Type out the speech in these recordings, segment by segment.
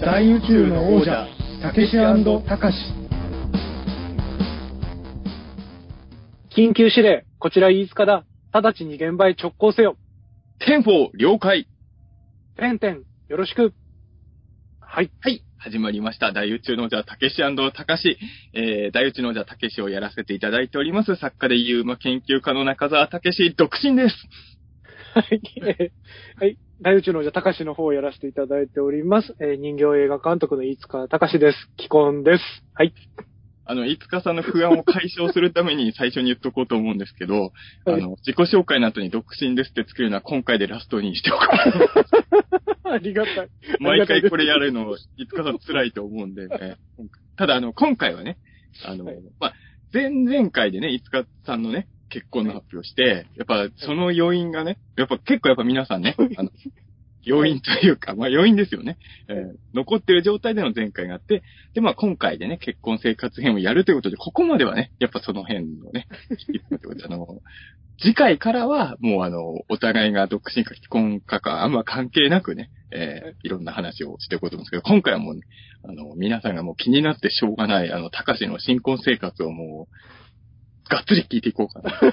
大宇宙の王者たけしたかし。 緊急指令、こちら飯塚だ。直ちに現場へ直行せよ。 テンフォー了解。 てんてん、よろしく。はい。 はい。始まりました。大宇宙の王者たけしたかし。大宇宙の王者たけしをやらせていただいております。作家でユーマ研究家の中澤たけし、独身です。 はい。はい。大宇宙の王者たかしの方をやらせていただいております。人形映画監督の飯塚たかしです。既婚です。はい。 飯塚さんの不安を解消するために最初に言っとこうと思うんですけど、はい、自己紹介の後に独身ですってつけるのは今回でラストにしておこう。ありがたい。 毎回これやるの、飯塚さん辛いと思うんで、ね、ただ今回はね、はい、前々回でね、飯塚さんのね、結婚の発表して、やっぱその要因がね、結構皆さんね、要因というか、要因ですよね。残ってる状態での前回があって、で、今回でね、結婚生活編をやるということで、ここまではね、やっぱその辺のね、次回からは、もうお互いが独身か既婚かあんま関係なくね、いろんな話をしていこうと思うんですけど、今回はもうね、皆さんがもう気になってしょうがない、高志の新婚生活をもう、がっつり聞いていこうかな。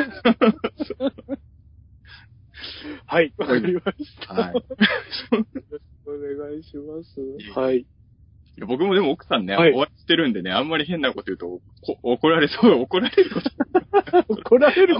はい、わかりました。 はい。 お願いします。はい。 僕もでも奥さんね、 はい、 お会いしてるんでね、あんまり変なこと言うと、怒られること。 怒られること。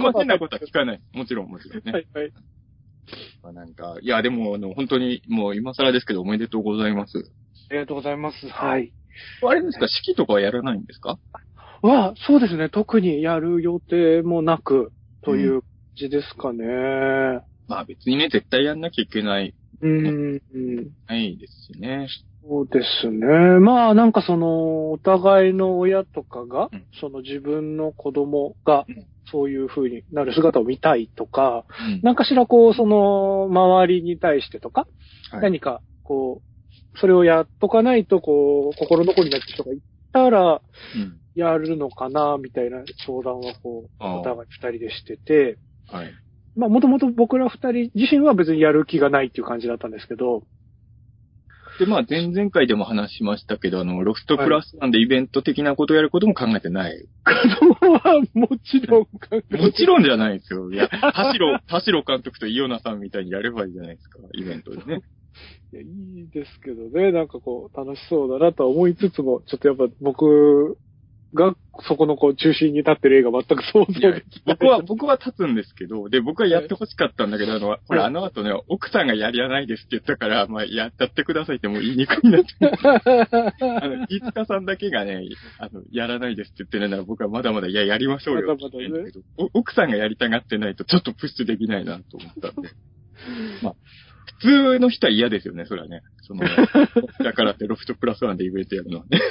あんま変なことは聞かない。もちろんね。 はい、はい。 いや、でも、本当に、もう今更ですけど、おめでとうございます。 ありがとうございます。はい。 あれですか、式とかはやらないんですか？ そうですね。特にやる予定もなく、という感じですかね。 別にね、絶対やんなきゃいけない。ないですしね。 そうですね。お互いの親とかが、自分の子供が、そういう風になる姿を見たいとか、何かしら周りに対してとか、何か、それをやっとかないと、心残りになって人がいたら、やるのかな、みたいな相談は、お互い二人でしてて、 はい。 もともと僕ら二人自身は別にやる気がないっていう感じだったんですけど。 で、前々回でも話しましたけど、ロフトプラスワンでイベント的なことをやることも考えてない。 子供はもちろん考えてない。 もちろんじゃないですよ。いや、田代監督と伊予名さんみたいにやればいいじゃないですか、イベントでね。 いや、いいですけどね、楽しそうだなとは思いつつも、ちょっとやっぱ僕がそこの中心に立ってる映画全く想像できない。 僕は立つんですけど、で、僕はやってほしかったんだけど、ほら、後ね、奥さんがやりやないですって言ったから、やってくださいってもう言いにくいなって。飯塚さんだけがね、やらないですって言ってるなら僕はまだまだ、やりましょうよって言ってるんだけど、奥さんがやりたがってないとちょっとプッシュできないなと思ったんで。普通の人は嫌ですよね、それはね。だからってロフトプラスワンでイベントやるのはね。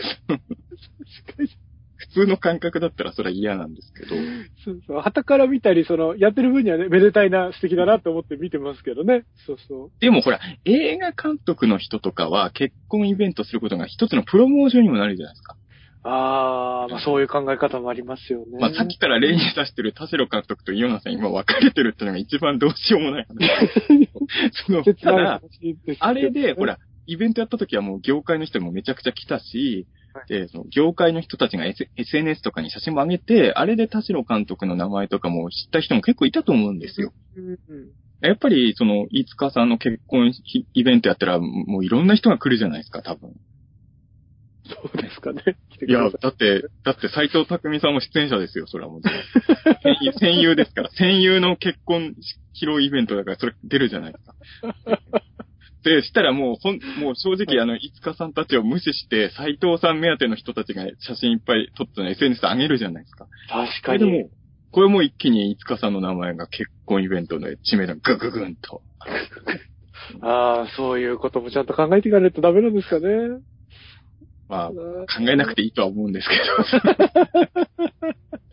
普通の感覚だったらそれは嫌なんですけど。 そうそう。旗から見たり、やってる分にはね、めでたいな、素敵だなと思って見てますけどね。そうそう。 でもほら、映画監督の人とかは結婚イベントすることが一つのプロモーションにもなるじゃないですか。 そういう考え方もありますよね。 さっきから例に出してる田代監督と伊予名さん今別れてるってのが一番どうしようもない話。ただ、あれで、ほら、イベントやった時はもう業界の人もめちゃくちゃ来たし、で、業界の人たちが SNS とかに写真も上げて、あれで田代監督の名前とかも知った人も結構いたと思うんですよ。やっぱり、飯塚さんの結婚イベントやったら、もういろんな人が来るじゃないですか、多分。 そうですかね。 いや、だって斎藤匠さんも出演者ですよ、それはもう。戦友ですから。戦友の結婚披露イベントだから、それ出るじゃないですか。で、したらもう正直飯塚さんたちを無視して、斎藤さん目当ての人たちが写真いっぱい撮ったの SNS で上げるじゃないですか。 確かに。 でも、これも一気に飯塚さんの名前が結婚イベントの知名度がぐんと。 そういうこともちゃんと考えていかないとダメなんですかね。 考えなくていいとは思うんですけど。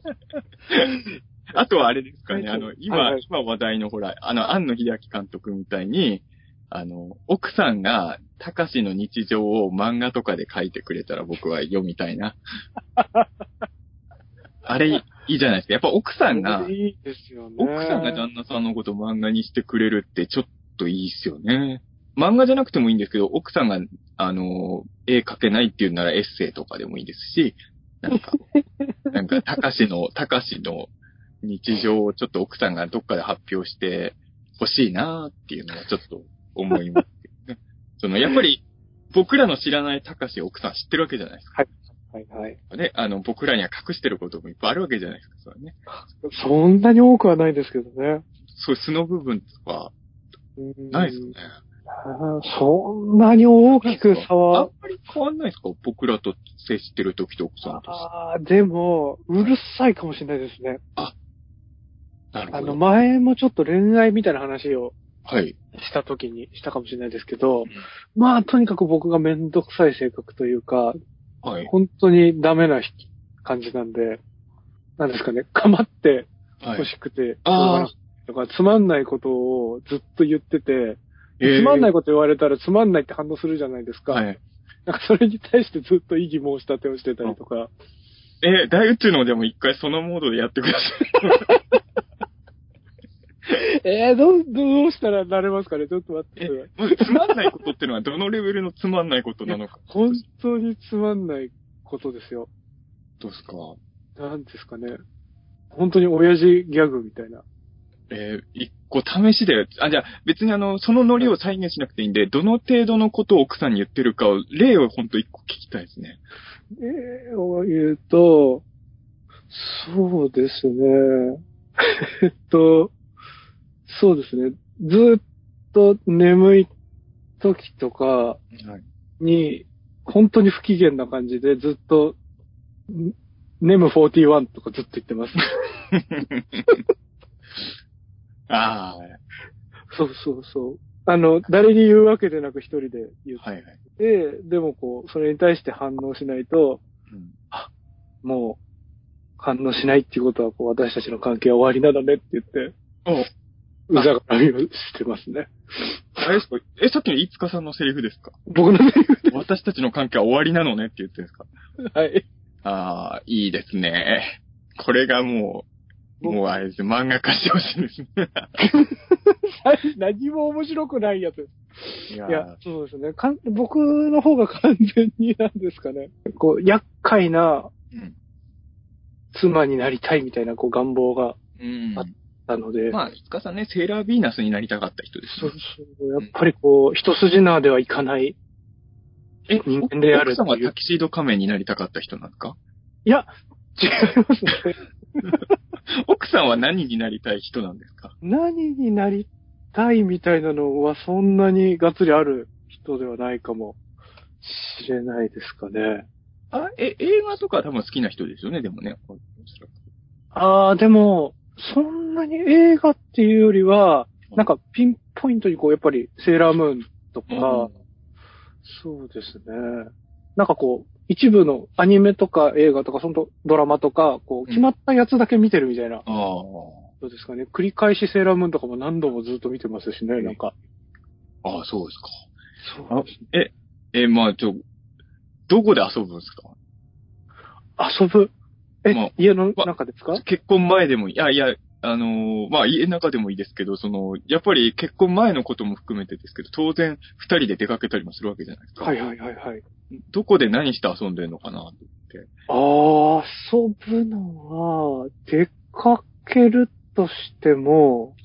あとはあれですかね、今話題のほら、庵野秀明監督みたいに、奥さんが、高志の日常を漫画とかで書いてくれたら僕は読みたいな。あれ、いいじゃないですか。やっぱ奥さんが、 いいですよね。 奥さんが旦那さんのこと漫画にしてくれるってちょっといいっすよね。 漫画じゃなくてもいいんですけど、奥さんが、絵描けないっていうならエッセイとかでもいいですし、なんか、たかしの日常をちょっと奥さんがどっかで発表して欲しいなーっていうのはちょっと思いますけどね。やっぱり、僕らの知らないたかしを奥さん知ってるわけじゃないですか。 はい。はい。 ね、僕らには隠してることもいっぱいあるわけじゃないですか、それね。 そんなに多くはないですけどね。 そういう素の部分とか、ないですかね。 そんなに大きく差は。 あんまり変わんないですか？僕らと接してる時と奥さんと。 でも、うるさいかもしれないですね。 なるほど。 前もちょっと恋愛みたいな話を、 はい。 したかもしれないですけど、まあ、とにかく僕がめんどくさい性格というか、 はい。 本当にダメな感じなんで、なんですかね、構って欲しくて、とか、つまんないことをずっと言ってて、つまんないこと言われたらつまんないって反応するじゃないですか。 はい。 なんかそれに対してずっと異議申し立てをしてたりとか。 大宇宙のでも一回そのモードでやってください。どうしたらなれますかね？ちょっと待ってください。 つまんないことってのはどのレベルのつまんないことなのか。 本当につまんないことですよ。 どうですか？ なんですかね。本当に親父ギャグみたいな。 一個試しで、じゃあ別にそのノリを再現しなくていいんで、どの程度のことを奥さんに言ってるかを、例を本当一個聞きたいですね。 を言うと、そうですね。そうですね。ずっと眠い時とかに、本当に不機嫌な感じでずっと、ネム41とかずっと言ってます。 ああ。 そう。誰に言うわけでなく一人で言って、 はいはい、 でもそれに対して反応しないと、もう、反応しないっていうことは、私たちの関係は終わりなのねって言って、うざがらみをしてますね。 あれですか？さっきの飯塚さんのセリフですか？ 僕のセリフです。 私たちの関係は終わりなのねって言ってるんですか？ はい。 いいですね。これがもうあれです。漫画化してほしいですね。 何も面白くないやつ。いや、そうですね。僕の方が完全になんですかね。厄介な妻になりたいみたいな願望があったので。 まあ、飯塚さんね、セーラーヴィーナスになりたかった人ですね。 そう。やっぱり一筋縄ではいかない人間である。 奥さんはタキシード仮面になりたかった人なんですか？ いや、違いますね。 奥さんは何になりたい人なんですか？ 何になりたいみたいなのはそんなにがっつりある人ではないかもしれないですかね。 映画とか多分好きな人ですよね、でもね。 でも、そんなに映画っていうよりは、なんかピンポイントにやっぱりセーラームーンとか、そうですね。なんか一部のアニメとか映画とか、ドラマとか、決まったやつだけ見てるみたいな。そうですかね。繰り返しセーラームーンとかも何度もずっと見てますしね、なんか。 そうですか。そうです。まあどこで遊ぶんですか？ 遊ぶ？家の中ですか？ 結婚前でも、まあ家の中でもいいですけど、やっぱり結婚前のことも含めてですけど、当然二人で出かけたりもするわけじゃないですか。 はい。 どこで何して遊んでるのかなって。 遊ぶのは、出かけるとしても、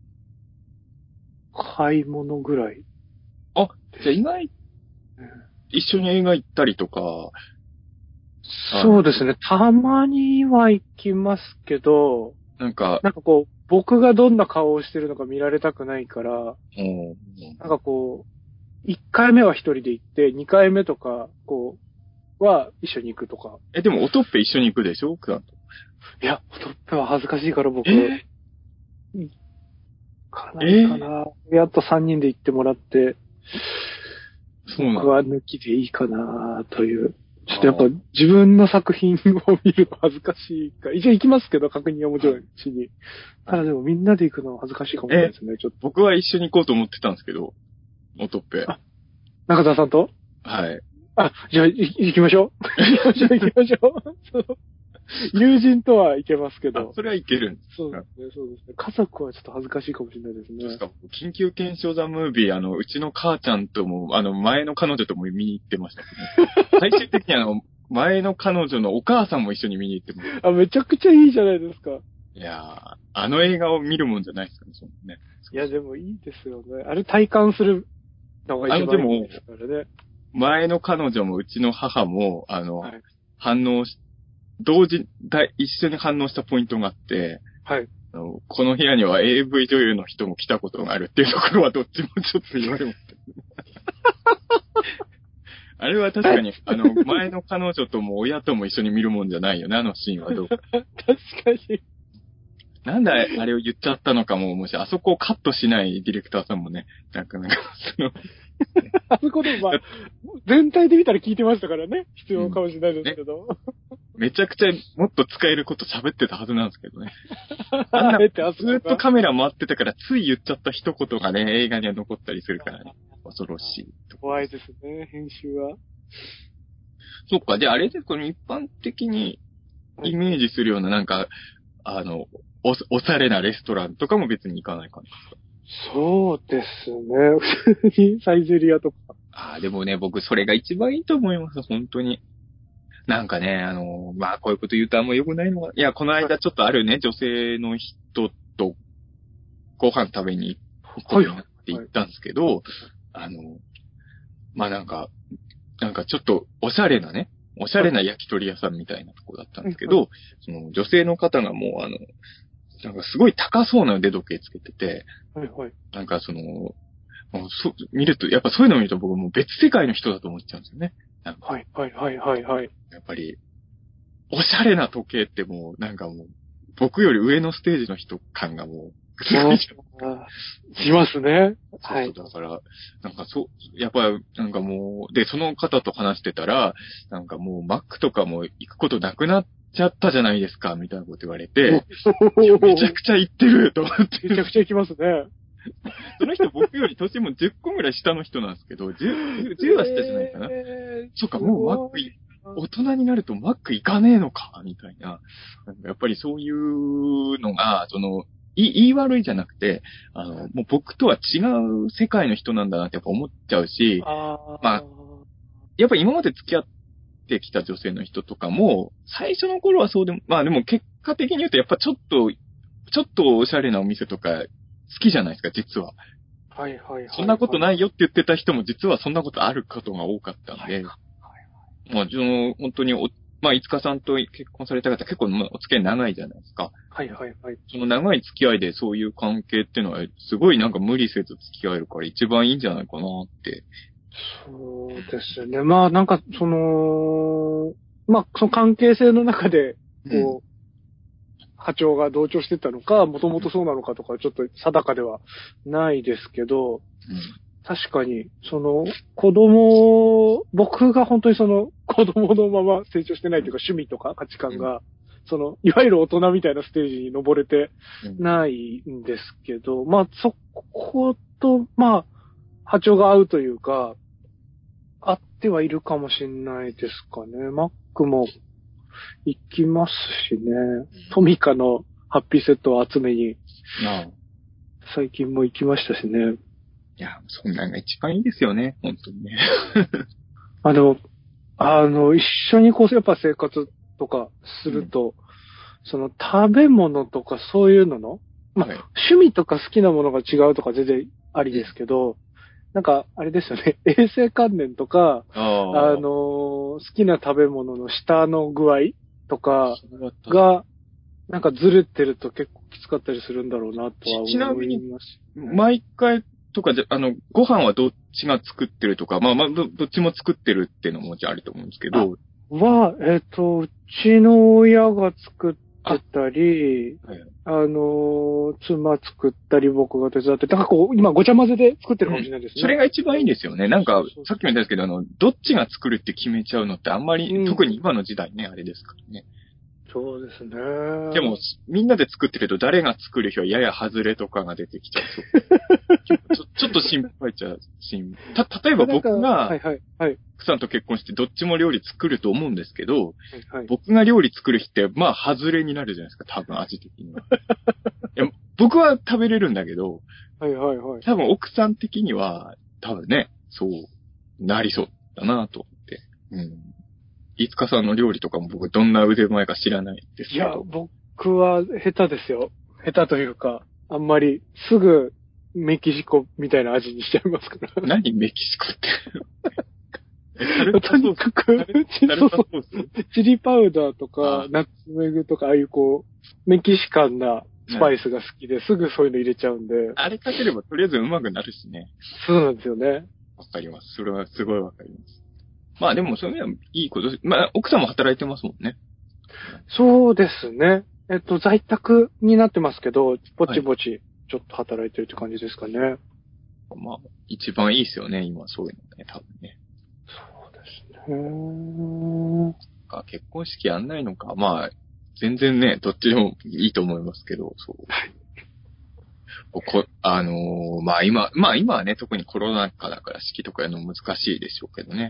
買い物ぐらい。 じゃあ意外、一緒に映画行ったりとか。 そうですね。たまには行きますけど、なんか僕がどんな顔をしてるのか見られたくないから、なんか1回目は一人で行って、2回目とか、は一緒に行くとか。 でも、おとっぺ一緒に行くでしょ？奥さんと。 いや、おとっぺは恥ずかしいから僕、行かないかな。やっと3人で行ってもらって、僕は抜きでいいかなという。ちょっとやっぱ自分の作品を見ると恥ずかしいから、一応行きますけど、確認はもちろんしに。ただでもみんなで行くのは恥ずかしいかもしれないですね、ちょっと。 僕は一緒に行こうと思ってたんですけど、おとっぺ。 中澤さんと？ はい。 じゃあ行きましょう。行きましょう。 友人とはいけますけど。 それはいけるんですそうですね、そうですね。家族はちょっと恥ずかしいかもしれないですね。 そうですか。緊急検証ザムービー、うちの母ちゃんとも、前の彼女とも見に行ってましたけど、ね、最終的に前の彼女のお母さんも一緒に見に行ってました。 めちゃくちゃいいじゃないですか。 いやー、あの映画を見るもんじゃないですかね、そのね。 いや、でもいいですよね。あれ体感するのが一番いいですからね。 前の彼女もうちの母も、はい、反応し、一緒に反応したポイントがあって、 はい。 この部屋には AV 女優の人も来たことがあるっていうところはどっちもちょっと言われました。あれは確かに、前の彼女とも親とも一緒に見るもんじゃないよね、あのシーンはどうか。 確かに。 なんであれを言っちゃったのかも、もしあそこをカットしないディレクターさんもね、なかなかあそこで全体で見たら聞いてましたからね。必要かもしれないですけど。 めちゃくちゃもっと使えること喋ってたはずなんですけどね。あんなずっとカメラ回ってたからつい言っちゃった一言がね、映画には残ったりするからね。恐ろしい。 怖いですね、編集は。 そっか、で、あれでこの一般的にイメージするようななんか、おしゃれなレストランとかも別に行かない感じですか？ そうですね。普通にサイゼリアとか。 でもね、僕それが一番いいと思います、本当に。なんかね、こういうこと言うとあんま良くないのが、いや、この間ちょっとあるね、女性の人とご飯食べに行くことになって行ったんですけど、なんかちょっとおしゃれな焼き鳥屋さんみたいなとこだったんですけど、その女性の方がもうなんかすごい高そうな腕時計つけてて、 はいはい。 なんか見ると、やっぱそういうのを見ると僕もう別世界の人だと思っちゃうんですよね。 はいはいはいはいはい。 やっぱり、おしゃれな時計ってもう、なんかもう、僕より上のステージの人感がもう、すごいじゃん。 しますね。 はい。だから、なんかやっぱり、なんかもう、で、その方と話してたら、なんかもう、マックとかも行くことなくなっちゃったじゃないですか、みたいなこと言われて、めちゃくちゃ行ってると思って。 めちゃくちゃ行きますね。 その人僕より年も10個ぐらい下の人なんですけど、10は下じゃないかな。そっか、もうマック大人になるとマック行かねえのか、みたいな。やっぱりそういうのが、言い悪いじゃなくて、もう僕とは違う世界の人なんだなってやっぱ思っちゃうし、やっぱり今まで付き合ってきた女性の人とかも、最初の頃はそうでも、でも結果的に言うとやっぱちょっとおしゃれなお店とか好きじゃないですか、実は。 はいはいはい。 そんなことないよって言ってた人も実はそんなことあることが多かったんで、本当にいつかさんと結婚された方結構お付き合い長いじゃないですか。 はいはいはい。 その長い付き合いでそういう関係っていうのはすごいなんか無理せず付き合えるから一番いいんじゃないかなって。 そうですね。なんかその関係性の中で、波長が同調してったのか、もともとそうなのかとかちょっと定かではないですけど、確かに、僕が本当に子供のまま成長してないというか趣味とか価値観が、いわゆる大人みたいなステージに登れてないんですけど、そこと、波長が合うというか、合ってはいるかもしれないですかね。マックも行きますしね。トミカのハッピーセットを集めに、最近も行きましたしね。 いや、そんなのが一番いいですよね、本当にね。 一緒にやっぱ生活とかすると、食べ物とかそういうのの、趣味とか好きなものが違うとか全然ありですけど、なんか、あれですよね、衛生観念とか、好きな食べ物の舌の具合とかが、なんかずれてると結構きつかったりするんだろうなとは思います。 ちなみに、毎回とかご飯はどっちが作ってるとか、どっちも作ってるっていうのももちろんあると思うんですけど。 うちの親が作ってたり、妻作ったり僕が手伝って、だから今ごちゃ混ぜで作ってるかもしれないですね。 それが一番いいんですよね。なんか、さっきも言ったんですけど、どっちが作るって決めちゃうのってあんまり、特に今の時代ね、あれですからね。 そうですね。 でも、みんなで作ってると誰が作る日はやや外れとかが出てきちゃう。ちょっと心配っちゃう。例えば僕が、 はいはいはい。 奥さんと結婚してどっちも料理作ると思うんですけど、 はい、 僕が料理作る日って、まあ、外れになるじゃないですか、多分味的には。いや僕は食べれるんだけど、 はいはいはい。 多分奥さん的には、多分ね、そうなりそうだなと思って。うん。飯塚さんの料理とかも僕どんな腕前か知らないですけど。 いや、僕は下手ですよ。下手というか、あんまりすぐメキシコみたいな味にしちゃいますから。 何メキシコって。 とにかく、チリパウダーとか、ナッツメグとか、ああいうメキシカンなスパイスが好きで、すぐそういうの入れちゃうんで。 あれかければとりあえずうまくなるしね。 そうなんですよね。 わかります。それはすごいわかります。まあでもそういうのはいいことです。まあ奥さんも働いてますもんね。 そうですね。在宅になってますけど、ぼちぼちちょっと働いてるって感じですかね。はい、 まあ、一番いいですよね、今そういうのね、多分ね。 そうですね。 結婚式やんないのか。まあ、全然ね、どっちでもいいと思いますけど、そう。まあ今はね、特にコロナ禍だから式とかやるの難しいでしょうけどね。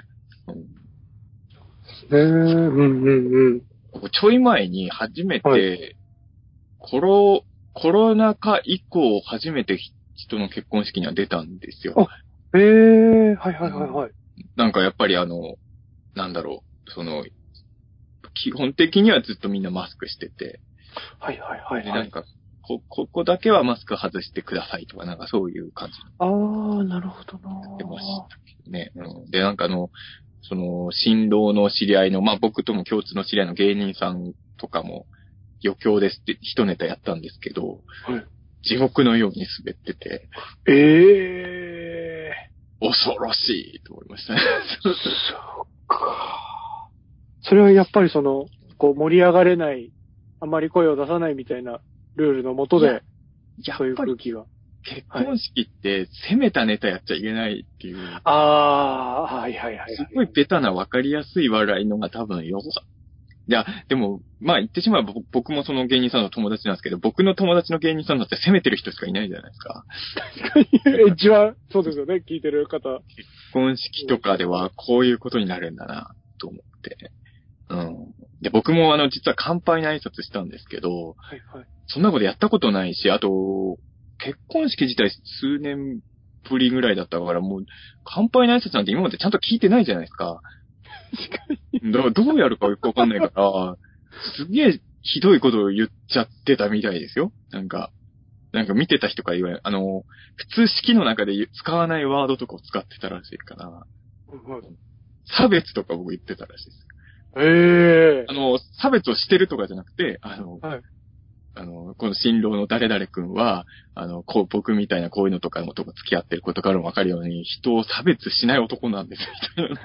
ちょい前に初めて、はい、コロナ禍以降初めて人の結婚式には出たんですよ。 はいはいはいはい。 なんかやっぱりなんだろう、基本的にはずっとみんなマスクしてて。 はいはいはい、はい。 で、なんか、ここだけはマスク外してくださいとか、なんかそういう感じ。 ああ、なるほどな。 やってましたけどね。うん、で、なんか新郎の知り合いの、まあ僕とも共通の知り合いの芸人さんとかも、余興ですって一ネタやったんですけど、はい、地獄のように滑ってて。恐ろしいと思いましたね。 そっか。それはやっぱり盛り上がれない、あまり声を出さないみたいなルールのもとで、そういう空気が。 結婚式って攻めたネタやっちゃいけないっていう。 はいはいはい。 すごいベタな分かりやすい笑いのが多分よさ。いや、でも、まあ言ってしまえば僕もその芸人さんの友達なんですけど、僕の友達の芸人さんだって攻めてる人しかいないじゃないですか。 確かに。エッジは、そうですよね、聞いてる方。 結婚式とかではこういうことになるんだな、と思って。うん。で、僕も実は乾杯の挨拶したんですけど、はいはい。そんなことやったことないし、あと、結婚式自体数年ぶりぐらいだったから、もう、乾杯の挨拶なんて今までちゃんと聞いてないじゃないですか。確かに。だからどうやるかよくわかんないから、すげえひどいことを言っちゃってたみたいですよ。なんか見てた人から言われ、普通式の中で使わないワードとかを使ってたらしいから、差別とか僕言ってたらしいです。差別をしてるとかじゃなくて、はい、この新郎の誰々くんは、僕みたいなこういうのとかのとこ付き合ってることからもわかるように、人を差別しない男なんです、みたいな。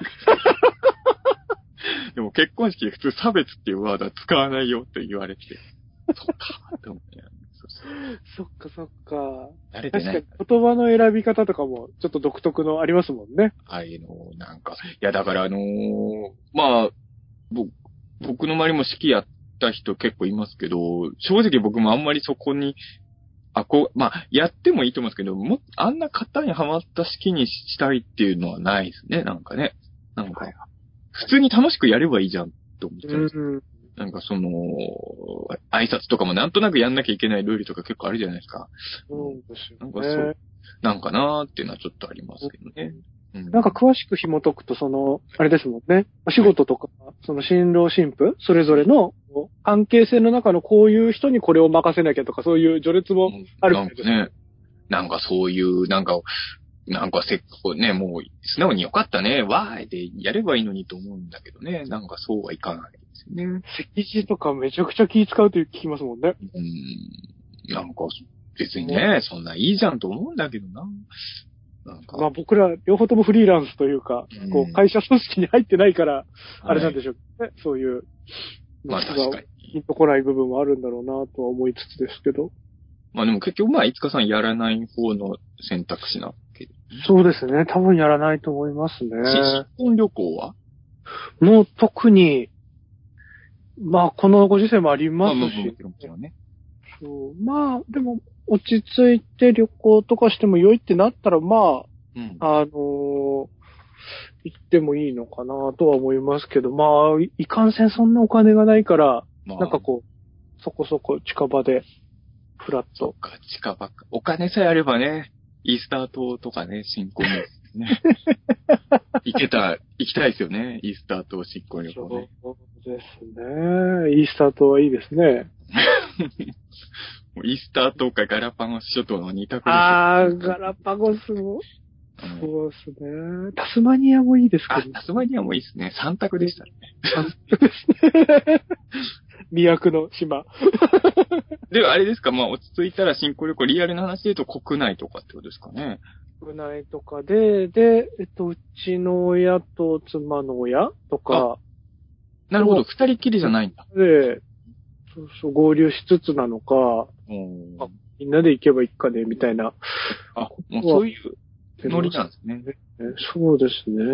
でも結婚式で普通差別っていうワードは使わないよって言われて、そっか、って思って。 そっかそっか。 慣れてない。 確かに言葉の選び方とかもちょっと独特のありますもんね。 なんか、いやだからまあ、僕の周りも式やった人結構いますけど、正直僕もあんまりそこに、まあ、やってもいいと思うんですけど、あんな型にはまった式にしたいっていうのはないですね、なんかね。なんか、普通に楽しくやればいいじゃんって思っちゃうんです。なんか挨拶とかもなんとなくやんなきゃいけないルールとか結構あるじゃないですか。 そうですよね。 なんかなんかなーっていうのはちょっとありますけどね。 なんか詳しく紐解くと、あれですもんね。お仕事とか、新郎新婦、それぞれの関係性の中のこういう人にこれを任せなきゃとか、そういう序列もあるんですね。なんかそういう、なんかね、もう、素直によかったね、わーいでやればいいのにと思うんだけどね。なんかそうはいかないですよね。 席次とかめちゃくちゃ気使うって聞きますもんね。 なんか、別にね、そんないいじゃんと思うんだけどな。なんかまあ僕ら両方ともフリーランスというか、会社組織に入ってないから、あれなんでしょうね。そういう、 まあ確かに。 ピンとこない部分はあるんだろうなとは思いつつですけど。 まあでも結局いつかさんやらない方の選択肢なわけで。 そうですね。多分やらないと思いますね。 新婚旅行はもう特に、 まあ、このご時世もありますし。 もちろんね。 そう。まあ、でも、落ち着いて旅行とかしても良いってなったら、まあ、行ってもいいのかなとは思いますけど、まあ、いかんせんそんなお金がないから、なんかこう、そこそこ近場で、フラット。 そっか、近場か。お金さえあればね、イースター島とかね、新婚旅行ね。行きたいですよね、イースター島新婚旅行ね。 そうですね。イースター島はいいですね。 イースター島かガラパゴス諸島の2択ですよ。 ガラパゴスも。そうですね。タスマニアもいいですけど。 タスマニアもいいですね。3択でしたね。 3択ですね。魅惑の島。 ではあれですか、まあ落ち着いたら新婚旅行、リアルな話で言うと国内とかってことですかね。 国内とかで、うちの親と妻の親とか。 なるほど、二人きりじゃないんだ。 で、そう、合流しつつなのか、みんなで行けばいいかね、みたいな。 もうそういうノリなんですね。 そうですね。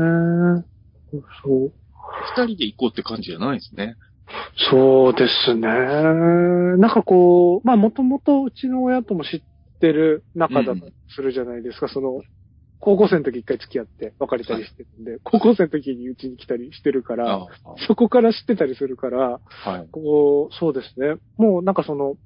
そう。 二人で行こうって感じじゃないですね。 そうですね。なんかこう、まあもともとうちの親とも知ってる仲だとするじゃないですか、高校生の時一回付き合って別れたりしてるんで、高校生の時にうちに来たりしてるから、そこから知ってたりするから、こう、そうですね。もうなんかも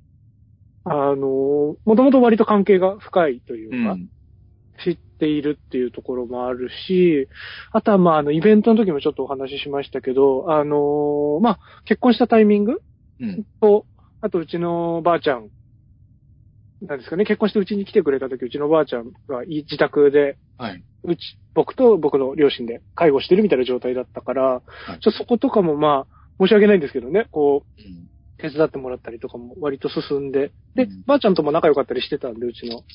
ともと割と関係が深いというか、知っているっていうところもあるし、あとはまあイベントの時もちょっとお話ししましたけど、まあ結婚したタイミングと、あとうちのばあちゃん、なんですかね、結婚してうちに来てくれた時、うちのばあちゃんが自宅で、僕と僕の両親で介護してるみたいな状態だったから、そことかもまあ、申し訳ないんですけどね、こう、手伝ってもらったりとかも割と進んで、で、ばあちゃんとも仲良かったりしてたんで、うちの。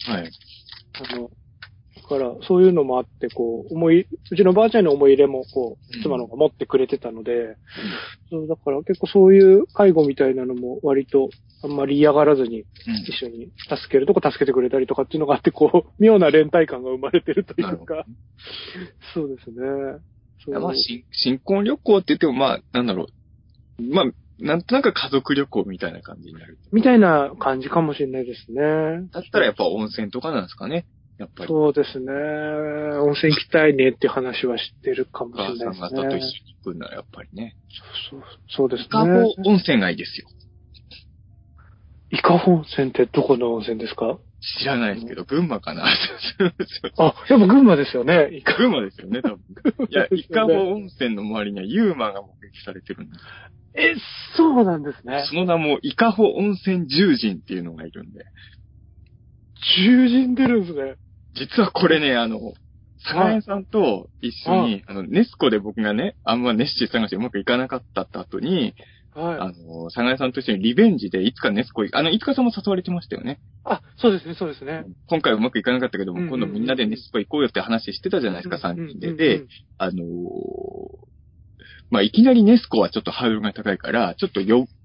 だから、そういうのもあって、こう、うちのばあちゃんの思い入れも、こう、妻の方が持ってくれてたので、そうだから結構そういう介護みたいなのも割と、あんまり嫌がらずに、一緒に助けるとこ助けてくれたりとかっていうのがあって、こう、妙な連帯感が生まれてるというか、そうですね。 まあ、新婚旅行って言っても、まあ、なんだろう。まあ、なんとなく家族旅行みたいな感じになる。 みたいな感じかもしれないですね。 だったらやっぱ温泉とかなんですかね。やっぱり。 そうですね。温泉行きたいねっていう話は知ってるかもしれないですね。 お母さん方と一緒に行くんならやっぱりね。 そうですね。 伊香保温泉がいいですよ。 伊香保温泉ってどこの温泉ですか？ 知らないですけど、群馬かな。 やっぱ群馬ですよね。 群馬ですよね、多分。いや、伊香保温泉の周りにはユーマが目撃されてるんです。 そうなんですね。 その名も伊香保温泉獣人っていうのがいるんで。 獣人出るんですね。 実はこれね、佐賀屋さんと一緒に、ネスコで僕がね、あんまネッシー探してうまくいかなかったって後に、佐賀屋さんと一緒にリベンジでいつかネスコ、いつかさんも誘われてましたよね。 そうですね、そうですね。 今回はうまくいかなかったけども、今度みんなでネスコ行こうよって話してたじゃないですか、3人で。で、まあ、いきなりネスコはちょっとハードルが高いから、ちょっと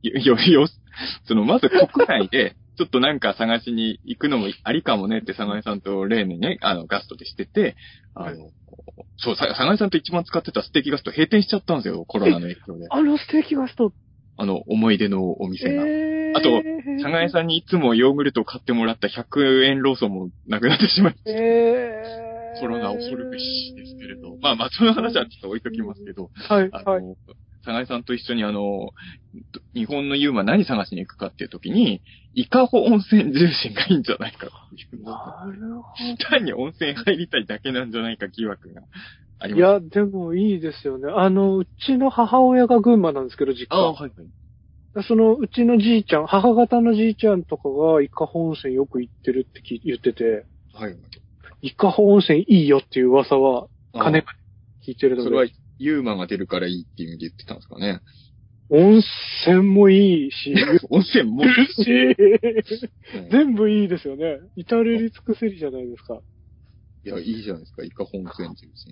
まず国内で、ちょっとなんか探しに行くのもありかもねって佐賀屋さんと例年ね、ガストでしてて、そう、佐賀屋さんと一番使ってたステーキガスト閉店しちゃったんですよ、コロナの影響で。 ステーキガスト思い出のお店が。あと、佐賀屋さんにいつもヨーグルトを買ってもらった100円ローソンもなくなってしまいました。コロナ恐るべしですけれど。まあ、その話はちょっと置いときますけど。佐賀屋さんと一緒に日本のユーマ何探しに行くかっていう時に、伊香保温泉重心がいいんじゃないかっていう。 なるほど。 単に温泉入りたいだけなんじゃないか疑惑があります。いや、 でもいいですよね。うちの母親が群馬なんですけど、実家。うちのじいちゃん、母方のじいちゃんとかが伊香保温泉よく行ってるって言ってて、伊香保温泉いいよっていう噂は、金が聞いてるので。 それはユーマが出るからいいっていう意味で言ってたんですかね。 温泉もいいし、 温泉もいいし、 全部いいですよね。至れり尽くせりじゃないですか。 いや、いいじゃないですか、伊香保温泉中心。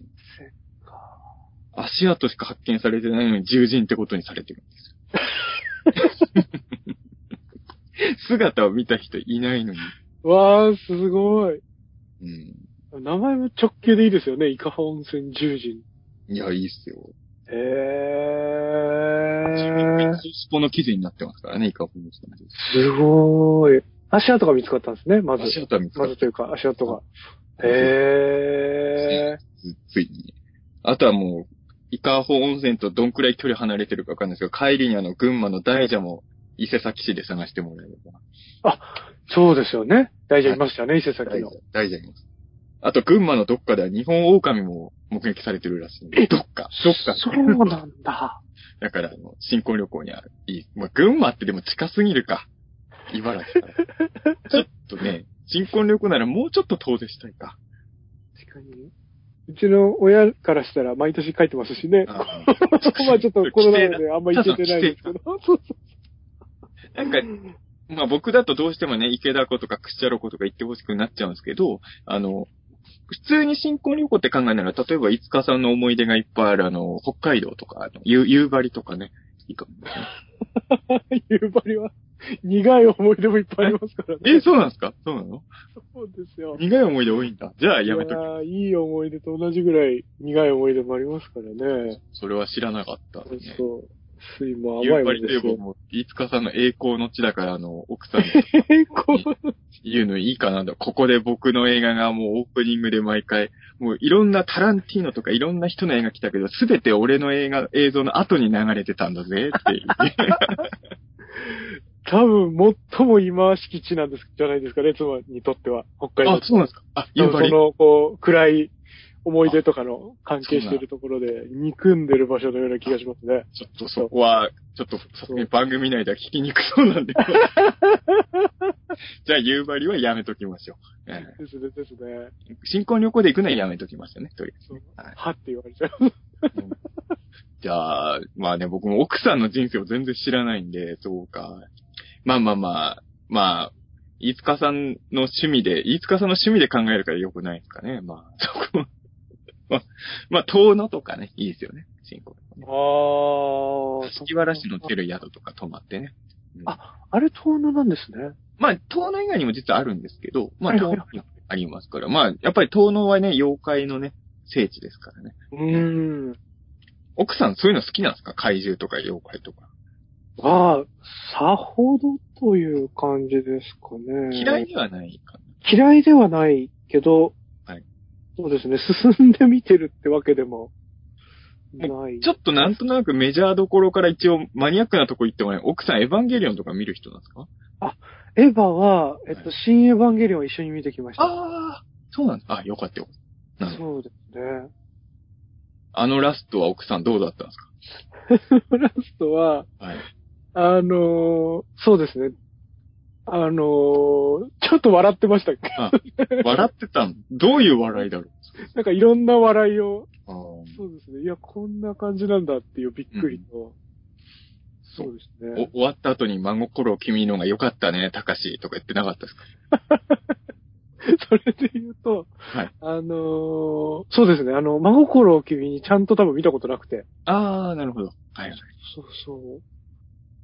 足跡しか発見されてないのに獣人ってことにされてるんですよ。姿を見た人いないのに。 わー、すごい。名前も直球でいいですよね、伊香保温泉獣人。 いや、いいっすよ。 スポの記事になってますからね、イカホの人たち。 すごーい。足跡が見つかったんですね、まず。 足跡は見つかった。 まずというか、足跡が。 ついに。あとはもう、伊香保温泉とどんくらい距離離れてるかわかんないですけど、帰りに群馬の大蛇も伊勢崎市で探してもらえれば。 あ、そうですよね。大蛇いましたね、伊勢崎の。 大蛇います。あと、群馬のどっかでは日本狼も目撃されてるらしい。どっか。 そうなんだ。 だから、新婚旅行にいい。まあ、群馬ってでも近すぎるか。茨城から。ちょっとね、新婚旅行ならもうちょっと遠出したいか。 確かに。うちの親からしたら毎年帰ってますしね。まあちょっとコロナであんま行けてないですけど。 なんか、まあ僕だとどうしてもね、池田湖とか串良湖とか行ってほしくなっちゃうんですけど、普通に新婚旅行って考えなら、例えば、いつかさんの思い出がいっぱいある、北海道とか、夕張とかね、いいかもね。夕張は、苦い思い出もいっぱいありますからね。 そうなんですか？そうなの？ そうですよ。 苦い思い出多いんだ。じゃあやめとき。 いい思い出と同じぐらい苦い思い出もありますからね。 それは知らなかった、ね。 そう。水も甘いもんですよ。 夕張といえばもう、いつかさんの栄光の地だから、奥さんに。 栄光言うのいいかなと。ここで僕の映画がもうオープニングで毎回、もういろんなタランティーノとかいろんな人の映画来たけど、すべて俺の映像の後に流れてたんだぜっていう。 多分、最も忌まわしき地なんです、じゃないですかね、妻にとっては、北海道。 あ、そうなんですか。夕張。 暗い思い出とかの関係しているところで、憎んでる場所のような気がしますね。 ちょっとそこは、ちょっとさすがに番組内では聞きにくそうなんで。じゃあ、夕張はやめときましょう。 ですね。 新婚旅行で行くのはやめときましょうね、とりあえず。 はって言われちゃう。 じゃあ、まあね、僕も奥さんの人生を全然知らないんで、そうか。まあ、飯塚さんの趣味で考えるから良くないですかね。まあ、そこ。まあ、遠野とかね、いいですよね、新婚、ね。敷原市の出る宿とか泊まってね。 あれ遠野なんですね。 まあ、遠野以外にも実はあるんですけど、まあ、遠野にありますから、まあ、やっぱり遠野はね、妖怪のね、聖地ですからね。奥さんそういうの好きなんですか？怪獣とか妖怪とか。 さほどという感じですかね。 嫌いではないかな。 嫌いではないけど、 はい。 そうですね、進んで見てるってわけでもない。 ちょっとなんとなくメジャーどころから一応マニアックなとこ行ってもね、奥さんエヴァンゲリオンとか見る人なんですか？ エヴァは、新エヴァンゲリオン一緒に見てきました。 そうなんです。よかったよ。 そうですね。 ラストは奥さんどうだったんですか？ラストは、 はい。 そうですね。ちょっと笑ってましたっけ？ 笑ってたの？どういう笑いだろう？ なんかいろんな笑いを、そうですね。いや、こんな感じなんだっていうびっくりと、そうですね。 終わった後に真心君のが良かったね、高しとか言ってなかったですか？ それで言うと、 はい。 そうですね。真心を君にちゃんと多分見たことなくて。 なるほど。はい。 そう。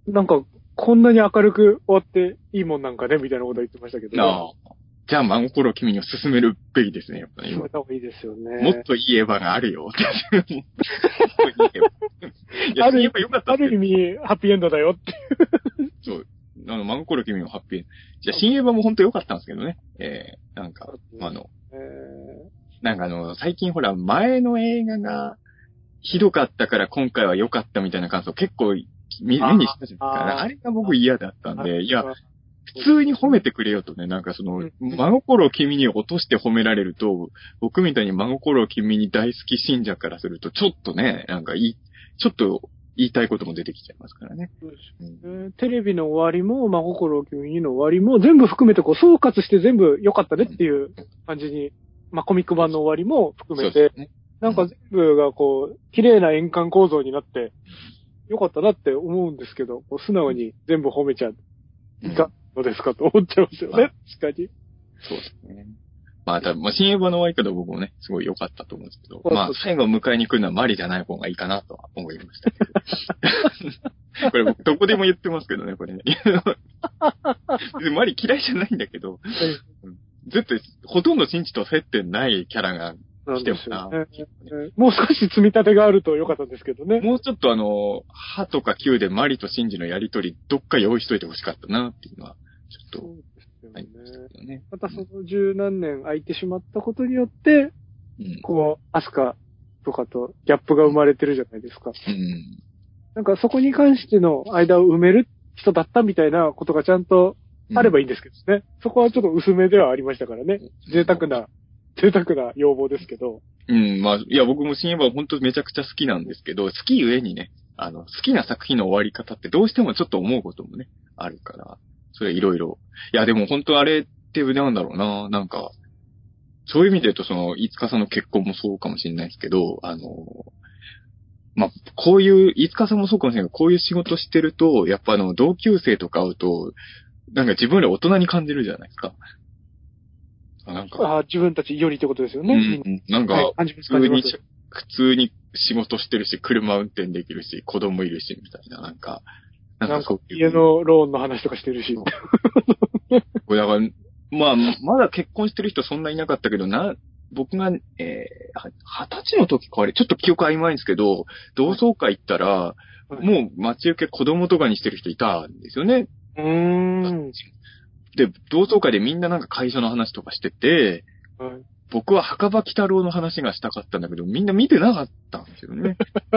なんか、こんなに明るく終わっていいもんなんかね、みたいなこと言ってましたけど、ね。 じゃあ、真心を君には進めるべきですね、やっぱり。 進めた方がいいですよね。 もっといいエヴァがあるよ。ある意味、ハッピーエンドだよって。 そう。真心君もハッピーエンド。じゃあ、新エヴァも本当良かったんですけどね。なんか、最近ほら、前の映画がひどかったから今回は良かったみたいな感想結構目にしたじゃないですか。あれが僕嫌だったんで、いや、普通に褒めてくれよとね、なんか真心を君に落として褒められると、僕みたいに真心を君に大好き信者からすると、ちょっとね、なんかちょっと言いたいことも出てきちゃいますからね。 そうですね。テレビの終わりも、真心を君にの終わりも、全部含めて総括して全部良かったねっていう感じに、コミック版の終わりも含めて、なんか全部が綺麗な円環構造になって、良かったなって思うんですけど、素直に全部褒めちゃう。いかのですかと思っちゃいますよね。確かに。 そうですね。多分、新エヴァの終わり方僕もね、すごい良かったと思うんですけど、最後迎えに来るのはマリじゃない方がいいかなとは思いましたけど。これ僕どこでも言ってますけどね、これね。マリ嫌いじゃないんだけど、絶対ほとんど新地と接点ないキャラがなんですよね。もう少し積み立てがあると良かったんですけどね。 もうちょっと歯とか9でマリとシンジのやりとり、どっか用意しといてほしかったなっていうのは、ちょっと。 そうですよね。 ねまたその十何年空いてしまったことによって、こう、アスカとかとギャップが生まれてるじゃないですか。なんかそこに関しての間を埋める人だったみたいなことがちゃんとあればいいんですけどね。そこはちょっと薄めではありましたからね。贅沢な要望ですけど。 まあ、いや、僕も新エヴァ本当めちゃくちゃ好きなんですけど、好きゆえにね、好きな作品の終わり方ってどうしてもちょっと思うこともね、あるから、それいろいろ。いや、でも本当あれってなんだろうな、なんか、そういう意味で言うと飯塚さんの結婚もそうかもしれないですけど、まあ、こういう、飯塚さんもそうかもしれないけど、こういう仕事してると、やっぱ同級生とか会うと、なんか自分ら大人に感じるじゃないですか。なんか。 自分たちよりってことですよね。 なんか、 はい、 普通に仕事してるし、車運転できるし、子供いるし、みたいな、なんかそういう。 家のローンの話とかしてるし。 だから、まあ、まだ結婚してる人そんないなかったけど、僕が、20歳の時かあれ、ちょっと記憶曖昧んですけど、同窓会行ったら、もう待ち受け子供とかにしてる人いたんですよね。で、同窓会でみんななんか会社の話とかしてて、僕は墓場鬼太郎の話がしたかったんだけど、みんな見てなかったんですよね。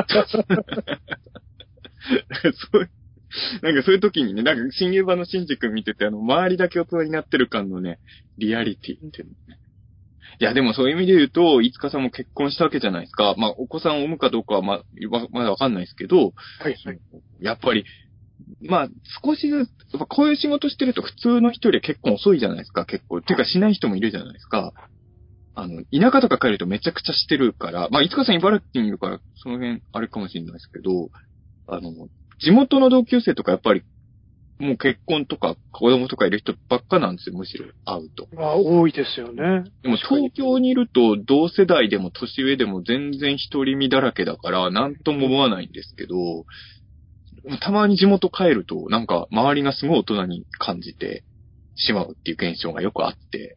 なんかそういう時にね、なんか新エヴァのシンジ君見てて、周りだけ大人になってる感のね、リアリティっていうのね。いや、でもそういう意味で言うと、飯塚さんも結婚したわけじゃないですか。まあ、お子さんを産むかどうかはまだわかんないですけど、やっぱり、まあ、少しずつ、こういう仕事してると普通の人より結構遅いじゃないですか、結構。っていうかしない人もいるじゃないですか。田舎とか帰るとめちゃくちゃしてるから、まあ、飯塚さん茨城にいるから、その辺あれかもしれないですけど、地元の同級生とかやっぱり、もう結婚とか子供とかいる人ばっかなんですよ、むしろ会うと。 多いですよね。 でも東京にいると同世代でも年上でも全然独り身だらけだからなんとも思わないんですけど、たまに地元帰るとなんか周りがすごい大人に感じてしまうっていう現象がよくあって、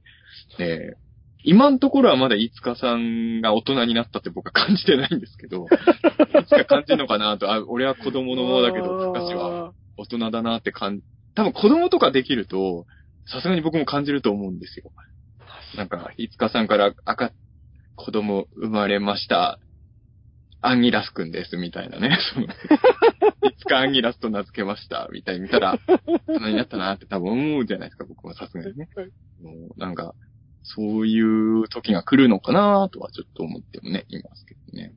今のところはまだ飯塚さんが大人になったって僕は感じてないんですけど、いつか感じるのかなと、俺は子供のものだけど、高橋は大人だなって多分子供とかできると、さすがに僕も感じると思うんですよ。なんか、飯塚さんから子供生まれました。アンギラスくんです、みたいなね。いつかアンギラスと名付けました、みたいに見たら、大人になったなって多分思うじゃないですか、僕はさすがにね。もうなんか、そういう時が来るのかなとはちょっと思ってもね、いますけどね。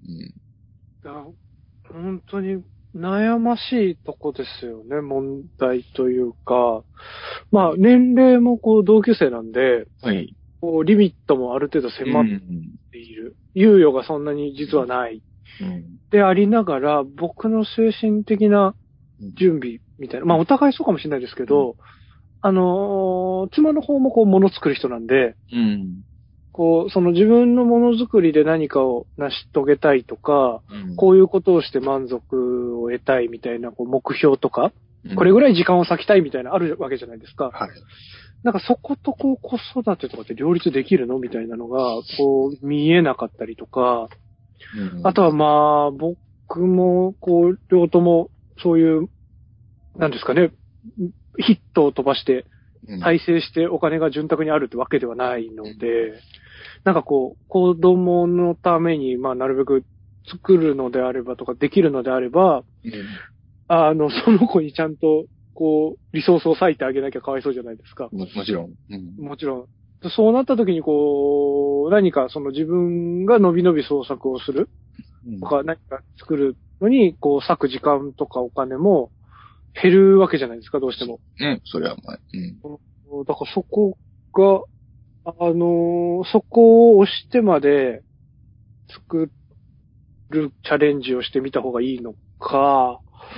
本当に悩ましいとこですよね、問題というか。まあ、年齢も同級生なんで、リミットもある程度迫っている。猶予がそんなに実はない。でありながら、僕の精神的な準備みたいな。まあ、お互いそうかもしれないですけど、妻の方も物作る人なんで、その自分のものづくりで何かを成し遂げたいとか、こういうことをして満足を得たいみたいな目標とか、これぐらい時間を割きたいみたいなあるわけじゃないですか。なんかそこと子育てとかって両立できるのみたいなのが、見えなかったりとか、あとはまあ、僕も両ともそういう、なんですかね、ヒットを飛ばして、再生してお金が潤沢にあるってわけではないので、なんか子供のために、まあ、なるべく作るのであればとか、できるのであれば、その子にちゃんと、リソースを割いてあげなきゃかわいそうじゃないですか。 もちろん。 もちろん。そうなった時に何か自分がのびのび創作をするとか、何か作るのに、割く時間とかお金も減るわけじゃないですか、どうしても。 それはまあ。 だからそこが、そこを押してまで作るチャレンジをしてみた方がいいのか、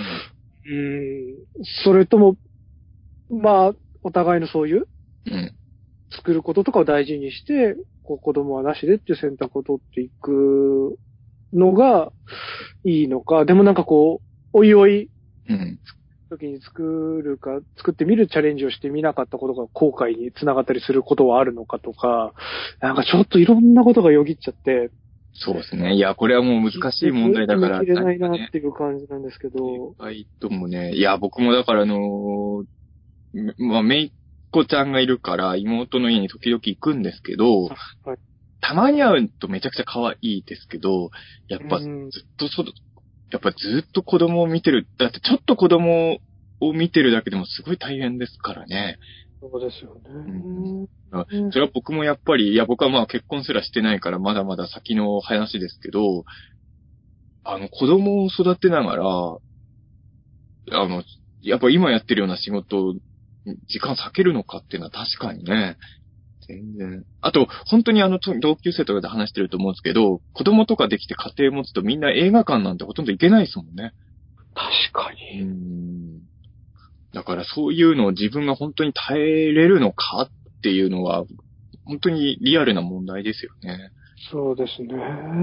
それとも、まあ、お互いのそういう、作ることとかを大事にして、子供はなしでっていう選択を取っていくのがいいのか、でもなんかおいおい、 時に作ってみるチャレンジをしてみなかったことが後悔につながったりすることはあるのかとか、なんかちょっといろんなことがよぎっちゃって。 そうですね。いや、これはもう難しい問題だから。 決めきれないなっていう感じなんですけど。 もね、いや、僕もだからまあ、めいっ子ちゃんがいるから妹の家に時々行くんですけど、はい、たまに会うとめちゃくちゃ可愛いですけど、やっぱずっと子供を見てる。だってちょっと子供を見てるだけでもすごい大変ですからね。 そうですよね。 それは僕もやっぱり、いや僕はまあ結婚すらしてないからまだまだ先の話ですけど、子供を育てながら、やっぱ今やってるような仕事を時間割けるのかっていうのは確かにね、全然。あと、本当に同級生とかで話してると思うんですけど、子供とかできて家庭持つとみんな映画館なんてほとんど行けないですもんね。 確かに。 だからそういうのを自分が本当に耐えれるのかっていうのは、本当にリアルな問題ですよね。 そうですね。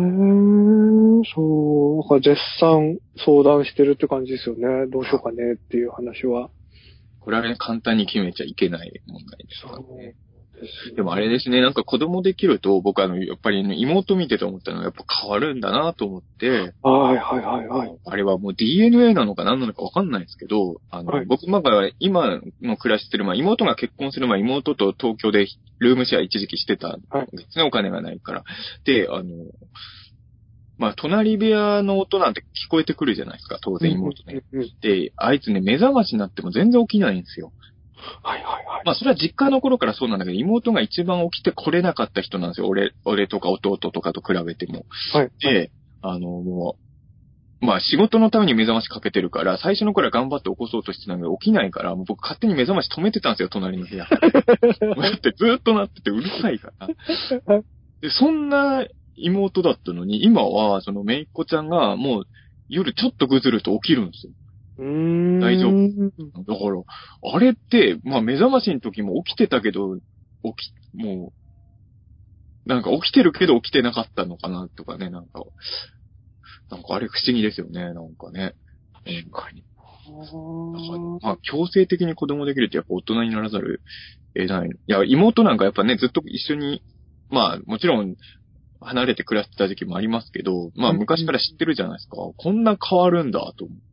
そう、絶賛相談してるって感じですよね。どうしようかねっていう話は。 これはね、簡単に決めちゃいけない問題ですからね。でもあれですね、なんか子供できると、僕やっぱり、ね、妹見てて思ったのはやっぱ変わるんだなと思って、 はいはいはいはい。 あれはもう DNA なのか何なのかわかんないですけど、はい、僕まだ今の暮らししてる、妹が結婚する前、妹と東京でルームシェア一時期してたんですね、はい、お金がないから。で、まあ、隣部屋の音なんて聞こえてくるじゃないですか、当然妹ね。で、あいつね、目覚ましになっても全然起きないんですよ。 はいはいはい。 まあ、それは実家の頃からそうなんだけど、妹が一番起きてこれなかった人なんですよ。俺とか弟とかと比べても。 はい。 で、もう、まあ、仕事のために目覚ましかけてるから、最初の頃は頑張って起こそうとしてたんだけど、起きないから、もう僕勝手に目覚まし止めてたんですよ、隣の部屋。だってずっと鳴っててうるさいから。で、そんな妹だったのに、今は、めいっ子ちゃんが、もう、夜ちょっとぐずると起きるんですよ。大丈夫。だから、あれって、まあ目覚ましの時も起きてたけど、もう、なんか起きてるけど起きてなかったのかなとかね、なんかあれ不思議ですよね、なんかね。 確かに。 まあ強制的に子供できるってやっぱ大人にならざる得ない。いや、妹なんかやっぱね、ずっと一緒に、まあもちろん、離れて暮らしてた時期もありますけど、まあ昔から知ってるじゃないですか。こんな変わるんだと思って、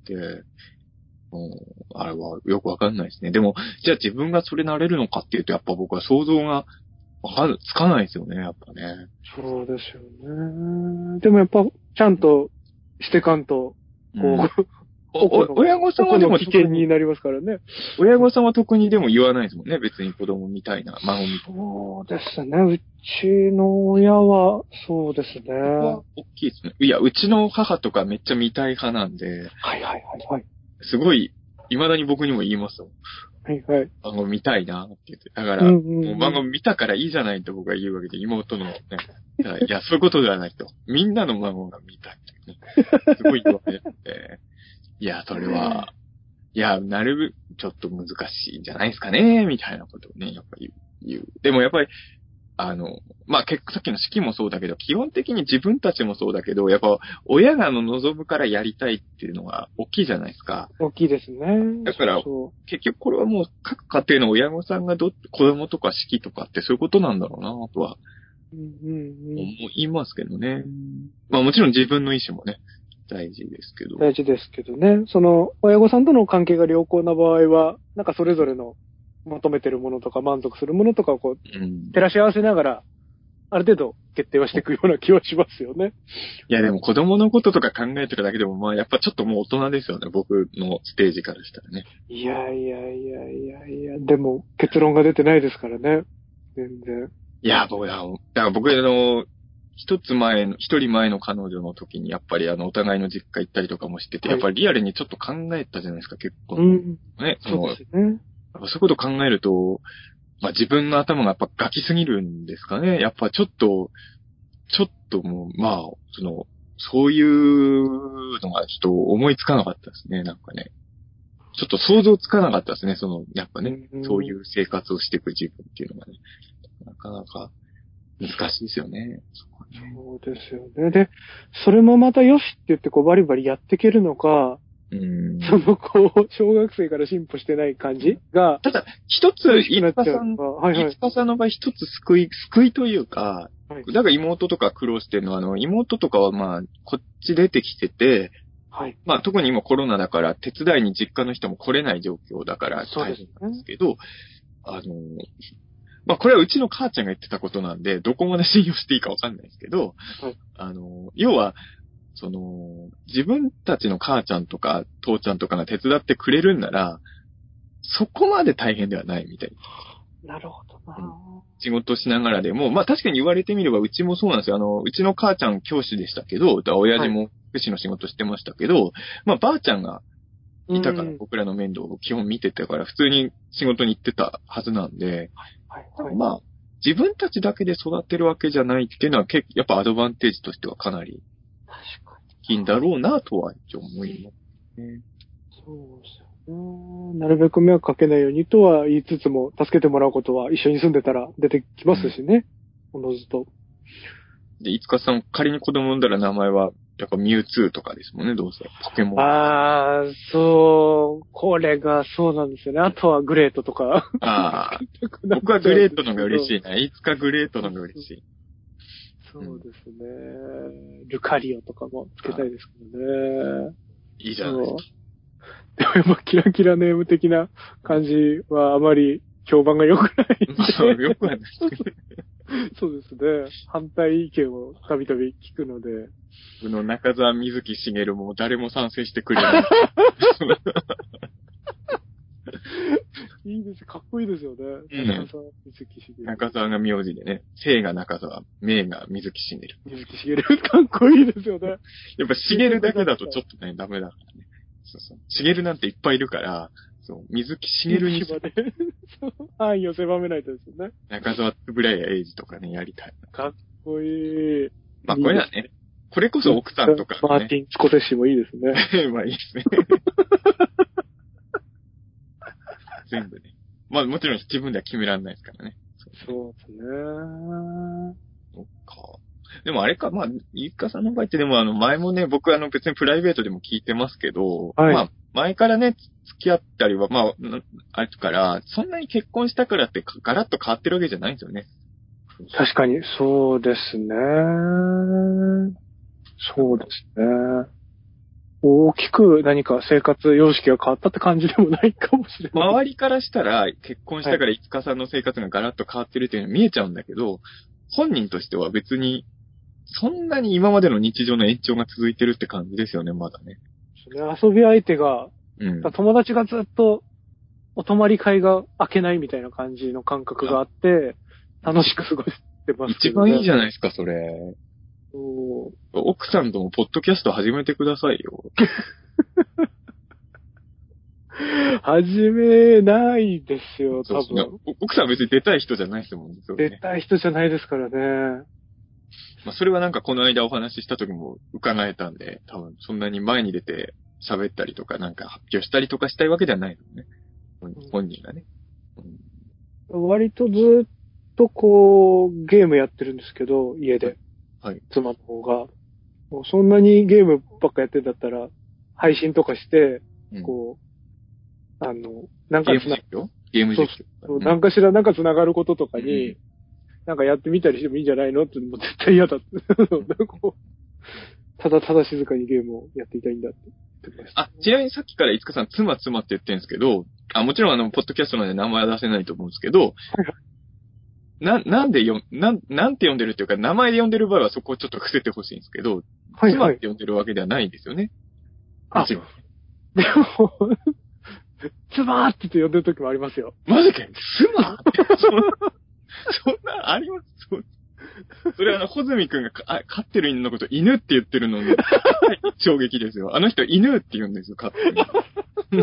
あれはよくわかんないですね。でも、じゃあ自分がそれなれるのかっていうと、やっぱ僕は想像がつかないですよね、やっぱね。 そうですよね。でもやっぱ、ちゃんとしてかんと、 親御さんはでも危険になりますからね。 親御さんは特にでも言わないですもんね。別に子供みたいな、孫みたいな。 そうですね。うちの親は、そうですね。 大きいですね。いや、うちの母とかめっちゃ見たい派なんで。 はいはいはいはい。 すごい、未だに僕にも言いますよ。 はいはい。 漫画見たいなって言って。だから、もう漫画見たからいいじゃないと僕は言うわけで、妹のね。いや、そういうことではないと。みんなの漫画が見たいってね。すごい言われて。いや、それは、いや、なるべくちょっと難しいんじゃないですかね、みたいなことをね、やっぱ言う。でもやっぱり、まあ、さっきの式もそうだけど、基本的に自分たちもそうだけど、やっぱ、親が望むからやりたいっていうのが大きいじゃないですか。 大きいですね。 だから、結局これはもう各家庭の親御さんが子供とか式とかってそういうことなんだろうな、とは、思いますけどね。まあもちろん自分の意思もね、大事ですけど。 大事ですけどね。親御さんとの関係が良好な場合は、なんかそれぞれの求めてるものとか満足するものとかを照らし合わせながら、ある程度決定はしていくような気はしますよね。 いやでも子供のこととか考えてるだけでも、まあやっぱちょっともう大人ですよね。僕のステージからしたらね。 いや、でも結論が出てないですからね。全然。 いや、だから僕一人前の彼女の時に、やっぱりお互いの実家行ったりとかもしてて、やっぱりリアルにちょっと考えたじゃないですか、結婚。ね。 そうですね。 そういうこと考えると、まあ自分の頭がやっぱガキすぎるんですかね。やっぱちょっともう、まあ、そういうのがちょっと思いつかなかったですね、なんかね。ちょっと想像つかなかったですね、やっぱね、そういう生活をしていく自分っていうのがね。なかなか難しいですよね。 そうですよね。で、それもまたよしって言ってバリバリやっていけるのか、 そのこう、小学生から進歩してない感じが、 ただ、一つ、 飯塚さんの場合一つ救いというか、 はい、 だから妹とか苦労してるのは、妹とかはまあ、こっち出てきてて、 はい。 まあ、特に今コロナだから、手伝いに実家の人も来れない状況だから大変なんですけど、まあ、これはうちの母ちゃんが言ってたことなんで、どこまで信用していいかわかんないですけど、 はい、 要は、自分たちの母ちゃんとか父ちゃんとかが手伝ってくれるんなら、そこまで大変ではないみたいな。なるほどな、 仕事しながらでも、まあ確かに言われてみればうちもそうなんですよ。うちの母ちゃん教師でしたけど、親父も福祉の仕事してましたけど、まあばあちゃんがいたから僕らの面倒を基本見てたから普通に仕事に行ってたはずなんで、まあ自分たちだけで育てるわけじゃないっていうのはやっぱアドバンテージとしてはかなりいいんだろうなとは一応思いますね。 そうですよね。なるべく迷惑かけないようにとは言いつつも、助けてもらうことは一緒に住んでたら出てきますしね。おのずと。 で、いつかさん仮に子供産んだら名前はやっぱミュウツーとかですもんね、どうせ。ポケモン。 ああ、そう、これがそうなんですよね。あとはグレートとか。 ああ。僕はグレートのが嬉しいな。いつかグレートのが嬉しい。 そうですね。ルカリオとかもつけたいですけどね。 いいじゃないですか。 でもやっぱキラキラネーム的な感じはあまり評判が良くないんで。 そう、良くはない。 そうですね。反対意見をたびたび聞くので。 中澤水木しげるも誰も賛成してくれない。 いいです。かっこいいですよね。中澤水木しげる。 中澤が名字でね。姓が中澤、名が水木しげる。 水木しげる。かっこいいですよね。 やっぱしげるだけだとちょっとね、ダメだからね。そうそう。しげるなんていっぱいいるから、そう、水木しげるに。 範囲を狭めないとですよね。 中澤つぶらや英二とかね、やりたい。 かっこいい。 まあこれはね、これこそ奥さんとか、ね。 マーティン・スコセッシもいいですね。 まあいいですね。全部ね。まあもちろん自分では決められないですからね。 そうですね。 そっか。でもあれか、まあ、ゆかさんの場合ってでも前もね、僕別にプライベートでも聞いてますけど、 はい、 まあ、前からね、付き合ったりは、まあ、あれから、そんなに結婚したからってガラッと変わってるわけじゃないんですよね。 確かに、そうですね。そうですね。大きく何か生活様式が変わったって感じでもないかもしれない。 周りからしたら、結婚したからいつかさんの生活がガラッと変わってるっていうのは見えちゃうんだけど、本人としては別に、そんなに今までの日常の延長が続いてるって感じですよね、まだね。 遊び相手が、 うん、 友達がずっとお泊まり会が開けないみたいな感じの感覚があって、楽しく過ごしてますけど、ね。 一番いいじゃないですか、それ。奥さんともポッドキャスト始めてくださいよ。 始めないですよ、多分。 奥さんは別に出たい人じゃないですもんね。 出たい人じゃないですからね。 まあ、それはなんかこの間お話しした時も伺えたんで、多分そんなに前に出て喋ったりとかなんか発表したりとかしたいわけではないのね。本人がね。 割とずっとこう、ゲームやってるんですけど、家で。 はい。 妻の方が。もうそんなにゲームばっかやってんだったら、配信とかして、こう、なんかゲーム実況そう、なんかしらなんか繋がることとかに、なんかやってみたりしてもいいんじゃないのって、もう絶対嫌だって。ただただ静かにゲームをやっていたいんだって言ってました。 ちなみにさっきからいつかさん、妻って言ってるんですけど、もちろんポッドキャストなんで名前は出せないと思うんですけど、なんて呼んでるっていうか、名前で呼んでる場合はそこをちょっと伏せてほしいんですけど、妻って呼んでるわけではないんですよね。 でも、妻って呼んでる時もありますよ。 マジかよ、妻そんな、ありますそれ穂積くんが飼ってる犬のこと犬って言ってるのに、衝撃ですよ。あの人犬って言うんですよ、飼ってるの。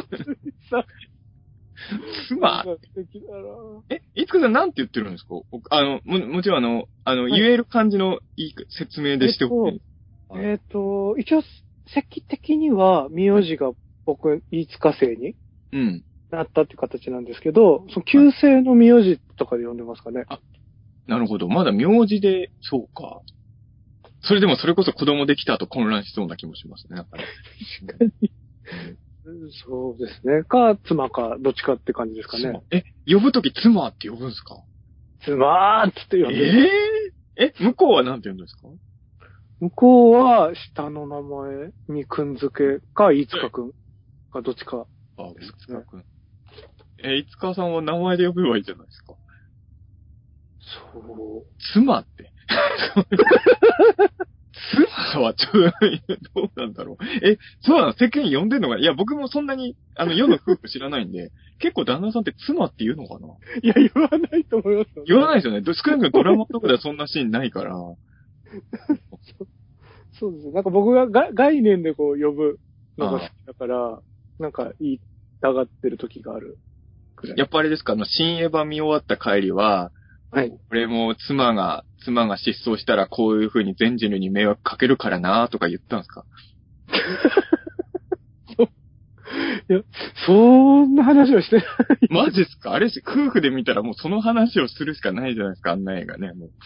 妻いつかさんなんて言ってるんですか？もちろん言える感じのいい説明でしてほしい。 一応、席的には、名字が僕、飯塚姓になったっていう形なんですけど、その旧姓の名字とかで呼んでますかね。 なるほど。まだ名字で、そうか。それでもそれこそ子供できた後混乱しそうな気もしますね。 確かに。 そうですね。か、妻か、どっちかって感じですかね。 呼ぶとき妻って呼ぶんですか？ 妻ーっつって呼んで。 向こうはなんて呼んでるんですか？ 向こうは、下の名前にくんづけか、飯塚くんか、どっちか。 あ、飯塚くん。飯塚さんは名前で呼べばいいじゃないですか。 そう。 妻って。妻はちょっと、どうなんだろう。そうなの？世間呼んでんのかな？いや、僕もそんなに、世の夫婦知らないんで、結構旦那さんって妻って言うのかな？ いや、言わないと思いますよ、ね。 言わないですよね。少なくともドラマとかではそんなシーンないから。 そうですね。なんか僕が概念でこう呼ぶのが好きだから、なんか言いたがってる時があるくらい。 やっぱあれですか、新エヴァ見終わった帰りは、 はい。 これも妻が失踪したらこういう風に全人類に迷惑かけるからなとか言ったんですか？ いや、そんな話はしてない。 マジっすか？あれ夫婦で見たらもうその話をするしかないじゃないですか、あんな映画ね。もう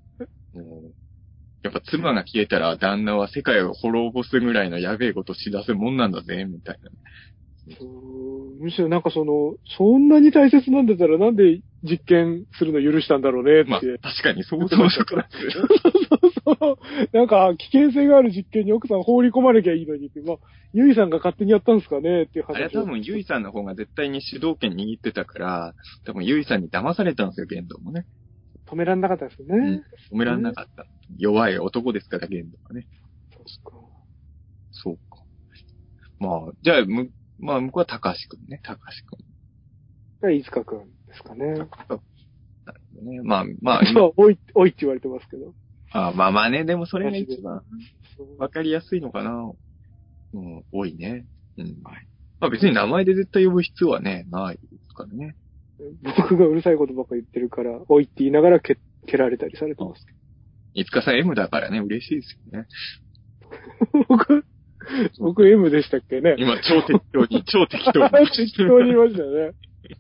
やっぱ妻が消えたら旦那は世界を滅ぼすぐらいのやべえことしだすもんなんだぜ、みたいな。 むしろなんかそんなに大切なんだったらなんで実験するの許したんだろうねって。 まあ、確かに想像したら。 そう。なんか危険性がある実験に奥さん放り込まなきゃいいのにって、まあ、ゆいさんが勝手にやったんですかねっていう話。 あれ多分ゆいさんの方が絶対に主導権握ってたから、多分ゆいさんに騙されたんですよ、玄道もね。 止めらんなかったですよね。 止めらんなかった。弱い男ですから、玄道はね。そうか。まあ、じゃあ、向こうは高橋くんね、高橋くん。 が飯塚くんですかね。なるほどね。まあ、 おいって言われてますけど。 まあね、でもそれが一番わかりやすいのかな。多いね。まあ別に名前で絶対呼ぶ必要はね、ないですからね。 僕がうるさいことばっか言ってるから、おいって言いながら蹴られたりされてますけど。 いつかさん M だからね、嬉しいですよね。 僕 M でしたっけね。 今超適当に。 適当に言いましたね。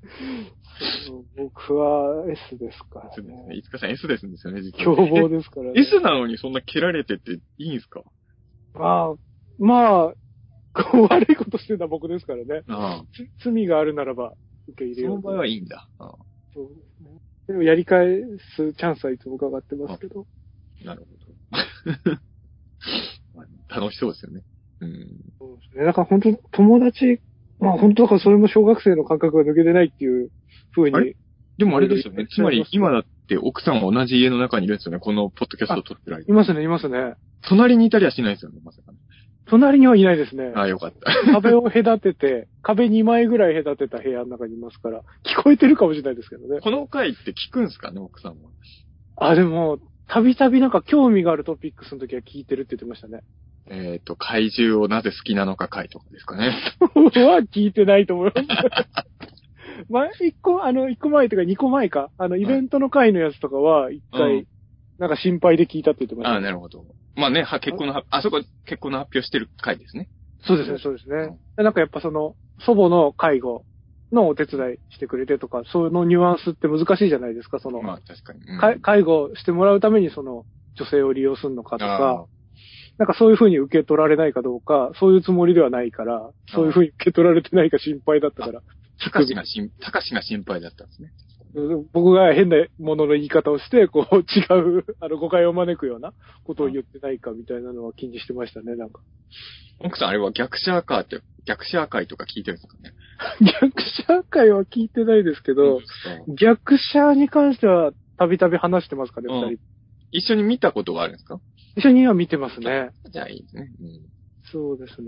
僕は S ですからね。 いつかさん S ですんですよね、 実は。凶暴ですからね。 S なのにそんな蹴られてっていいんですか？ まあ、悪いことしてるのは僕ですからね。罪があるならば受け入れよう。 その場合はいいんだ。 そうですね。でもやり返すチャンスはいつも伺ってますけど。 なるほど。楽しそうですよね。 そうですね。だから本当友達、まあ本当だからそれも小学生の感覚が抜けてないっていう風に。 でもあれですよね。つまり今だって奥さんは同じ家の中にいるんですよね。このポッドキャストを撮ってる間。 いますね。 隣にいたりはしないですよね、まさかね。 隣にはいないですね。 よかった。 壁を隔てて、壁2枚ぐらい隔てた部屋の中にいますから、聞こえてるかもしれないですけどね。 この回って聞くんすかね、奥さんは。 でも、たびたびなんか興味があるトピックスの時は聞いてるって言ってましたね。 怪獣をなぜ好きなのか回とかですかね。 は聞いてないと思います。一個前とか2個前か。イベントの回のやつとかは、一回、なんか心配で聞いたって言ってました、ね。 なるほど。まあね、結婚の発表してる回ですね。 そうですね。なんかやっぱ祖母の介護のお手伝いしてくれてとか、そのニュアンスって難しいじゃないですか、 まあ確かに。 介護してもらうために女性を利用するのかとか、なんかそういう風に受け取られないかどうか、そういうつもりではないから、そういう風に受け取られてないか心配だったから。 高志が心配だったんですね。 僕が変なものの言い方をして、違う、誤解を招くようなことを言ってないかみたいなのは気にしてましたね、なんか。 奥さんあれは逆シャー会とか聞いてるんですかね？ 逆シャー会は聞いてないですけど、逆シャーに関してはたびたび話してますかね、二人。 一緒に見たことがあるんですか？ 一緒には見てますね。 じゃあいいですね。 そうですね。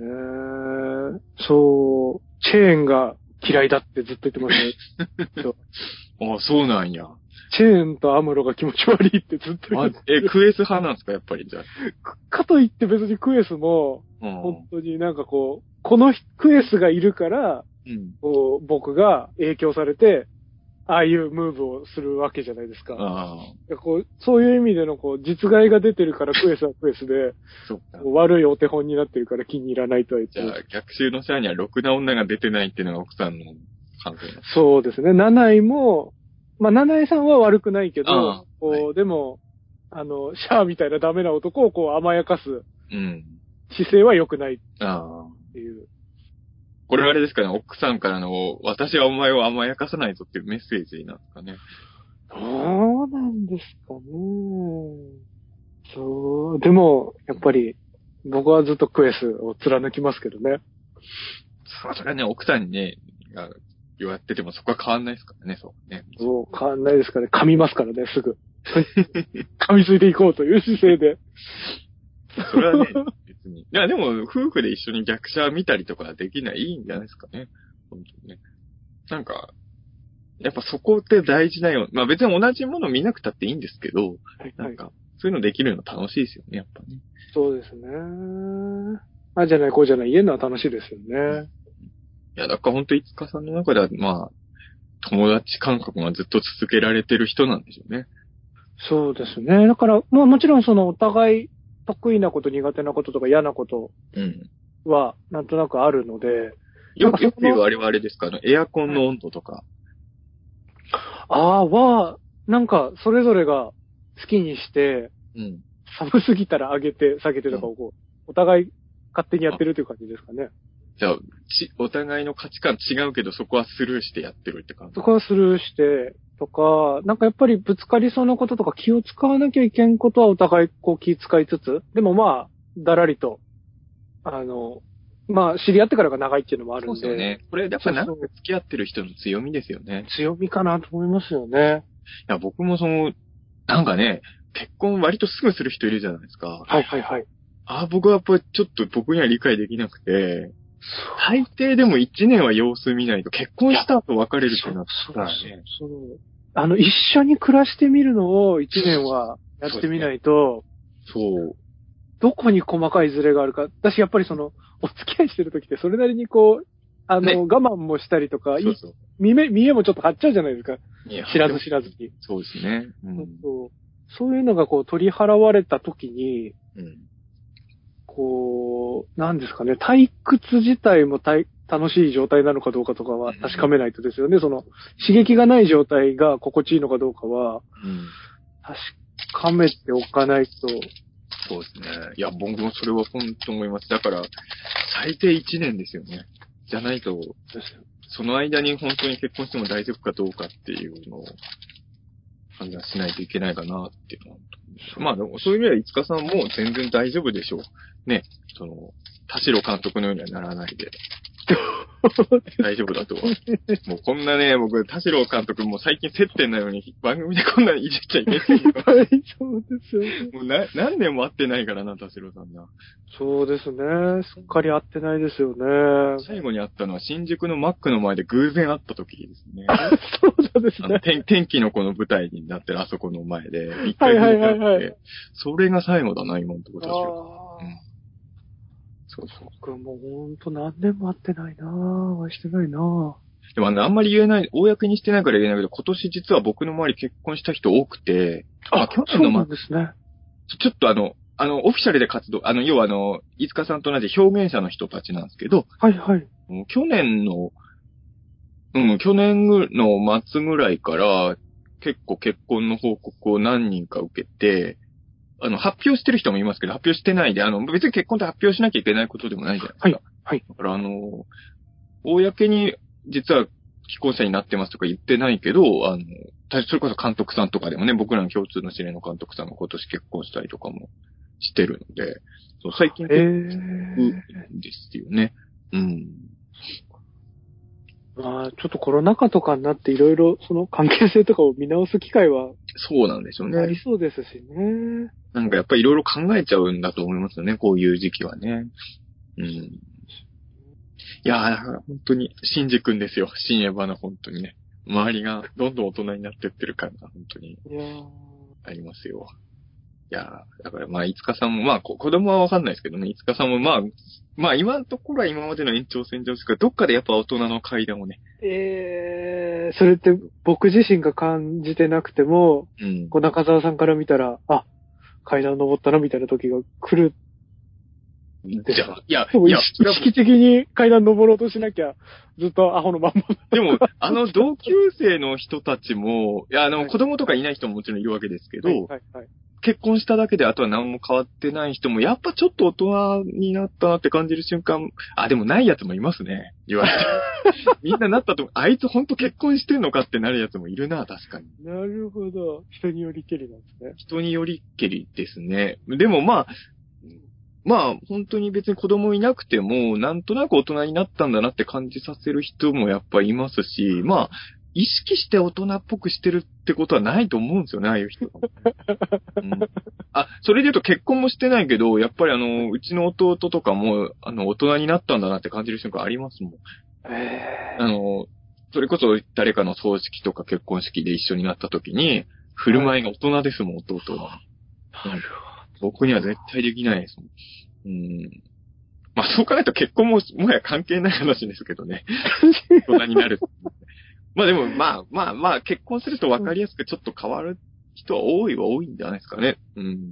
そう、チェーンが嫌いだってずっと言ってますね。 そうなんや。 チェーンとアムロが気持ち悪いってずっと言って。 クエス派なんですか、やっぱりじゃあ。 かといって別にクエスも、本当になんかこのクエスがいるから、僕が影響されて、ああいうムーブをするわけじゃないですか。そういう意味での実害が出てるからクエスはクエスで、悪いお手本になってるから気に入らないとは言って。 じゃあ逆襲のシャアにはろくな女が出てないっていうのが奥さんの感想。 そうですね。七井も、七井さんは悪くないけど、でも、シャアみたいなダメな男を甘やかす姿勢は良くないっていう。 これあれですかね、奥さんからの、私はお前を甘やかさないぞっていうメッセージなんですかね。 どうなんですかね。そう、でも、やっぱり、僕はずっとクエスを貫きますけどね。 それはね、奥さんにね、言われててもそこは変わんないですからね、そうね。 そう、変わんないですからね。噛みますからね、すぐ。噛みついていこうという姿勢で。 それはね、別に。いや、でも、夫婦で一緒に逆者見たりとかできない、いいんじゃないですかね。本当にね。なんか、やっぱそこって大事だよ。まあ別に同じもの見なくたっていいんですけど、 はいなんか、そういうのできるの楽しいですよね、やっぱね。 そうですね。あ、じゃない、こうじゃない、言えるのは楽しいですよね。 いや、だから本当、いつかさんの中では、まあ、友達感覚がずっと続けられてる人なんでしょうね。 そうですね。だから、まあもちろんそのお互い得意なこと苦手なこととか嫌なことはなんとなくあるので。 よく言うあれはあれですか、エアコンの温度とか。 なんかそれぞれが好きにして、寒すぎたら上げて下げてとかをこう、お互い勝手にやってるという感じですかね。 じゃあ、お互いの価値観違うけどそこはスルーしてやってるって感じ。 そこはスルーして、とか、なんかやっぱりぶつかりそうなこととか気を使わなきゃいけんことはお互いこう気使いつつ、でもまあ、だらりと、まあ知り合ってからが長いっていうのもあるんで。 そうですよね。これやっぱなんか付き合ってる人の強みですよね。 強みかなと思いますよね。 いや、僕もなんかね、結婚割とすぐする人いるじゃないですか。 はいはいはい。 僕はやっぱりちょっと僕には理解できなくて、最低でも1年は様子見ないと、結婚した後別れるってなったらね。 一緒に暮らしてみるのを1年はやってみないと、 そう。 どこに細かいズレがあるか。私やっぱりお付き合いしてる時ってそれなりにこう、我慢もしたりとか、見栄もちょっと張っちゃうじゃないですか。知らず知らずに。 そうですね。 そういうのがこう取り払われた時に、こう、なんですかね、退屈自体も楽しい状態なのかどうかとかは確かめないとですよね。刺激がない状態が心地いいのかどうかは、確かめておかないと。 そうですね。いや、僕もそれは本当思います。だから、最低1年ですよね。じゃないと、その間に本当に結婚しても大丈夫かどうかっていうのを判断しないといけないかなっていうのは。まあでも、そういう意味では、五日さんも全然大丈夫でしょう。ね。田代監督のようにはならないで。大丈夫だとは。もうこんなね、僕、田代監督も最近接点なのに、番組でこんなにいじっちゃいけないよ。 そうですよね。 もう何年も会ってないからな、田代さんな。 そうですね。すっかり会ってないですよね。 最後に会ったのは新宿のマックの前で偶然会った時ですね。 そうなんですね。 天気の子の舞台になってるあそこの前で、一回会って、それが最後だな、今のところ、田代。 そうそう。僕もうほんと何年も会ってないなぁ。お会いしてないなぁ。 でもあんまり言えない、公にしてないから言えないけど、今年実は僕の周り結婚した人多くて、去年のそうなんですね。 ちょっとオフィシャルで活動、要は飯塚さんと同じ表現者の人たちなんですけど、 はいはい。 去年の末ぐらいから、結構結婚の報告を何人か受けて、発表してる人もいますけど、発表してないで、別に結婚って発表しなきゃいけないことでもないじゃないですか。 はい。 だから公に実は既婚者になってますとか言ってないけど、それこそ監督さんとかでもね、僕らの共通の知り合いの監督さんが今年結婚したりとかもしてるので、最近結構ですよね。 まあ、ちょっとコロナ禍とかになっていろいろその関係性とかを見直す機会はそうなんでしょうね。 ありそうですしね。 なんかやっぱりいろいろ考えちゃうんだと思いますよね、こういう時期はね。いやー、だから本当に、シンジ君ですよ、新エヴァの本当にね。周りがどんどん大人になってってる感が本当にありますよ。いやー、だからまあ、五日さんも、子供はわかんないですけどね、五日さんも今のところは今までの延長線上ですけど、どっかでやっぱ大人の階段をね。 それって僕自身が感じてなくても、中澤さんから見たら、階段登ったなみたいな時が来る。 いや、 意識的に階段登ろうとしなきゃ、ずっとアホのまんま。 でも、同級生の人たちも、子供とかいない人ももちろんいるわけですけど、 結婚しただけであとは何も変わってない人も、やっぱちょっと大人になったなって感じる瞬間、でもないやつもいますね。言われて。みんななったと、あいつほんと結婚してんのかってなるやつもいるな、確かに。 なるほど。人によりけりなんですね。 人によりけりですね。でも本当に別に子供いなくても、なんとなく大人になったんだなって感じさせる人もやっぱいますし、意識して大人っぽくしてるってことはないと思うんですよね、ああいう人が、それで言うと結婚もしてないけど、やっぱりうちの弟とかも、大人になったんだなって感じる瞬間ありますもん。それこそ誰かの葬式とか結婚式で一緒になった時に、振る舞いが大人ですもん、弟は。 なるほど。 僕には絶対できないですもん。そう考えると結婚ももはや関係ない話ですけどね。大人になる。でも、結婚すると分かりやすくちょっと変わる人は多いんじゃないですかね。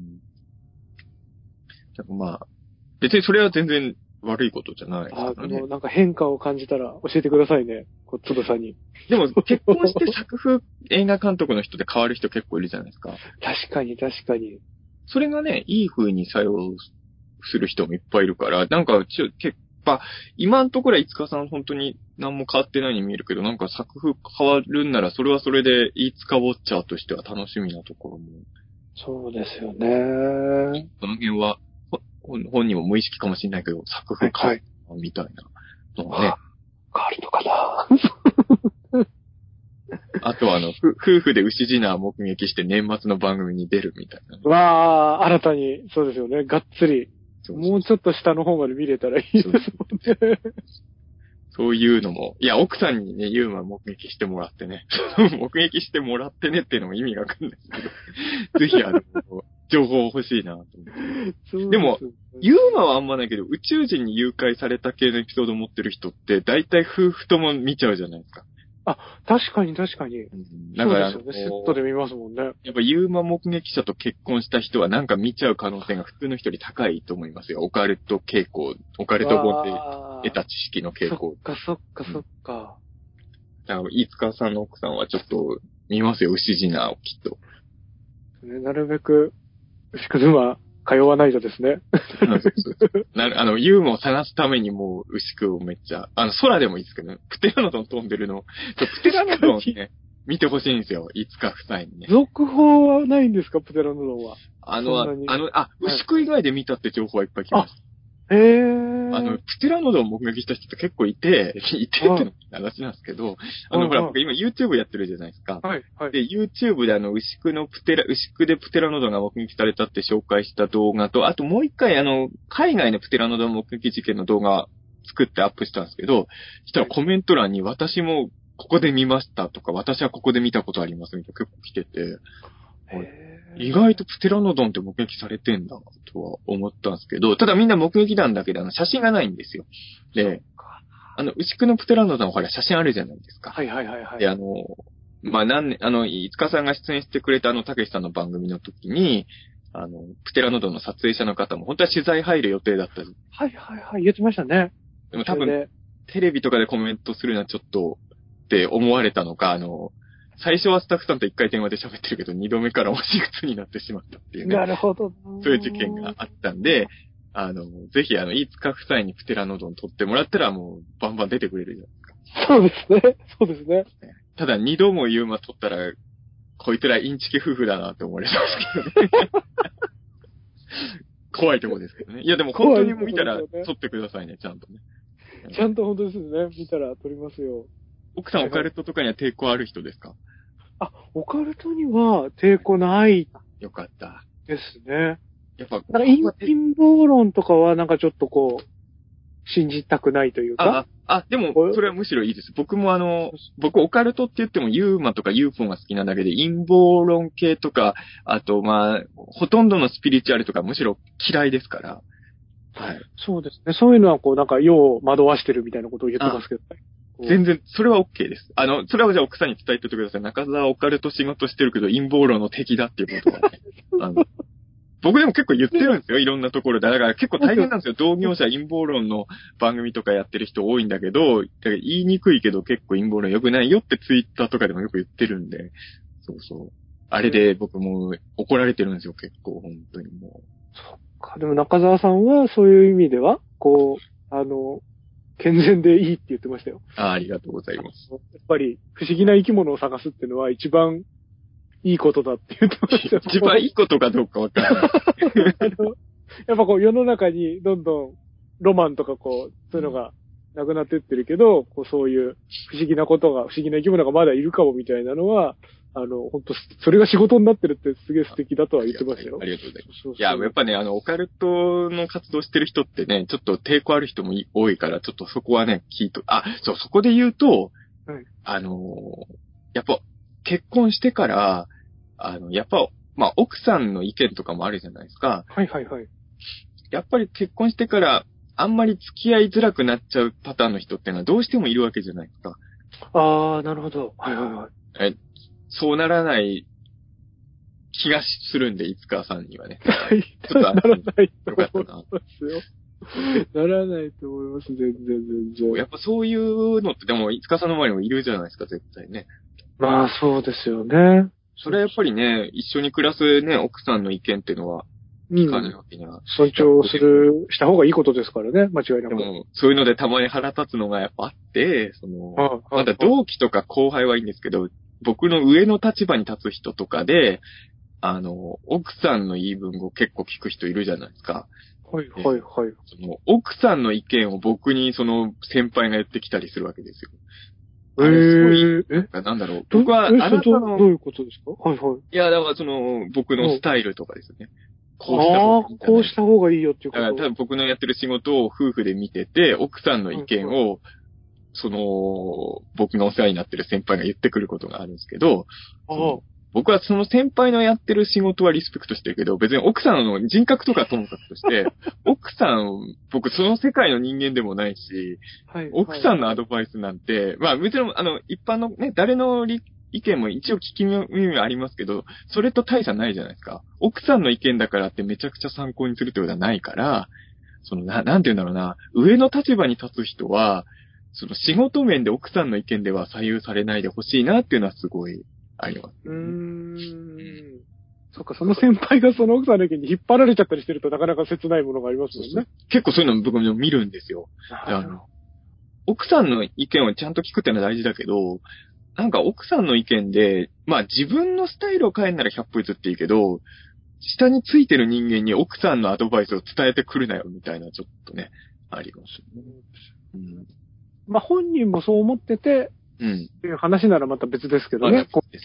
別にそれは全然悪いことじゃないですからね。 でもなんか変化を感じたら教えてくださいね。つどさんに。 でも結婚して作風映画監督の人で変わる人結構いるじゃないですか。 確かに。 それがね、いい風に作用する人もいっぱいいるから、なんか今のところは五日さん本当に何も変わってないように見えるけど、なんか作風変わるんならそれはそれで五日ウォッチャーとしては楽しみなところも。 そうですよね。 その辺は本人も無意識かもしれないけど、作風変わるみたいなのがね。 変わるのかなあとは夫婦で牛ジナー目撃して年末の番組に出るみたいな、 新たに、そうですよね。がっつり。もうちょっと下の方まで見れたらいいですもんね。 そういうのも、いや、奥さんにね、ユーマ目撃してもらってね。目撃してもらってねっていうのも意味がわかんないですけど。ぜひ情報欲しいなと思って。でも、ユーマはあんまないけど、宇宙人に誘拐された系のエピソードを持ってる人って、大体夫婦とも見ちゃうじゃないですか。 確かに。 だからそうですよね。セットで見ますもんね。 やっぱユーマ目撃者と結婚した人はなんか見ちゃう可能性が普通の人より高いと思いますよ。オカルト傾向、オカルト本で得た知識の傾向。 そっか。 だから、飯塚さんの奥さんはちょっと見ますよ、牛ジナーをきっと。 なるべく、牛久沼通わないとですね。 ユーモを探すためにもう牛久をめっちゃ、空でもいいですけどね、プテラノドン飛んでるの、プテラノドンね、見てほしいんですよ、いつか夫妻にね。 続報はないんですか、プテラノドンは。 牛久以外で見たって情報はいっぱい来ました。プテラノドン目撃した人って結構いてっての話なんですけど、ほら、僕今 YouTube やってるじゃないですか。で、YouTube で牛久でプテラノドンが目撃されたって紹介した動画と、あともう一回海外のプテラノドン目撃事件の動画作ってアップしたんですけど、したらコメント欄に私もここで見ましたとか、私はここで見たことありますみたいな結構来てて、意外とプテラノドンって目撃されてんだとは思ったんですけど、ただみんな目撃談だけで写真がないんですよ。で、牛久のプテラノドンはほら写真あるじゃないですか。 で、 飯塚さんが出演してくれたたけしさんの番組の時に、プテラノドンの撮影者の方も本当は取材入る予定だったり。 言ってましたね。 でも多分、テレビとかでコメントするのはちょっとって思われたのか、最初はスタッフさんと一回電話で喋ってるけど、二度目からおし靴になってしまったっていうね。 なるほど。 そういう事件があったんで、ぜひ飯塚夫妻にプテラノドン撮ってもらったらもうバンバン出てくれるじゃないですか。 そうですね。 ただ二度もユーマ撮ったら、こいつらインチキ夫婦だなって思われますけどね。怖いとこですけどね。いやでも本当に見たら撮ってくださいね、ちゃんとね。 ちゃんと本当ですね。見たら撮りますよ。 奥さんオカルトとかには抵抗ある人ですか？ オカルトには抵抗ないよかった。 ですね。 やっぱ、 陰謀論とかはなんかちょっと信じたくないというか。 でも、それはむしろいいです。僕も僕オカルトって言ってもユーマとか UFO が好きなだけで、陰謀論系とか、あとほとんどのスピリチュアルとかむしろ嫌いですから。はい。 そうですね。そういうのはなんか世を惑わしてるみたいなことを言ってますけどね。 全然、それは OK です。それはじゃあ奥さんに伝えておいてください。中澤オカルト仕事してるけど陰謀論の敵だっていうことはね。僕でも結構言ってるんですよ。いろんなところで。だから結構大変なんですよ。同業者陰謀論の番組とかやってる人多いんだけど、だから言いにくいけど結構陰謀論良くないよってツイッターとかでもよく言ってるんで。そう。 あれで僕も怒られてるんですよ、結構、本当にもう。 そっか。でも中澤さんはそういう意味では、こう、健全でいいって言ってましたよ。 ありがとうございます。 やっぱり不思議な生き物を探すっていうのは一番いいことだって言ってましたよ。 一番いいことかどうかわからない。 やっぱこう世の中にどんどんロマンとかこう、そういうのがなくなってってるけど、こうそういう不思議なことが、不思議な生き物がまだいるかもみたいなのは、本当それが仕事になってるってすげえ素敵だとは言ってましたよ。 ありがとうございます。 そうそういや、やっぱね、オカルトの活動してる人ってね、ちょっと抵抗ある人も多いから、ちょっとそこはね、そう、そこで言うと、 はい、 やっぱ、結婚してから、やっぱ、まあ、奥さんの意見とかもあるじゃないですか。 はいはいはい。 やっぱり結婚してから、あんまり付き合いづらくなっちゃうパターンの人ってのはどうしてもいるわけじゃないですか。 ああ、なるほど。はいはいはい。 そうならない気がするんで、五川さんにはね。 はい。 ちょっとならないとよか思いったな。 ますよ。ならないと思います、全然。 やっぱそういうのって、でも、五川さんの周りにもいるじゃないですか、絶対ね。 まあ、そうですよね。 それはやっぱりね、一緒に暮らすね、奥さんの意見っていうのは、聞かないわけには。 尊重した方がいいことですからね、間違いなく。 でも、そういうのでたまに腹立つのがやっぱあって、まだ同期とか後輩はいいんですけど、僕の上の立場に立つ人とかで、奥さんの言い分を結構聞く人いるじゃないですか。 はい。 奥さんの意見を僕にその先輩が言ってきたりするわけですよ。なんだろう。僕は、あなたの、 どういうことですか？はい。 いや、だから僕のスタイルとかですよね。 こうした方がいいよっていうこと。 だから多分僕のやってる仕事を夫婦で見てて、奥さんの意見を、僕がお世話になってる先輩が言ってくることがあるんですけど、僕はその先輩のやってる仕事はリスペクトしてるけど、別に奥さんの人格とかともかくとして、奥さん、僕その世界の人間でもないし、奥さんのアドバイスなんて、まあ別に一般のね、誰の意見も一応聞き耳はありますけど、それと大差ないじゃないですか。奥さんの意見だからってめちゃくちゃ参考にするってことはないから、なんて言うんだろうな、上の立場に立つ人は、仕事面で奥さんの意見では左右されないでほしいなっていうのはすごいあります、ね。 そっか、その先輩がその奥さんの意見に引っ張られちゃったりしてるとなかなか切ないものがありますもんね。 結構そういうの僕も見るんですよ。奥さんの意見をちゃんと聞くってのは大事だけど、なんか奥さんの意見で、まあ自分のスタイルを変えんなら100歩譲っていいけど、下についてる人間に奥さんのアドバイスを伝えてくるなよみたいなちょっとね、ありますよね。 まあ本人もそう思ってて、っていう話ならまた別ですけどね。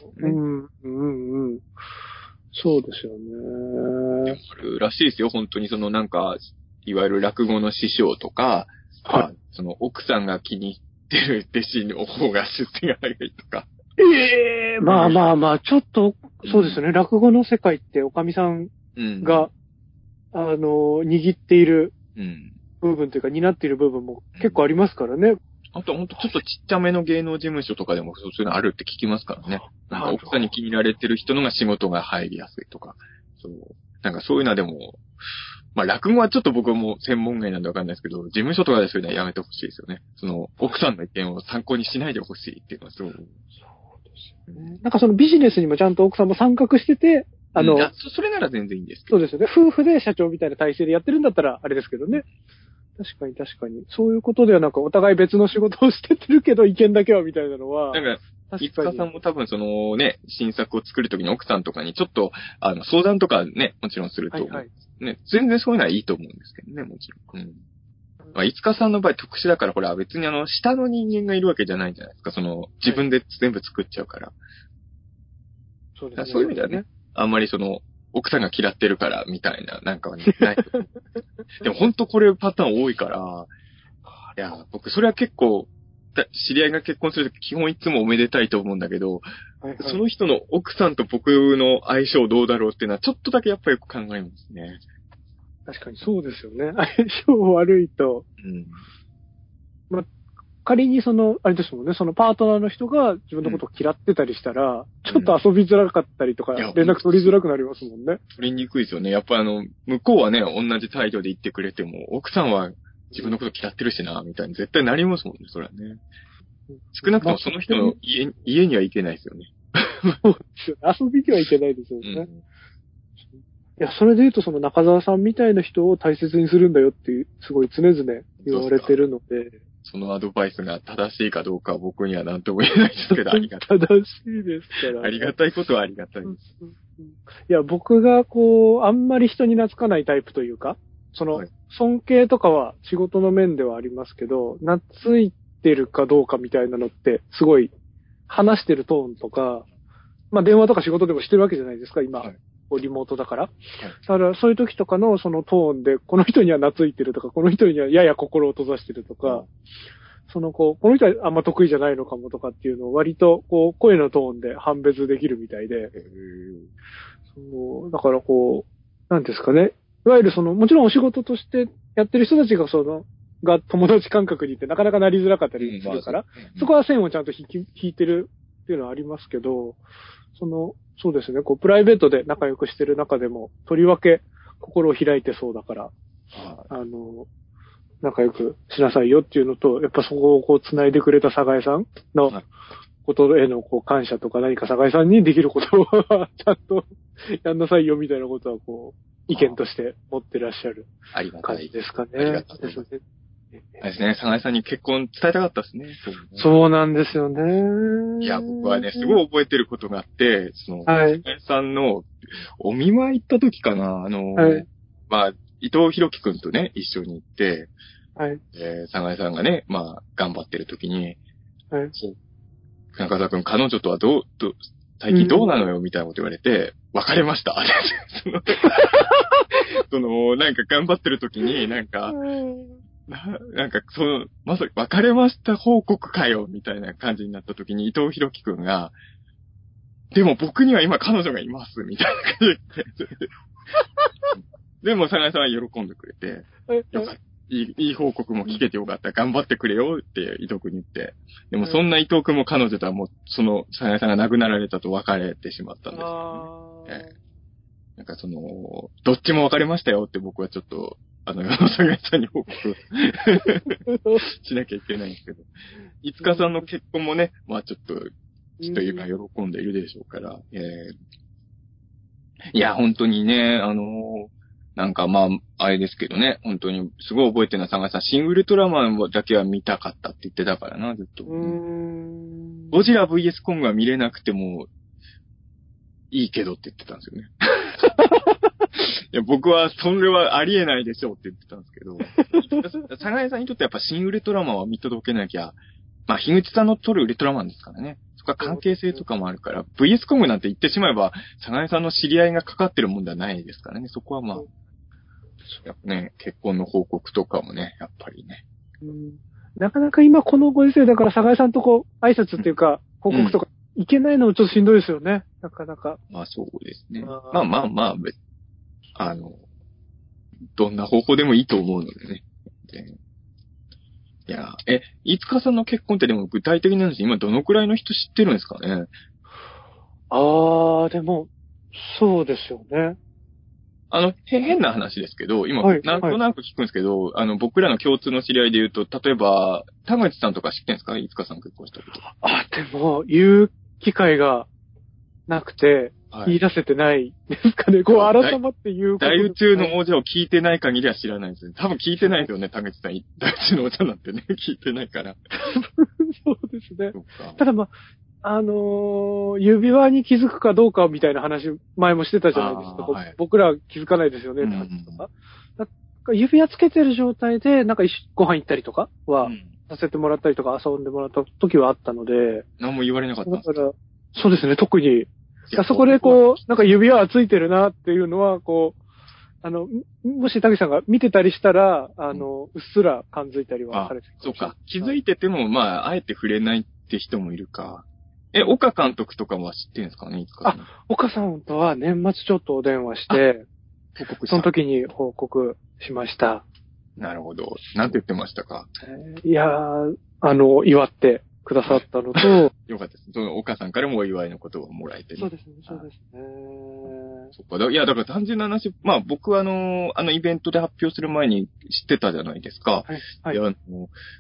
そうですよね。 でもあるらしいですよ、本当になんか、いわゆる落語の師匠とか、奥さんが気に入ってる弟子の方が出世が早いとか。 まあ、ちょっと、そうですね、落語の世界っておかみさんが、握っている部分というか、担っている部分も結構ありますからね。 あとほんとちょっとちっちゃめの芸能事務所とかでもそういうのあるって聞きますからね。なんか奥さんに気に入られてる人のが仕事が入りやすいとか。なんかそういうのはでも、まあ落語はちょっと僕も専門外なんでわかんないですけど、事務所とかでそういうのはやめてほしいですよね。奥さんの意見を参考にしないでほしいっていうのはそうですよね。なんかビジネスにもちゃんと奥さんも参画してて、 それなら全然いいんですけど。 そうですよね。夫婦で社長みたいな体制でやってるんだったらあれですけどね。確かに。そういうことではなんかお互い別の仕事をしてるけど意見だけはみたいなのは。 なんか、五川さんも多分新作を作るときに奥さんとかにちょっと、相談とかね、もちろんすると思う。ね、全然そういうのはいいと思うんですけどね、もちろん。まあ、五川さんの場合特殊だから、ほら、別に下の人間がいるわけじゃないじゃないですか。自分で全部作っちゃうから。そうですね。そういう意味ではね、あんまり奥さんが嫌ってるから、みたいな、なんかはない。でも本当これパターン多いから、いや、僕それは結構、知り合いが結婚するとき基本いつもおめでたいと思うんだけど、その人の奥さんと僕の相性どうだろうっていうのはちょっとだけやっぱりよく考えますね。 確かにそうですよね。相性悪いと、まあ、仮にあれですもんね、パートナーの人が自分のことを嫌ってたりしたら、ちょっと遊びづらかったりとか、連絡取りづらくなりますもんね。 取りにくいですよね。やっぱ向こうはね、同じ態度で言ってくれても、奥さんは自分のこと嫌ってるしな、みたいに絶対なりますもんね、それはね。少なくともその人の家には行けないですよね。 そうですよね。遊びにはいけないですよね。いや、それで言うとその中澤さんみたいな人を大切にするんだよっていう、すごい常々言われてるので。 そのアドバイスが正しいかどうかは僕には何とも言えないですけど、ありがたい。 正しいですから、ね。 ありがたいことはありがたいです。 いや、僕があんまり人に懐かないタイプというか、尊敬とかは仕事の面ではありますけど、懐いてるかどうかみたいなのって、すごい、話してるトーンとか、まあ電話とか仕事でもしてるわけじゃないですか、今。はい、リモートだから。だからそういう時とかのそのトーンで、この人には懐いてるとか、この人にはやや心を閉ざしてるとか、この人はあんま得意じゃないのかもとかっていうのを割と声のトーンで判別できるみたいで、だからなんですかね。いわゆるもちろんお仕事としてやってる人たちがが友達感覚にいてなかなかなりづらかったりするから、そこは線をちゃんと引いてるっていうのはありますけど、そうですね、プライベートで仲良くしてる中でも、とりわけ心を開いてそうだから、仲良くしなさいよっていうのと、やっぱそこを繋いでくれた佐賀江さんのことへの感謝とか何か佐賀江さんにできることをちゃんとやんなさいよみたいなことは意見として持ってらっしゃる感じですかね。 ありがたいですね。ですね、佐賀江さんに結婚伝えたかったですね。 そうなんですよね。 いや、僕はね、すごい覚えてることがあって、佐賀江さんのお見舞い行った時かな、まあ、伊藤博樹くんとね、一緒に行って、 はい。 佐賀江さんがね、まあ、頑張ってる時に、 はい。 中澤くん、彼女とは最近どうなのよ、みたいなこと言われて、別れました。なんか頑張ってる時に、まさか別れました報告かよ、みたいな感じになった時に、伊藤博樹くんが、でも僕には今彼女がいます、みたいな感じで言って。でも、佐賀江さんは喜んでくれて、よかった。いい報告も聞けてよかった。頑張ってくれよって伊藤くんに言って。でもそんな伊藤くんも彼女とはもう、佐賀江さんが亡くなられたと別れてしまったんですよね。どっちも別れましたよって僕はちょっと、佐賀江さんに報告しなきゃいけないんですけど。いつかさんの結婚もね、まあちょっと今喜んでいるでしょうから。いや、本当にね、まあ、あれですけどね、本当に、すごい覚えてるのは、佐賀さん、シン・ウルトラマンだけは見たかったって言ってたからな、ずっと。ゴジラ VS コングは見れなくても、いいけどって言ってたんですよね。いや、僕は、それはありえないでしょうって言ってたんですけど、佐賀さんにとってやっぱシン・ウルトラマンは見届けなきゃ、まあ、樋口さんの撮るウルトラマンですからね。そこは関係性とかもあるから、VS コングなんて言ってしまえば、佐賀さんの知り合いがかかってるもんではないですからね。そこはまあ、やっぱね、結婚の報告とかもね、やっぱりね。 なかなか今このご時世だから佐賀さんと挨拶っていうか、報告とか、いけないのもちょっとしんどいですよね。なかなか。 まあそうですね。まあ、どんな方法でもいいと思うのでね。いや、飯塚さんの結婚ってでも具体的な話、今どのくらいの人知ってるんですかね？ でも、そうですよね。 変な話ですけど、今、なんとなく聞くんですけど、僕らの共通の知り合いで言うと、例えば、田口さんとか知ってんですか？飯塚さん結婚したこと。 でも、言う機会がなくて、言い出せてないですかね。改まって言うこと。 大宇宙の王者を聞いてない限りは知らないですね。多分聞いてないですよね、田口さん。大宇宙の王者なんてね、聞いてないから。 そうですね。ただ指輪に気づくかどうかみたいな話、前もしてたじゃないですか。僕らは気づかないですよね、って話とか。指輪つけてる状態で、ご飯行ったりとかは、させてもらったりとか遊んでもらった時はあったので。 何も言われなかったんですか？ そうですね、特に。そこで指輪はついてるなっていうのは、もし、たけさんが見てたりしたら、うっすら感づいたりはされてる。 そうか。気づいてても、まあ、あえて触れないって人もいるか。岡監督とかも知ってるんですかね？ 岡さんとは年末ちょっとお電話して、その時に報告しました。 なるほど。なんて言ってましたか？ いやー、祝ってくださったのと、 よかったです。岡さんからもお祝いのことをもらえて、ね。 そうですね、そうですね。 そっか。いや、だから単純な話、まあ僕はイベントで発表する前に知ってたじゃないですか。 はい。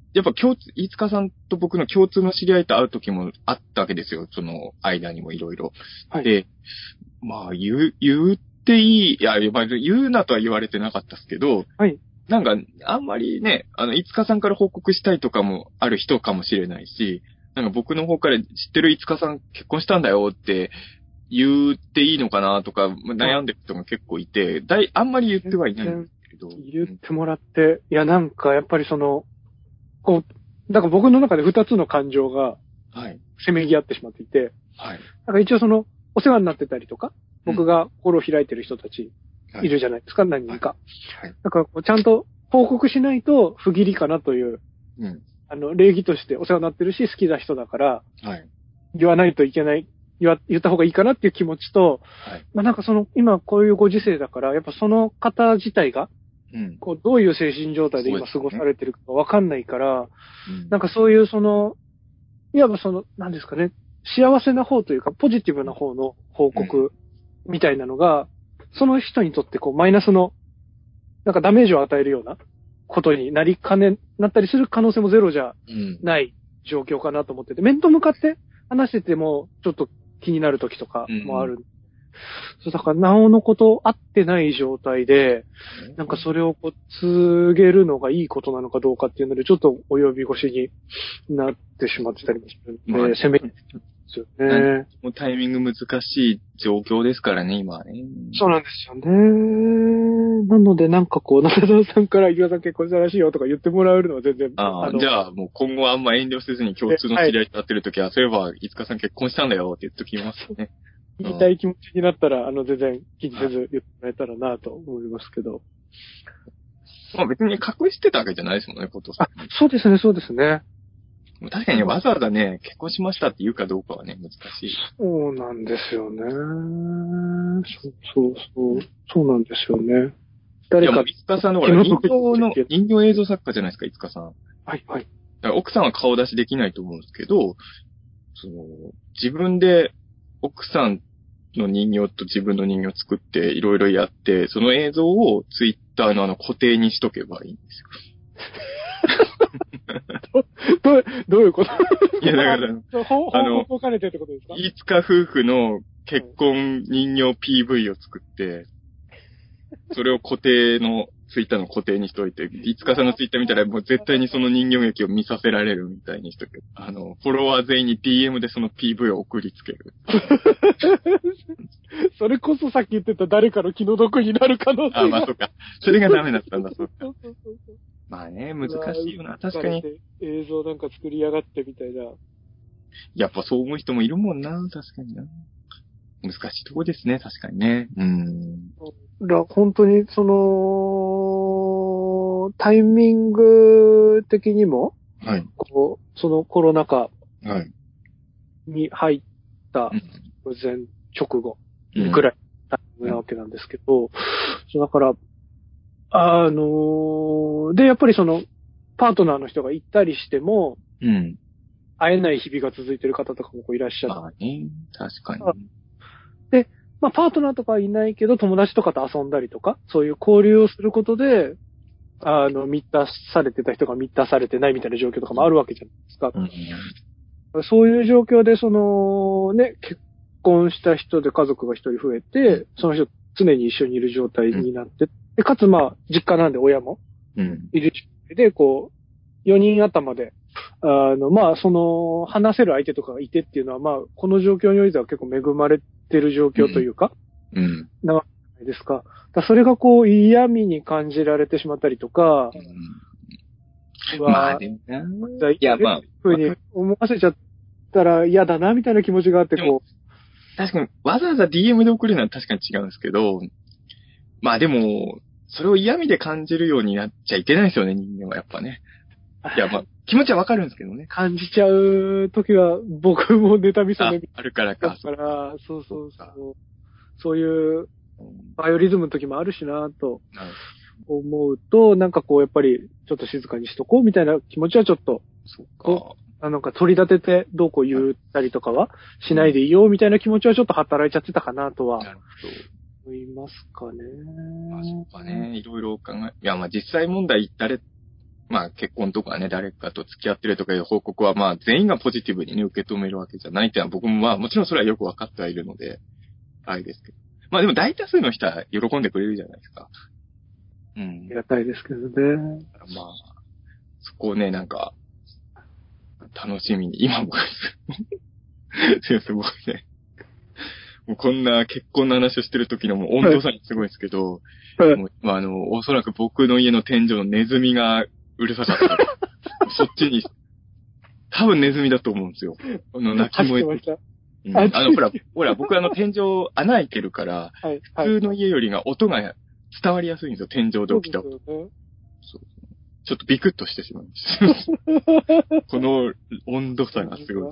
やっぱ飯塚さんと僕の共通の知り合いと会う時もあったわけですよ。その間にもいろいろ。 はい。 で、まあ、言っていい、いや、まあ、言うなとは言われてなかったですけど、 はい。 なんか、あんまりね、飯塚さんから報告したいとかもある人かもしれないし、なんか僕の方から知ってる飯塚さん結婚したんだよって言っていいのかなとか悩んでる人が結構いて、あんまり言ってはいないんですけど。 言ってもらって、いやなんかやっぱりその、こう、なんか僕の中で2つの感情が、 はい。 せめぎ合ってしまっていて、 はい。 なんか一応その、お世話になってたりとか、僕が心を開いてる人たちいるじゃないですか、何人か。 はい。 だからこうちゃんと報告しないと不義理かなという、 うん。 礼儀としてお世話になってるし好きな人だから、 はい。 言わないといけない、言った方がいいかなっていう気持ちと、 はい。 まあなんかその、今こういうご時世だから、やっぱその方自体が、 うん。 こう、どういう精神状態で今過ごされてるかわかんないから、 うん、 なんかそういうその、いわばその、何ですかね、幸せな方というか、ポジティブな方の報告みたいなのが、その人にとってこう、マイナスの、なんかダメージを与えるようなことになったりする可能性もゼロじゃない状況かなと思ってて、面と向かって話してても、ちょっと気になる時とかもある。そう、だから、なおのこと合ってない状態で、なんかそれをこう、告げるのがいいことなのかどうかっていうので、ちょっと及び腰になってしまってたりもするので、攻めてるんですよね。 もうタイミング難しい状況ですからね、今はね。 そうなんですよね。なので、なんかこう、中澤さんから岩さん結婚したらしいよとか言ってもらえるのは全然。 じゃあもう今後あんま遠慮せずに共通の知り合いと会ってるときは、そういえば、飯塚さん結婚したんだよって言っときますね。 言いたい気持ちになったら、全然気にせず言ってもらえたらなと思いますけど。 まあ別に隠してたわけじゃないですもんね、ことさん。 そうですね、そうですね。 確かにわざわざね、結婚しましたって言うかどうかはね、難しい。 そうなんですよね。そうなんですよね。 誰か。いや、飯塚さんのほら、人形映像作家じゃないですか、飯塚さん。 はい、はい。 だから奥さんは顔出しできないと思うんですけど、自分で奥さんの人形と自分の人形を作っていろいろやって、その映像をツイッターの固定にしとけばいいんですよ。 どういうこと？ いや、だから、 報告兼ねてってことですか？ 飯塚夫婦の結婚人形 PV を作って、それをツイッターの固定にしといて、飯塚さんのツイッター見たらもう絶対にその人形劇を見させられるみたいにしとけ。フォロワー全員に DM でその PV を送りつける。 それこそさっき言ってた誰かの気の毒になる可能性が。 まあそうか。それがダメだったんだ、そうか。まあね、難しいよな、確かに。 映像なんか作りやがってみたいな。 やっぱそう思う人もいるもんな、確かにな。難しいとこですね、確かにね。 本当に、タイミング的にも、 はい。 そのコロナ禍に入った前直後ぐらいなわけなんですけど、だから、で、やっぱりパートナーの人が行ったりしても、会えない日々が続いてる方とかもいらっしゃる。 まあね、確かに。 で、まあ、パートナーとかはいないけど、友達とかと遊んだりとか、そういう交流をすることで、満たされてた人が満たされてないみたいな状況とかもあるわけじゃないですか。そういう状況で、結婚した人で家族が一人増えて、その人常に一緒にいる状態になって、でかつまあ、実家なんで親もいる状態で、4人頭で、まあ、話せる相手とかがいてっていうのは、まあ、この状況においては結構恵まれてる状況というか、なわけじゃないですか。それが嫌味に感じられてしまったりとか、 まあでもな。いや、まあ。 ふうに思わせちゃったら嫌だな、みたいな気持ちがあって、 確かに、わざわざ DM で送るのは確かに違うんですけど、まあでも、それを嫌味で感じるようになっちゃいけないですよね、人間はやっぱね。いや、まあ、気持ちはわかるんですけどね。 感じちゃう時は、僕も妬みそねあるからか。 だから、そういう、バイオリズムの時もあるしなと思うと、なんかやっぱり、ちょっと静かにしとこうみたいな気持ちはちょっと、なんか取り立ててどうこう言ったりとかはしないでいいよみたいな気持ちはちょっと働いちゃってたかなとは思いますかね。 まあそうかね。いろいろ考え、いやまあ実際問題まあ結婚とかね、誰かと付き合ってるとかいう報告はまあ全員がポジティブにね、受け止めるわけじゃないっていうのは僕もまあもちろんそれはよくわかってはいるので、あれですけど。まあでも大多数の人は喜んでくれるじゃないですか。うん。 ありがたいですけどね。 まあ、そこをね、なんか、楽しみに、今もすごいね。もうこんな結婚の話をしてる時のもう温度差にすごいですけど、 はいもうまあおそらく僕の家の天井のネズミがうるさかった。そっちに、多分ネズミだと思うんですよ。鳴き声。 走ってました。 うん、ほら、僕天井穴開いてるから、 はい。 普通の家よりが音が伝わりやすいんですよ、天井で起きた音。 そうですよね。 そうちょっとビクッとしてしまうんですよ。この温度差がすごいです。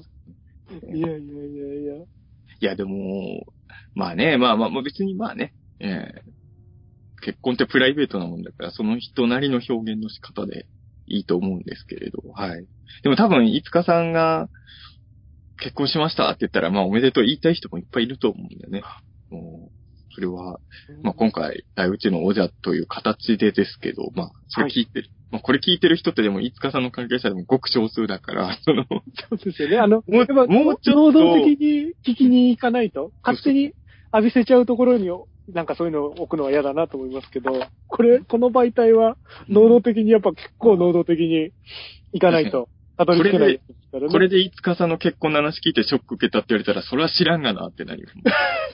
いや。 いや、でも、まあね、まあ別にまあね、結婚ってプライベートなもんだから、その人なりの表現の仕方でいいと思うんですけれど、はい。でも多分、いつかさんが結婚しましたって言ったら、まあおめでとう言いたい人もいっぱいいると思うんだよね。もうそれは、まあ今回、うちの王者という形でですけど、まあ、それ聞いてる。まあこれ聞いてる人ってでも、いつかさんの関係者でもごく少数だから、 そうですよね。 もうちょっと能動的に聞きに行かないと、勝手に浴びせちゃうところに、なんかそういうのを置くのは嫌だなと思いますけど、この媒体は、能動的に、やっぱ結構能動的に行かないと、たどり着けないですからね。 これでいつかさんの結婚の話聞いてショック受けたって言われたら、それは知らんがなってなります。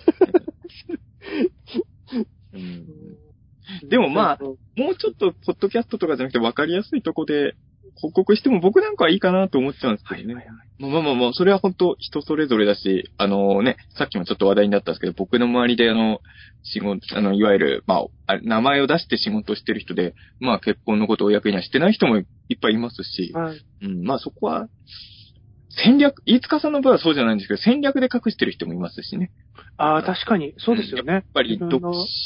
でもまあ、もうちょっと、ポッドキャストとかじゃなくて分かりやすいとこで報告しても僕なんかはいいかなと思っちゃうんですけどね。まあ、それは本当人それぞれだし、さっきもちょっと話題になったんですけど、僕の周りで仕事、いわゆる、まあ、名前を出して仕事してる人で、まあ結婚のことを公にはしてない人もいっぱいいますし、 はい、 まあそこは、戦略、飯塚さんの場合はそうじゃないんですけど、戦略で隠してる人もいますしね。 ああ、確かに、そうですよね。 やっぱり独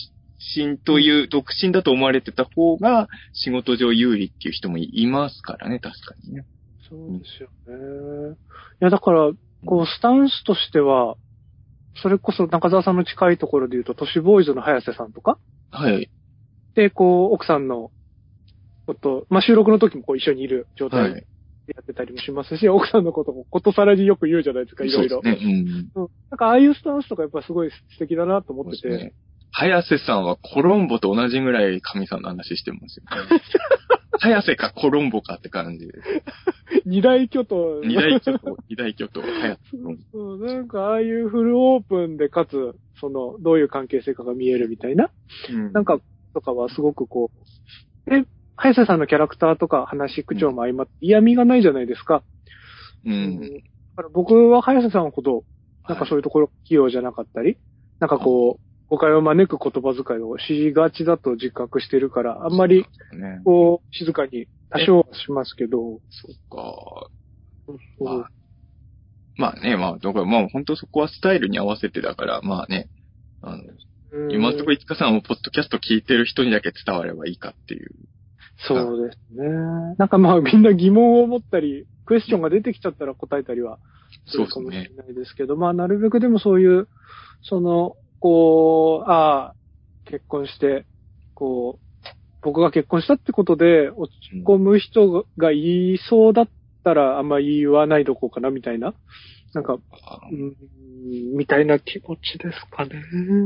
身だと思われてた方が仕事上有利っていう人もいますからね、確かにね。 そうですよね。いや、だから、スタンスとしては、それこそ中澤さんの近いところで言うと、都市ボーイズの早瀬さんとかはい。 で、奥さんのまあ、収録の時も一緒にいる状態でやってたりもしますし、奥さんのこともことさらによく言うじゃないですか、いろいろ。 そうですね。 なんかああいうスタンスとかやっぱすごい素敵だなと思ってて。 ね、早瀬さんはコロンボと同じぐらい神さんの話してますよ、ね。早瀬かコロンボかって感じで。 二大巨頭。 二大巨頭、早瀬。 そう、なんかああいうフルオープンでかつ、どういう関係性かが見えるみたいな。なんか、とかはすごく早瀬さんのキャラクターとか話、口調も相まって嫌味がないじゃないですか。だから僕は早瀬さんほど、なんかそういうところ器用じゃなかったり、なんか誤解を招く言葉遣いをしがちだと自覚してるから、あんまり、静かに多少はしますけど。 そっか。まあね、だから本当そこはスタイルに合わせてだから、まあね、今のところいつかさんもポッドキャスト聞いてる人にだけ伝わればいいかっていう。 そうですね。なんかみんな疑問を持ったり、クエスチョンが出てきちゃったら答えたりはするかもしれないですけど、なるべくでもそういう、結婚して、僕が結婚したってことで落ち込む人が言いそうだったらあんま言わないどこうかなみたいな、なんか、みたいな気持ちですかね。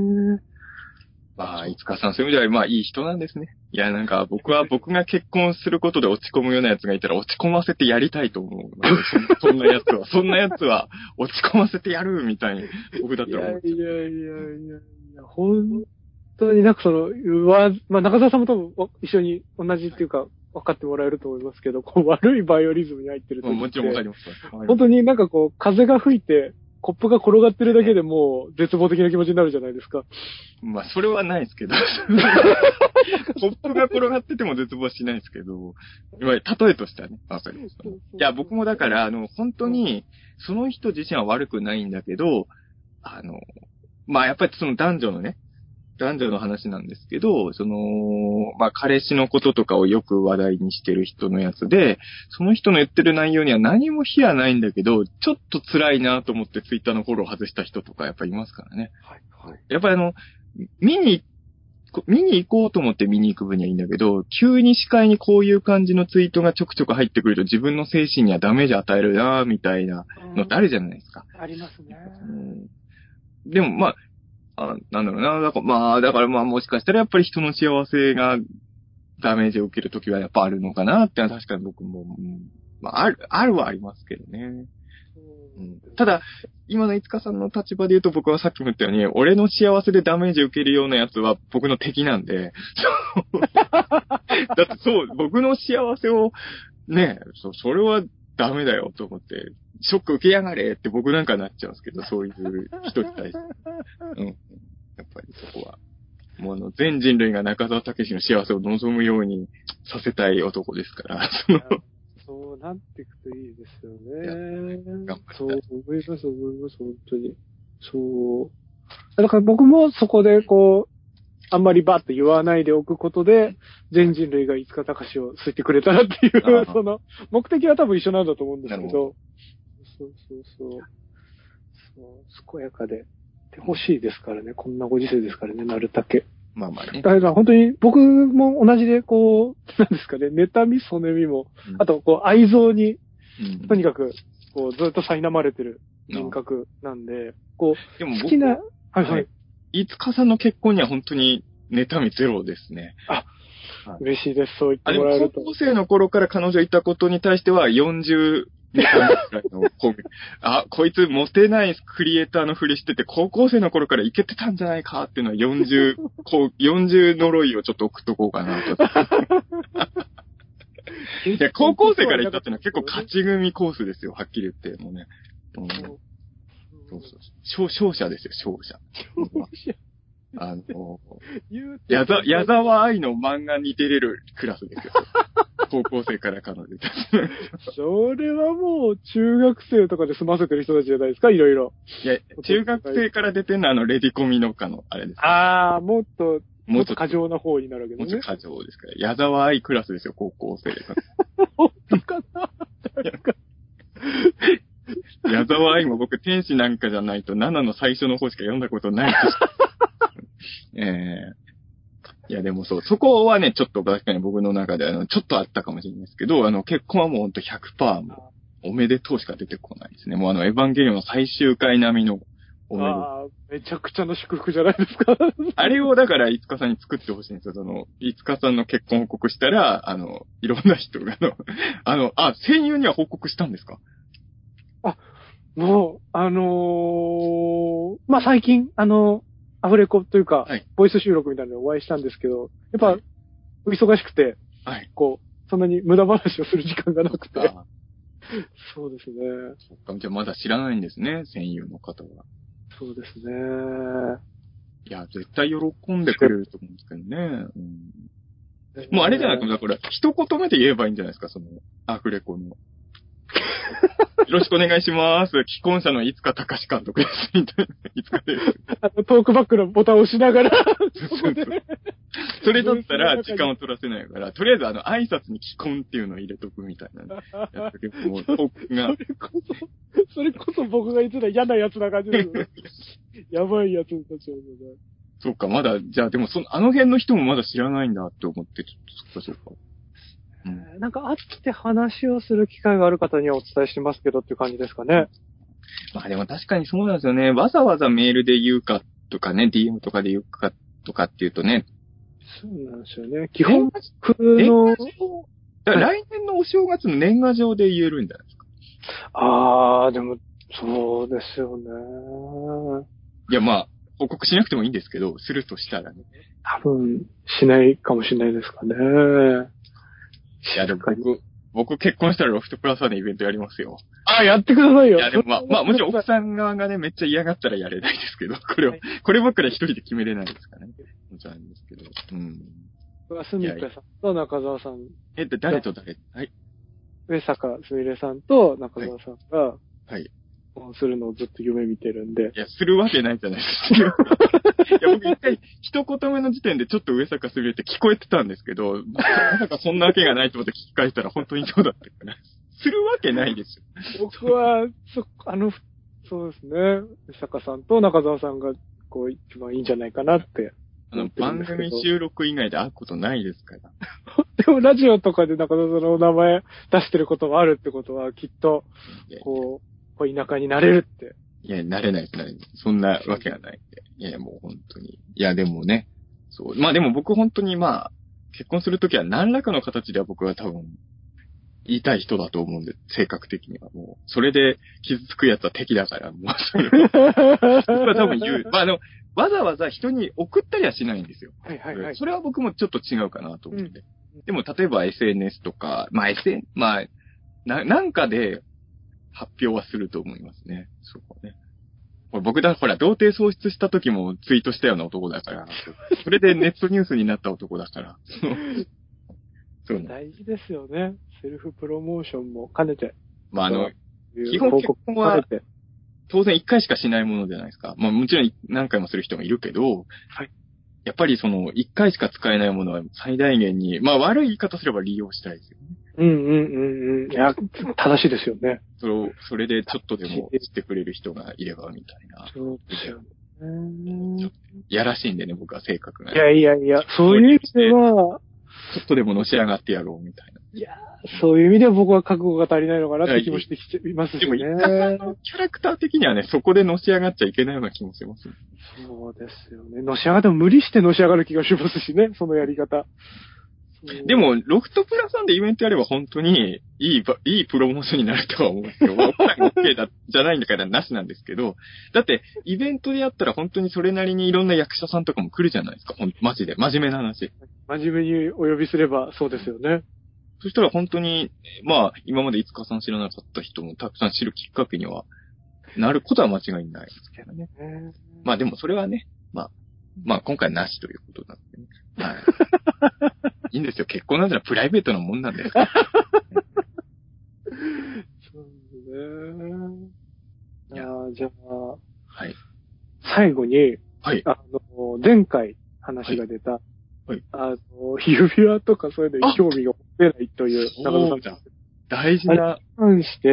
いつかさんそういう意味では、いい人なんですね。いや、なんか、僕が結婚することで落ち込むような奴がいたら落ち込ませてやりたいと思う。そんな奴は落ち込ませてやるみたいに、僕だったら思う。いや、本当になんか中澤さんも多分一緒に同じっていうか、分かってもらえると思いますけど、悪いバイオリズムに入ってると。 もちろん分かります。 本当になんか風が吹いて、コップが転がってるだけでもう絶望的な気持ちになるじゃないですか。 それはないですけど。コップが転がってても絶望はしないですけど、例えとしてはね、わかります。いや、僕もだから、本当に、その人自身は悪くないんだけど、やっぱり男女の話なんですけど、彼氏のこととかをよく話題にしてる人のやつで、その人の言ってる内容には何も非はないんだけど、ちょっと辛いなと思ってツイッターのフォロー外した人とかやっぱりいますからね。やっぱり見に見に行こうと思って見に行く分にはいいんだけど、急に視界にこういう感じのツイートがちょくちょく入ってくると自分の精神にはダメージ与えるなみたいなのってあるじゃないですか。 ありますね。 でもまあ、なんだろうな、だからもしかしたらやっぱり人の幸せがダメージを受けるときはやっぱあるのかなってのは確かに僕も、あるはありますけどね。ただ、今のいつかさんの立場で言うと僕はさっきも言ったように、俺の幸せでダメージを受けるようなやつは僕の敵なんで、だってそう、僕の幸せを、ね、それはダメだよと思って、ショック受けやがれって僕なんかなっちゃうんですけど、そういう人に対して。やっぱりそこは。もう全人類が中澤武史の幸せを望むようにさせたい男ですから、 そうなっていくといいですよね。 頑張りたい。 そう思います、本当に。そう。だから僕もそこであんまりバッと言わないでおくことで、全人類がいつか高しを吸ってくれたらっていう、目的は多分一緒なんだと思うんですけど、そう、健やかで、欲しいですからね、こんなご時世ですからね、なるだけ。 まあまあね。 だから本当に僕も同じでなんですかね、妬み、そねみも、あと愛憎に、とにかく、ずっと苛まれてる人格なんで、 でも好きな、はい。 いつかさんの結婚には本当に妬みゼロですね。 嬉しいです、そう言ってもらえると。 高校生の頃から彼女いたことに対しては40、こいつモテないクリエイターのふりしてて、高校生の頃からイケてたんじゃないかっていうのは40呪いをちょっと送っとこうかなと。いや、高校生から言ったってのは結構勝ち組コースですよ、はっきり言って。もうね。勝者ですよ、勝者。矢沢愛の漫画に出れるクラスですよ。高校生から彼女で。 それはもう中学生とかで済ませてる人たちじゃないですか、いろいろ。 いや、中学生から出てんのはレディコミのかの、あれです。 もっと過剰な方になるわけですね。 もっと過剰ですから。矢沢愛クラスですよ、高校生。 本当かな矢沢愛も僕、天使なんかじゃないと、7の最初の方しか読んだことないです。いや、でもそこはね、ちょっと確かに僕の中でちょっとあったかもしれないですけど、結婚はもうほんと 100% もう、おめでとうしか出てこないですね。もうエヴァンゲリオンの最終回並みのおめでとう。めちゃくちゃの祝福じゃないですか。 あれをだから、いつかさんに作ってほしいんですよ。いつかさんの結婚報告したら、いろんな人が戦友には報告したんですか？ もう、最近、アフレコというか、ボイス収録みたいなのでお会いしたんですけど、やっぱ、忙しくて、そんなに無駄話をする時間がなくて。そうですね。 そっか、じゃあまだ知らないんですね、戦友の方は。 そうですね。 いや、絶対喜んでくれると思うんですけどね。もうあれじゃないかな、これ、一言目で言えばいいんじゃないですか、アフレコの。よろしくお願いします。既婚者のいつか高志監督です。みたいな。いつかです。 トークバックのボタンを押しながらそれだったら時間を取らせないから、とりあえず挨拶に既婚っていうのを入れとくみたいな。やっと結構もうトークが。 それこそ僕が言ってた嫌なやつな感じですね。やばいやつになっちゃうので。 そうか、まだ、じゃあでもあの辺の人もまだ知らないんだって思って、ちょっとそうか。 なんか会って話をする機会がある方にはお伝えしてますけどっていう感じですかね。 まあでも確かにそうなんですよね。わざわざメールで言うかとかね、DM とかで言うかとかっていうとね。 そうなんですよね。基本風の。 来年のお正月の年賀状で言えるんじゃないですか。 でも、そうですよね。 いや、まあ、報告しなくてもいいんですけど、するとしたらね。 多分、しないかもしれないですかね。 いや、でも僕結婚したらロフトプラスワンでイベントやりますよ。 やってくださいよ。 いや、でもまあ、もちろん奥さん側がね、めっちゃ嫌がったらやれないですけど、こればっかり一人で決めれないですからね。もちろんなんですけど。 すみぺさんと中澤さん。 誰と誰？はい。 上坂すみれさんと中澤さんが、 はい。 するのをずっと夢見てるんで。 いや、するわけないじゃないですか。いや、僕一回、一言目の時点でちょっと上坂すみれって聞こえてたんですけど、まさかそんなわけがないと思って聞き返したら本当にそうだったから。するわけないですよ。 僕は、そうですね。上坂さんと中澤さんが、一番いいんじゃないかなって番組収録以外で会うことないですから。 でもラジオとかで中田さんの名前出してることがあるってことは、きっと、こう田舎になれるって。 いや、なれないです、なれない。そんなわけはないんで。いや、もう本当に。いや、でもね、そう。まあでも僕本当に結婚するときは何らかの形では僕は多分、言いたい人だと思うんで、性格的にはもう、それで傷つくやつは敵だから、もうそれは多分言う。わざわざ人に送ったりはしないんですよ。 はいはいはい。 それは僕もちょっと違うかなと思って。でも、例えば SNS とか、なんかで発表はすると思いますね。そうね。僕ほら、童貞喪失した時もツイートしたような男だから、それでネットニュースになった男だから。そう大事ですよね。セルフプロモーションも兼ねて。 基本結婚は、当然1回しかしないものじゃないですか。もちろん何回もする人もいるけど、 はい。 やっぱり1回しか使えないものは最大限に、悪い言い方すれば利用したいですよね。 いや、正しいですよね。 それでちょっとでもしてくれる人がいればみたいな。 そうですよね。やらしいんでね、僕は性格が。 いや、そういう意味では、 ちょっとでものし上がってやろうみたいな。 いや、そういう意味では僕は覚悟が足りないのかなって気もしてきていますしね。 でも、一家さんのキャラクター的にはね、そこでのし上がっちゃいけないような気もします。 そうですよね。のし上がっても無理してのし上がる気がしますしね、そのやり方。 でも、ロフトプラさんでイベントやれば本当にいいプロモーションになるとは思うんですよ。OK だ、じゃないんだからなしなんですけど、だって、イベントでやったら本当にそれなりにいろんな役者さんとかも来るじゃないですか。マジで。真面目な話。 真面目にお呼びすればそうですよね。 そしたら本当に、今までいつかさん知らなかった人もたくさん知るきっかけにはなることは間違いないですけどね。でもそれはね、今回なしということなんでね。はい。いいんですよ。結婚なんてのはプライベートなもんなんですから。 そうね。じゃあ、 はい。 最後に、 はい。 前回話が出た、 はい。 指輪とかそういうのに興味が持てないという中田さん。 大事な。 関して、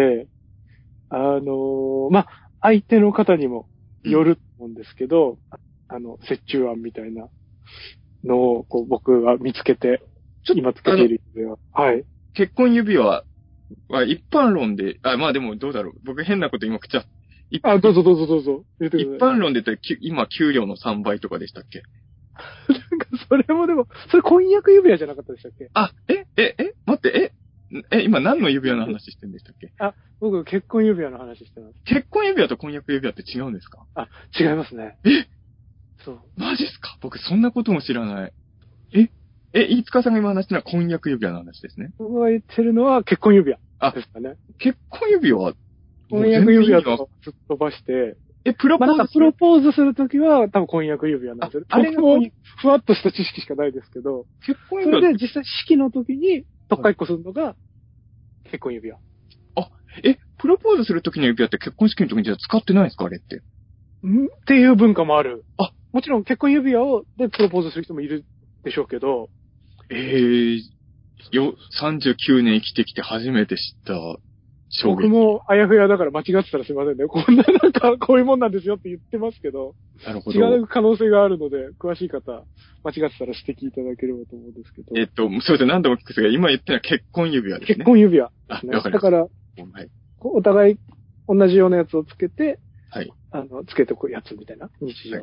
相手の方にもよると思うんですけど、折衷案みたいなのを僕が見つけて、今つけている指輪。はい。 結婚指輪は一般論で、でもどうだろう。僕変なこと今口は。 どうぞ。 一般論で言ったら今給料の3倍とかでしたっけ？ なんかそれもでも、それ婚約指輪じゃなかったでしたっけ？ 待って、今何の指輪の話してるんでしたっけ？ 僕結婚指輪の話してます。 結婚指輪と婚約指輪って違うんですか？ 違いますね。そう。 マジっすか？僕そんなことも知らない。飯塚さんが今話してるのは婚約指輪の話ですね。 僕が言ってるのは結婚指輪ですかね。 結婚指輪婚約指輪とすっ飛ばして、 プロポーズプロポーズするときは多分婚約指輪なんですよ。あれもふわっとした知識しかないですけど、 結婚指輪それで実際式の時に特化1個するのが結婚指輪。 プロポーズする時の指輪って結婚式の時にじゃ使ってないんですかあれって。 っていう文化もある。もちろん結婚指輪でプロポーズする人もいるでしょうけど。 39年生きてきて初めて知った衝撃。 僕もあやふやだから間違ってたらすいませんね。こんなこういうもんなんですよって言ってますけど。 なるほど。 違う可能性があるので、詳しい方、間違ってたら指摘いただければと思うんですけど。 そうですね。何度も聞くんですが、今言ったのは結婚指輪ですね。 結婚指輪ですね。だから、お互い同じようなやつをつけて、 はい。 つけておくやつみたいな、日常。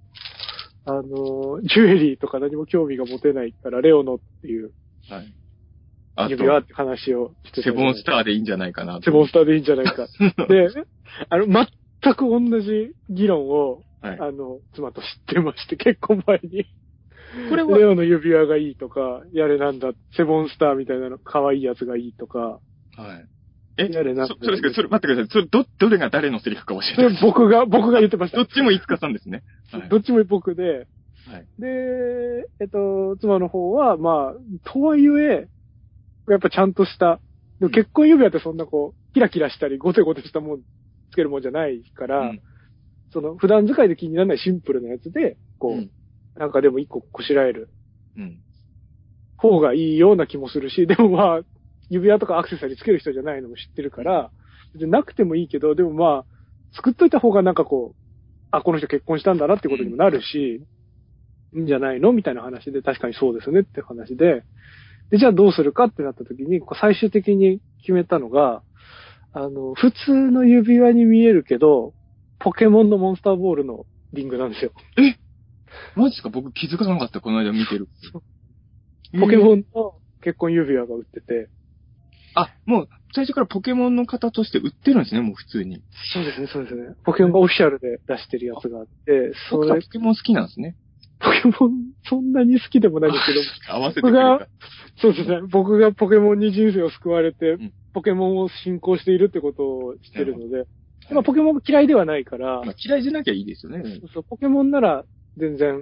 ジュエリーとか何も興味が持てないから、レオノっていう、 はい。 指輪って話をしてセボンスターでいいんじゃないかな。 セボンスターでいいんじゃないか。で、全く同じ議論を、妻と知ってまして、結婚前に。これはレオの指輪がいいとか、やれなんだ、セボンスターみたいなの、可愛いやつがいいとか。 はい。 やれなんだ。 それ待ってください。それどれが誰のセリフか教えてください。 僕が言ってました。 どっちも飯塚さんですね。 どっちも僕で。 はい。 で、妻の方は、とはいえ、やっぱちゃんとした、でも結婚指輪ってそんなキラキラしたり、ゴテゴテしたもん、つけるもんじゃないから、普段使いで気にならないシンプルなやつで、なんかでも一個こしらえる。方がいいような気もするし、でも指輪とかアクセサリーつける人じゃないのも知ってるから、なくてもいいけど、でも作っといた方がこの人結婚したんだなってことにもなるし、 いいんじゃないのみたいな話で、確かにそうですねって話で、で、じゃあどうするかってなった時に、最終的に決めたのが、普通の指輪に見えるけど、ポケモンのモンスターボールのリングなんですよ。 えマジですか？僕気づかなかった、この間見てる。 ポケモンの結婚指輪が売ってて。 あ、もう最初からポケモンの型として売ってるんですね、もう普通に。 そうですね、そうですね。ポケモンがオフィシャルで出してるやつがあって、 ポケモン好きなんですね。 ポケモン、そんなに好きでもないんですけど、 合わせてくれた。 そうですね。僕がポケモンに人生を救われて、ポケモンを信仰しているってことを知ってるので、まあ、ポケモン嫌いではないから、 まあ、嫌いじゃなきゃいいですよね。 そう、ポケモンなら全然、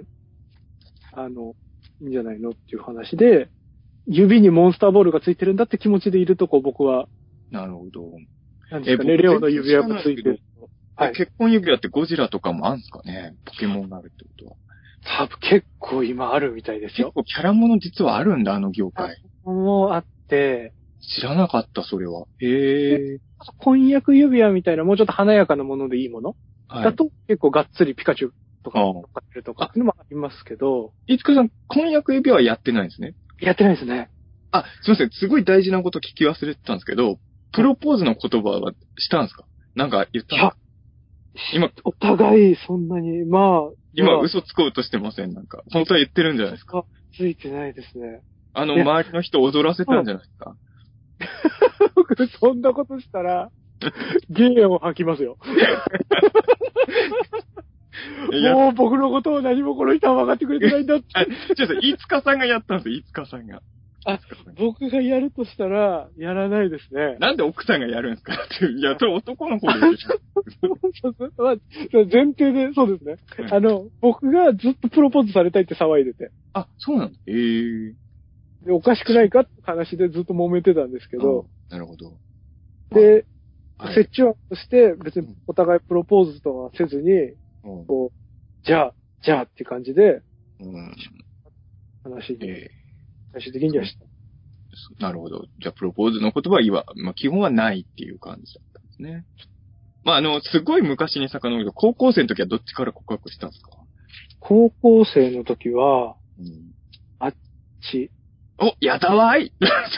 いいんじゃないのっていう話で、指にモンスターボールがついてるんだって気持ちでいるとこ僕は。 なるほど。 なんですかね、レオの指輪がついてる。 はい。結婚指輪ってゴジラとかもあるんですかね？ポケモンがあるってことは。 多分結構今あるみたいですよ。 結構キャラもの実はあるんだ、あの業界。 もうあって、 知らなかった、それは。へえ。 婚約指輪みたいなもうちょっと華やかなものでいいもの、はい、だと結構がっつりピカチュウとか乗っかってるとかっていうのもありますけど。 いつかさん、婚約指輪はやってないんですね。 やってないですね。 あ、すいません。すごい大事なこと聞き忘れてたんですけど、プロポーズの言葉はしたんですか？なんか言ったんですか？ 今、お互いそんなに、まあ。 今嘘つこうとしてません？なんか、本当は言ってるんじゃないですか？ ついてないですね。 周りの人踊らせたんじゃないですか？ 僕、そんなことしたら、芸を吐きますよ。もう僕のことを何もこの人は分かってくれてないんだって。 飯塚さんがやったんですよ、飯塚さんが。 あ、僕がやるとしたら、やらないですね。 なんで奥さんがやるんですかって。いや、それ男の方ですよ。 前提で、そうですね。僕がずっとプロポーズされたいって騒いでて。 あ、そうなの？ で、おかしくないかって話でずっと揉めてたんですけど。 なるほど。 で、折衷案として別にお互いプロポーズとはせずに、こう、じゃあっていう感じで、話で、最終的にはした。 なるほど。じゃあ、プロポーズの言葉は、まあ、基本はないっていう感じだったんですね。まあ、すごい昔に遡ると、高校生の時はどっちから告白したんですか？ 高校生の時は、あっち。 お、矢沢愛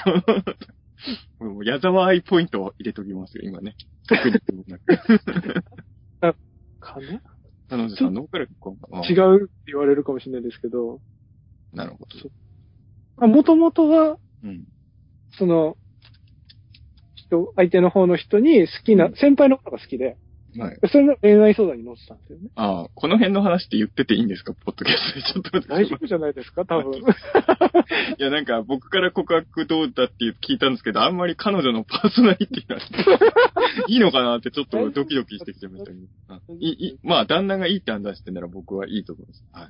もう矢沢愛ポイントを入れときますよ、今ね。特になく。 かな？ 彼女さんの方から違うって言われるかもしれないですけど。 なるほど。もともとは、 その、相手の方の人に好きな、先輩のことが好きで、はい。それの恋愛相談に乗ってたんですよね。 ああ、この辺の話って言ってていいんですか？ポッドキャストでちょっと待って。 大丈夫じゃないですか？多分。 いや、なんか僕から告白どうだって聞いたんですけど、あんまり彼女のパーソナリティがいいのかなってちょっとドキドキしてきてましたけど。まあ、旦那がいいって判断してんなら僕はいいと思います。はい。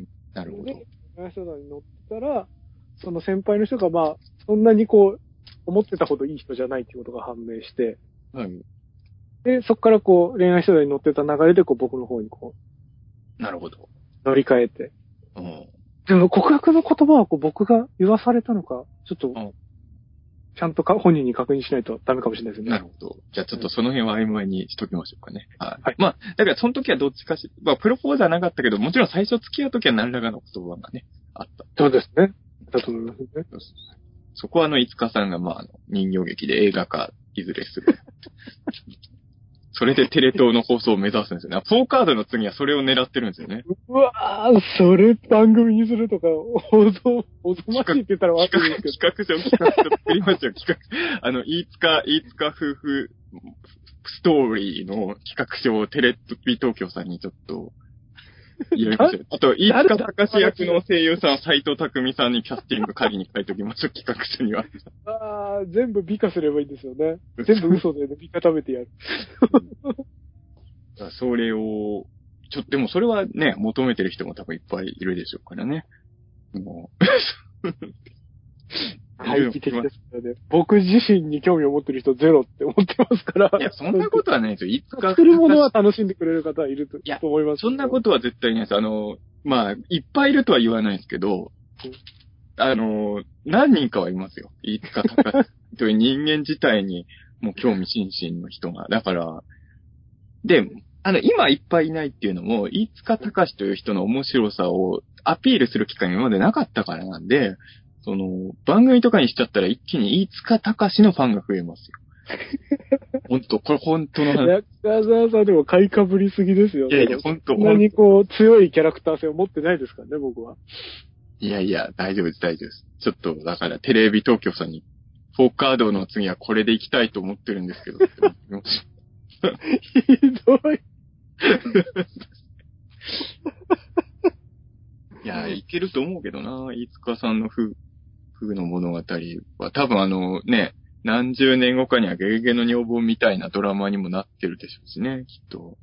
なるほど。 恋愛相談に乗ってたら、その先輩の人がまあ、そんなに思ってたほどいい人じゃないっていうことが判明して、 はい。 で、そこから恋愛相談に乗ってた流れで僕の方になるほど。 乗り換えて。でも告白の言葉は僕が言わされたのか、ちょっと、ちゃんと本人に確認しないとダメかもしれないですね。 なるほど。じゃあちょっとその辺は曖昧にしときましょうかね。はい。まあ、だからその時はどっちかまあ、プロポーズはなかったけど、もちろん最初付き合う時は何らかの言葉がね、あった。 そうですね。だと思いますね。 そこは飯塚さんがまあ、人形劇で映画化いずれする。それでテレ東の放送を目指すんですよね。4カードの次はそれを狙ってるんですよね。 うわぁ、それ番組にするとか、おぞましいって言ったら悪いですけど。 企画書作りましたよ、飯塚夫婦ストーリーの企画書をテレビ東京さんにちょっと、入れましょう。あと、飯塚隆役の声優さん、斎藤匠さんにキャスティング仮に書いておきましょう、企画書には。 ああ、全部美化すればいいんですよね。全部嘘で美化食べてやる。 それを、でもそれはね、求めてる人も多分いっぱいいるでしょうからね。もう。 廃棄的ですよね。僕自身に興味を持ってる人ゼロって思ってますから。 いや、そんなことはないですよ。いつか。 作るものは楽しんでくれる方はいると思います。 そんなことは絶対ないです。まあ、いっぱいいるとは言わないですけど、何人かはいますよ。いつかという人間自体にもう興味津々の人が。だから、で、 今いっぱいいないっていうのも、飯塚隆という人の面白さをアピールする機会が今までなかったからなんで、番組とかにしちゃったら一気に飯塚隆のファンが増えますよ。これ本当の話。 中澤さんでも買いかぶりすぎですよね。 いやいや、本当。 そんなに強いキャラクター性を持ってないですからね、僕は。 いやいや、大丈夫です、大丈夫です。ちょっと、だから、テレビ東京さんに、フォーカードの次はこれで行きたいと思ってるんですけど。ひどい。 いや、いけると思うけどな、飯塚さんの風の物語は、多分ね、何十年後かにはゲゲゲの女房みたいなドラマにもなってるでしょうしね、きっと。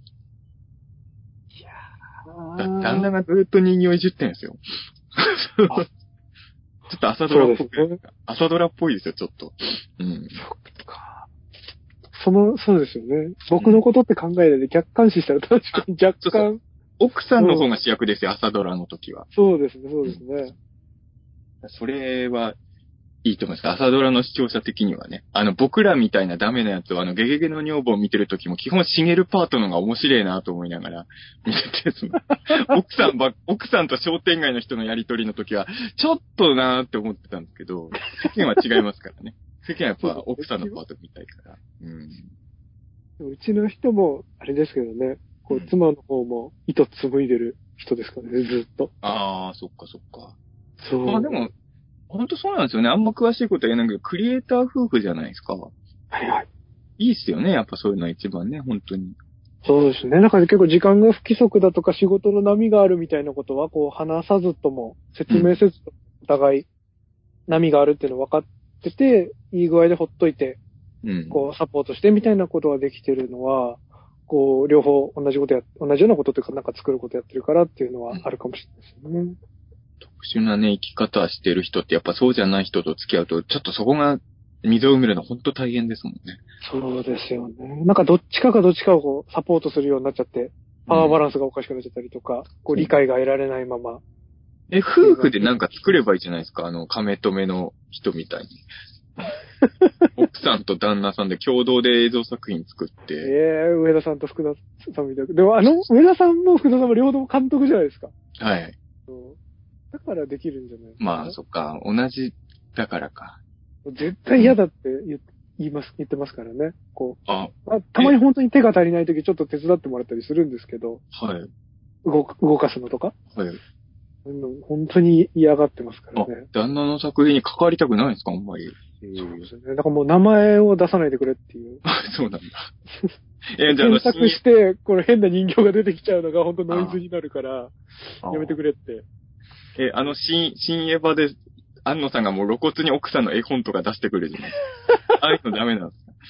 いや旦那がずっと人形いじってんですよ。ちょっと朝ドラっぽい。朝ドラっぽいですよ、ちょっと。うん。 そっか。そうですよね。僕のことって考えないで客観視したら確かに若干。 奥さんの方が主役ですよ、朝ドラの時は。 そうですね、そうですね。 それは、いいと思います。朝ドラの視聴者的にはね。僕らみたいなダメなやつは、ゲゲゲの女房を見てるときも、基本、シゲルパートのが面白いなと思いながら見てて、奥さんと商店街の人のやりとりのときは、ちょっとなーって思ってたんですけど、世間は違いますからね。世間はやっぱ奥さんのパート見たいから。 うちの人も、あれですけどね、妻の方も糸紡いでる人ですからね、ずっと。 ああ、そっかそっか。 そう。 まあでも、ほんとそうなんですよね。あんま詳しいことは言えないけど、クリエイター夫婦じゃないですか。 はいはい。 いいっすよね。やっぱそういうのは一番ね、本当に。 そうですね。なんか結構時間が不規則だとか仕事の波があるみたいなことは、話さずとも、説明せずとも、お互い波があるっていうの分かってて、いい具合でほっといて、サポートしてみたいなことができてるのは、両方同じようなことというか、なんか作ることやってるからっていうのはあるかもしれないですよね。 特殊なね、生き方してる人ってやっぱそうじゃない人と付き合うと、ちょっとそこが溝を埋めるの本当大変ですもんね。 そうですよね。なんかどっちかをサポートするようになっちゃって、パワーバランスがおかしくなっちゃったりとか、理解が得られないまま。 夫婦でなんか作ればいいじゃないですか、亀止めの人みたいに。奥さんと旦那さんで共同で映像作品作って。 上田さんと福田さんみたいな。でも上田さんも福田さんも両方とも監督じゃないですか。 はい。 だからできるんじゃないですか。 まあ、そっか。同じだからか。 絶対嫌だって言ってますからね。たまに本当に手が足りないときちょっと手伝ってもらったりするんですけど。 はい。 動かすのとか。 はい。 本当に嫌がってますからね。 旦那の作品に関わりたくないんですか、あんまり。 そうですね。だからもう名前を出さないでくれっていう。 そうなんだ。 じゃあ検索して、これ変な人形が出てきちゃうのが本当ノイズになるから、やめてくれって。 新エヴァで、安野さんがもう露骨に奥さんの絵本とか出してくるじゃないああいうのダメなんですか？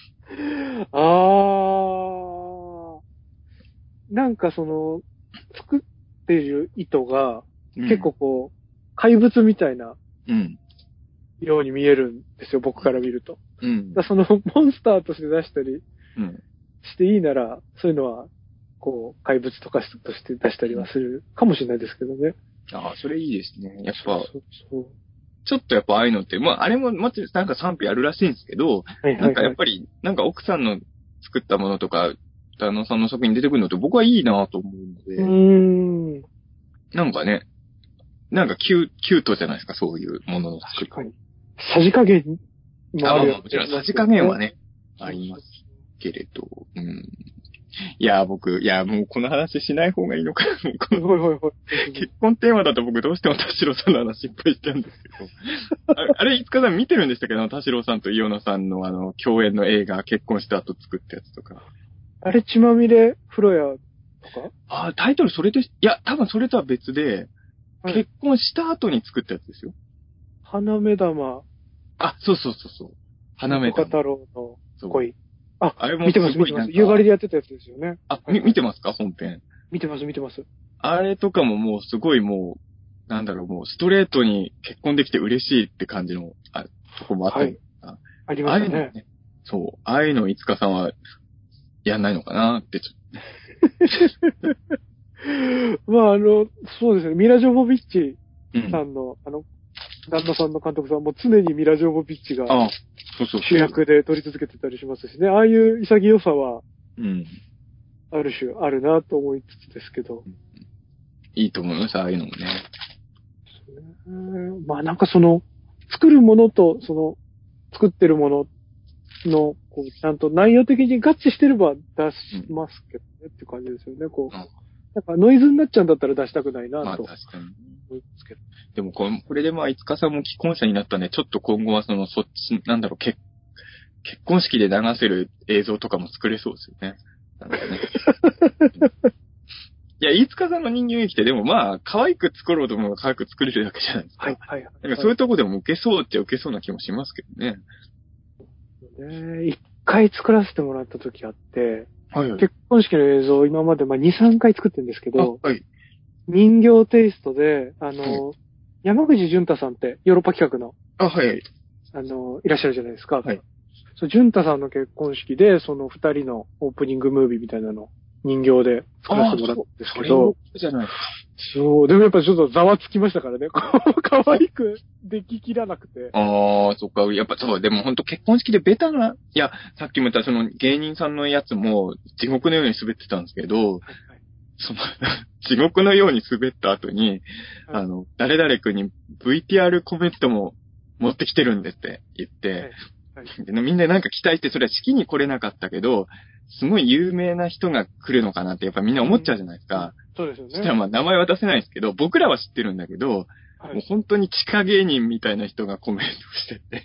なんか作っている意図が、結構怪物みたいな、ように見えるんですよ、僕から見ると。モンスターとして出したりしていいなら、そういうのは、怪物とかとして出したりはするかもしれないですけどね。 ああ、それいいですね。やっぱ、ちょっとやっぱああいうのって、まあ、あれも、なんか賛否あるらしいんですけど、なんかやっぱり、なんか奥さんの作ったものとか、旦那さんの作品に出てくるのって僕はいいなと思うので、なんかね、なんかキュートじゃないですか、そういうものの作り。 確かに。さじ加減もあるもちろんさじ加減はね、ありますけれど、いや、もうこの話しない方がいいのかな。結婚テーマだと僕どうしても田代さんの話いっぱいしちゃうんですけど。あれ、いつかさん見てるんでしたけど、田代さんと伊予野さんの共演の映画、結婚した後作ったやつとか。 あれ、血まみれ風呂屋とか？ タイトルそれで、いや、多分それとは別で、結婚した後に作ったやつですよ。 花目玉。 そう。花目玉。 岡太郎の恋。 あれも見てます。夕張でやってたやつですよね。 見てますか本編。 見てます。 あれとかももうすごいもうストレートに結婚できて嬉しいって感じの、とこもあったり。 ありましたね。 そう。ああいうのいつかさんは、やんないのかなってちょっと。まあそうですね。ミラ・ジョボビッチさんの、旦那さんの監督さんも常にミラ・ジョボビッチが主役で撮り続けてたりしますしね。ああいう潔さは、 ある種あるなと思いつつですけど。 いいと思います、ああいうのもね。 まあなんか作るものと、作ってるものの、ちゃんと内容的に合致してれば出しますけどね、って感じですよね、なんかノイズになっちゃうんだったら出したくないなと。 まあ確かに。 思いますけど。 でもこれでまあ、いつかさんも既婚者になったんで、ちょっと今後はそっち、なんだろう、結婚式で流せる映像とかも作れそうですよね。なんかね。いや、飯塚さんの人間劇ってでもまあ、可愛く作ろうと思えば可愛く作れるだけじゃないですか。 はい。 なんかそういうとこでも受けそうっちゃ受けそうな気もしますけどね。 一回作らせてもらった時あって、 はいはい。 結婚式の映像を今まで2、3回作ってるんですけど、 はい。 人形テイストで、山口淳太さんってヨーロッパ企画の、 はい。 いらっしゃるじゃないですか。 はい。 そう、淳太さんの結婚式で、その二人のオープニングムービーみたいなの人形で作らせてもらったんですけど、 じゃない。 そう、でもやっぱちょっとざわつきましたからね。可愛くでききらなくて。 ああ、そっか。やっぱそう、でも本当結婚式でベタな、いや、さっきも言ったその芸人さんのやつも地獄のように滑ってたんですけど、地獄のように滑った後に、誰々君に VTR コメントも持ってきてるんですって言って、でみんななんか期待して、それは式に来れなかったけど、すごい有名な人が来るのかなってやっぱみんな思っちゃうじゃないですか。 そうですよね。 そしたらまあ名前は出せないですけど、僕らは知ってるんだけど、もう本当に地下芸人みたいな人がコメントしてて。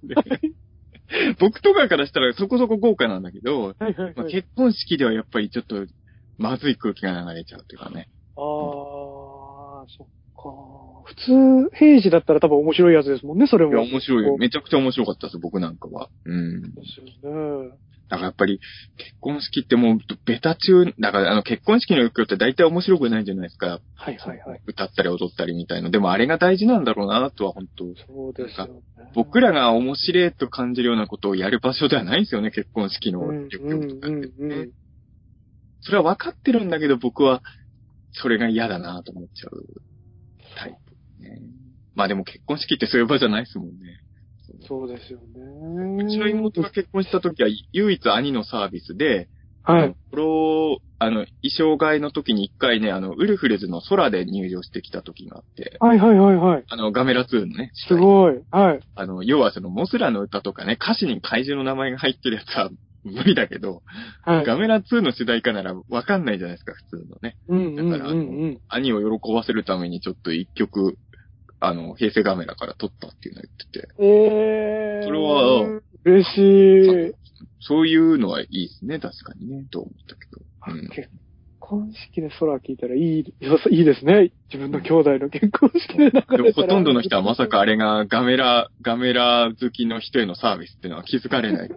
僕とかからしたらそこそこ豪華なんだけど、まあ、結婚式ではやっぱりちょっとまずい空気が流れちゃうというかね。 ああ、そっか。普通、平時だったら多分面白いやつですもんね、それも。 いや、面白いよ。めちゃくちゃ面白かったです、僕なんかは。うん。 ですよね。 だからやっぱり、結婚式ってもう、ベタ中、だから結婚式の余興って大体面白くないじゃないですか。 はい。 歌ったり踊ったりみたいな。でもあれが大事なんだろうなとは本当。 そうですよね。 僕らが面白いと感じるようなことをやる場所ではないんですよね、結婚式の余興とかってね。それは分かってるんだけど、僕は、それが嫌だなと思っちゃうタイプ、ね。まあでも結婚式ってそういう場じゃないですもんね。 そうですよね。 うちの妹が結婚した時は唯一兄のサービスで、 はい。 衣装替えの時に一回ね、ウルフルズの空で入場してきた時があって。 はい。 ガメラ2のね。 すごい。はい。 要はモスラの歌とかね、歌詞に怪獣の名前が入ってるやつは無理だけど、はい、ガメラ2の主題歌ならわかんないじゃないですか、普通のね。だから兄を喜ばせるためにちょっと一曲、平成ガメラから撮ったっていうのを言ってて。それは、 嬉しい。 そういうのはいいですね、確かにね、と思ったけど。 結婚式で空聞いたらいいですね。自分の兄弟の結婚式で流れたら。 でもほとんどの人はまさかあれがガメラ好きの人へのサービスっていうのは気づかれない。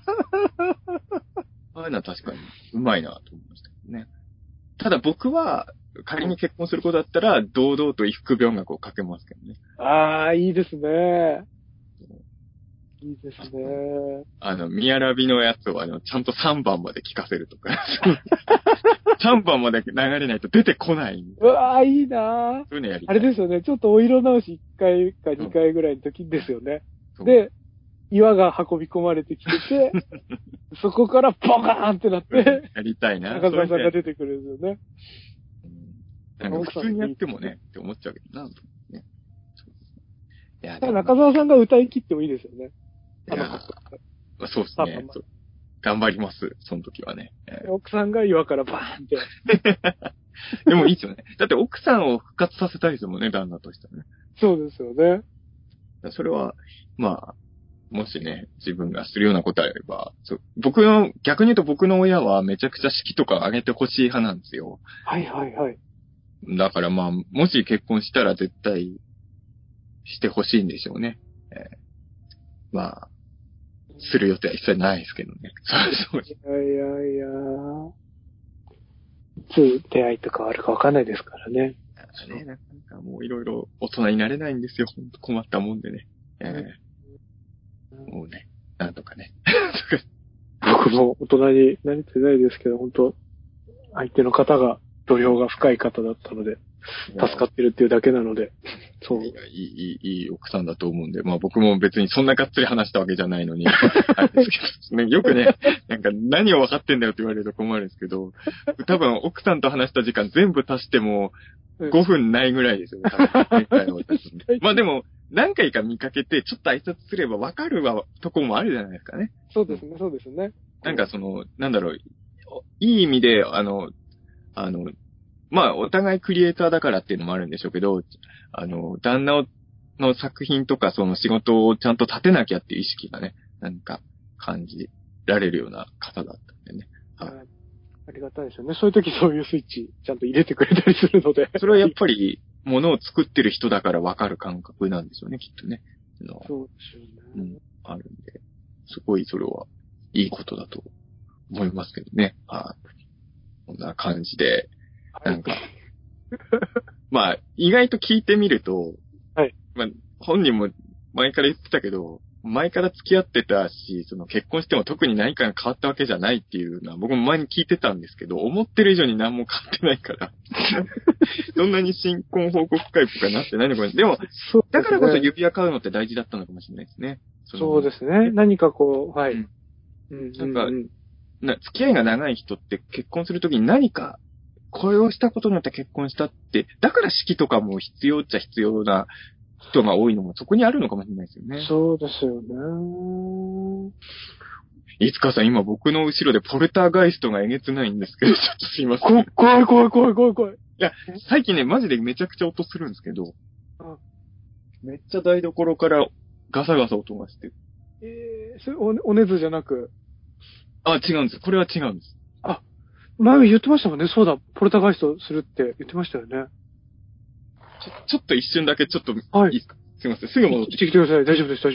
ああいうのは確かにうまいなと思いましたけどね。ただ僕は、仮に結婚することだったら、堂々と衣服音楽をかけますけどね。 ああ、いいですね。いいですね。 ミヤラビのやつをちゃんと3番まで聴かせるとか。3番まで流れないと出てこない。 うわー、いいなそういうのやりたい。あれですよね。ちょっとお色直し1回か2回ぐらいの時ですよね。で、岩が運び込まれてきてて、そこからボカーンってなって、 やりたいな。 中澤さんが出てくるんですよね。 なんか普通にやってもね、って思っちゃうけどな、ね。 いや、中澤さんが歌い切ってもいいですよね。 そうですね。頑張ります、その時はね。 奥さんが岩からバーンって。 でもいいですよね。だって奥さんを復活させたいですもんね、旦那としてはね。 そうですよね。 それは、まあ、もしね、自分がするようなことあれば、逆に言うと僕の親はめちゃくちゃ式とかあげてほしい派なんですよ。 はい。 だからまあ、もし結婚したら絶対してほしいんでしょうね。まあ、する予定は一切ないですけどね。そういや。いつ出会いとかあるかわかんないですからね。 なんかもういろいろ大人になれないんですよ。ほんと困ったもんでね。もうね、なんとかね。 僕も大人になれてないですけど、本当相手の方が度量が深い方だったので、 助かってるっていうだけなので。そう。 いい奥さんだと思うんで、まあ僕も別にそんながっつり話したわけじゃないのに、あれですけど、ね、よくね、なんか何を分かってんだよって言われると困るんですけど、多分奥さんと話した時間全部足しても5分ないぐらいですよね、多分前回のまあでも、何回か見かけて、ちょっと挨拶すれば分かるとこもあるじゃないですかね。 そうですね、そうですね。 なんかなんだろう、いい意味で、まあ、お互いクリエイターだからっていうのもあるんでしょうけど、旦那の作品とかその仕事をちゃんと立てなきゃっていう意識がね、なんか感じられるような方だったんでね。はい。 ありがたいですよね。そういう時そういうスイッチちゃんと入れてくれたりするので。 それはやっぱり、物を作ってる人だから分かる感覚なんでしょうね、きっとね。 そうですよね。 うん。あるんで、すごいそれはいいことだと思いますけどね。はい。こんな感じで、なんか、まあ、意外と聞いてみると、 はい。 まあ、本人も前から言ってたけど、前から付き合ってたし、結婚しても特に何かが変わったわけじゃないっていうのは僕も前に聞いてたんですけど、思ってる以上に何も変わってないから、そんなに新婚報告会とかなってないのかもしれない。でも、だからこそ指輪買うのって大事だったのかもしれないですね。 そうですね。何かこう、はい。 なんか、付き合いが長い人って結婚するときに何か、これをしたことによって結婚したって、だから式とかも必要っちゃ必要な人が多いのもそこにあるのかもしれないですよね。 そうですよね。 いつかさん、今僕の後ろでポルターガイストがえげつないんですけど、ちょっとすいません。 怖い。 いや、最近ね、マジでめちゃくちゃ音するんですけど、めっちゃ台所からガサガサ音がしてる。 それおねずじゃなく。 あ、違うんです。これは違うんです。 あ、前言ってましたもんね。そうだ、ポルターガイストするって言ってましたよね。 ちょっと一瞬だけちょっと、 はい。 いいですか？すいません。すぐ戻ってきてください。大丈夫です。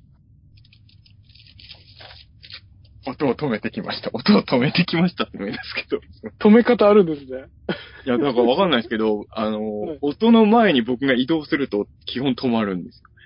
音を止めてきましたって言うんですけど。 止め方あるんですね。 いや、だからわかんないですけど、音の前に僕が移動すると基本止まるんですよ。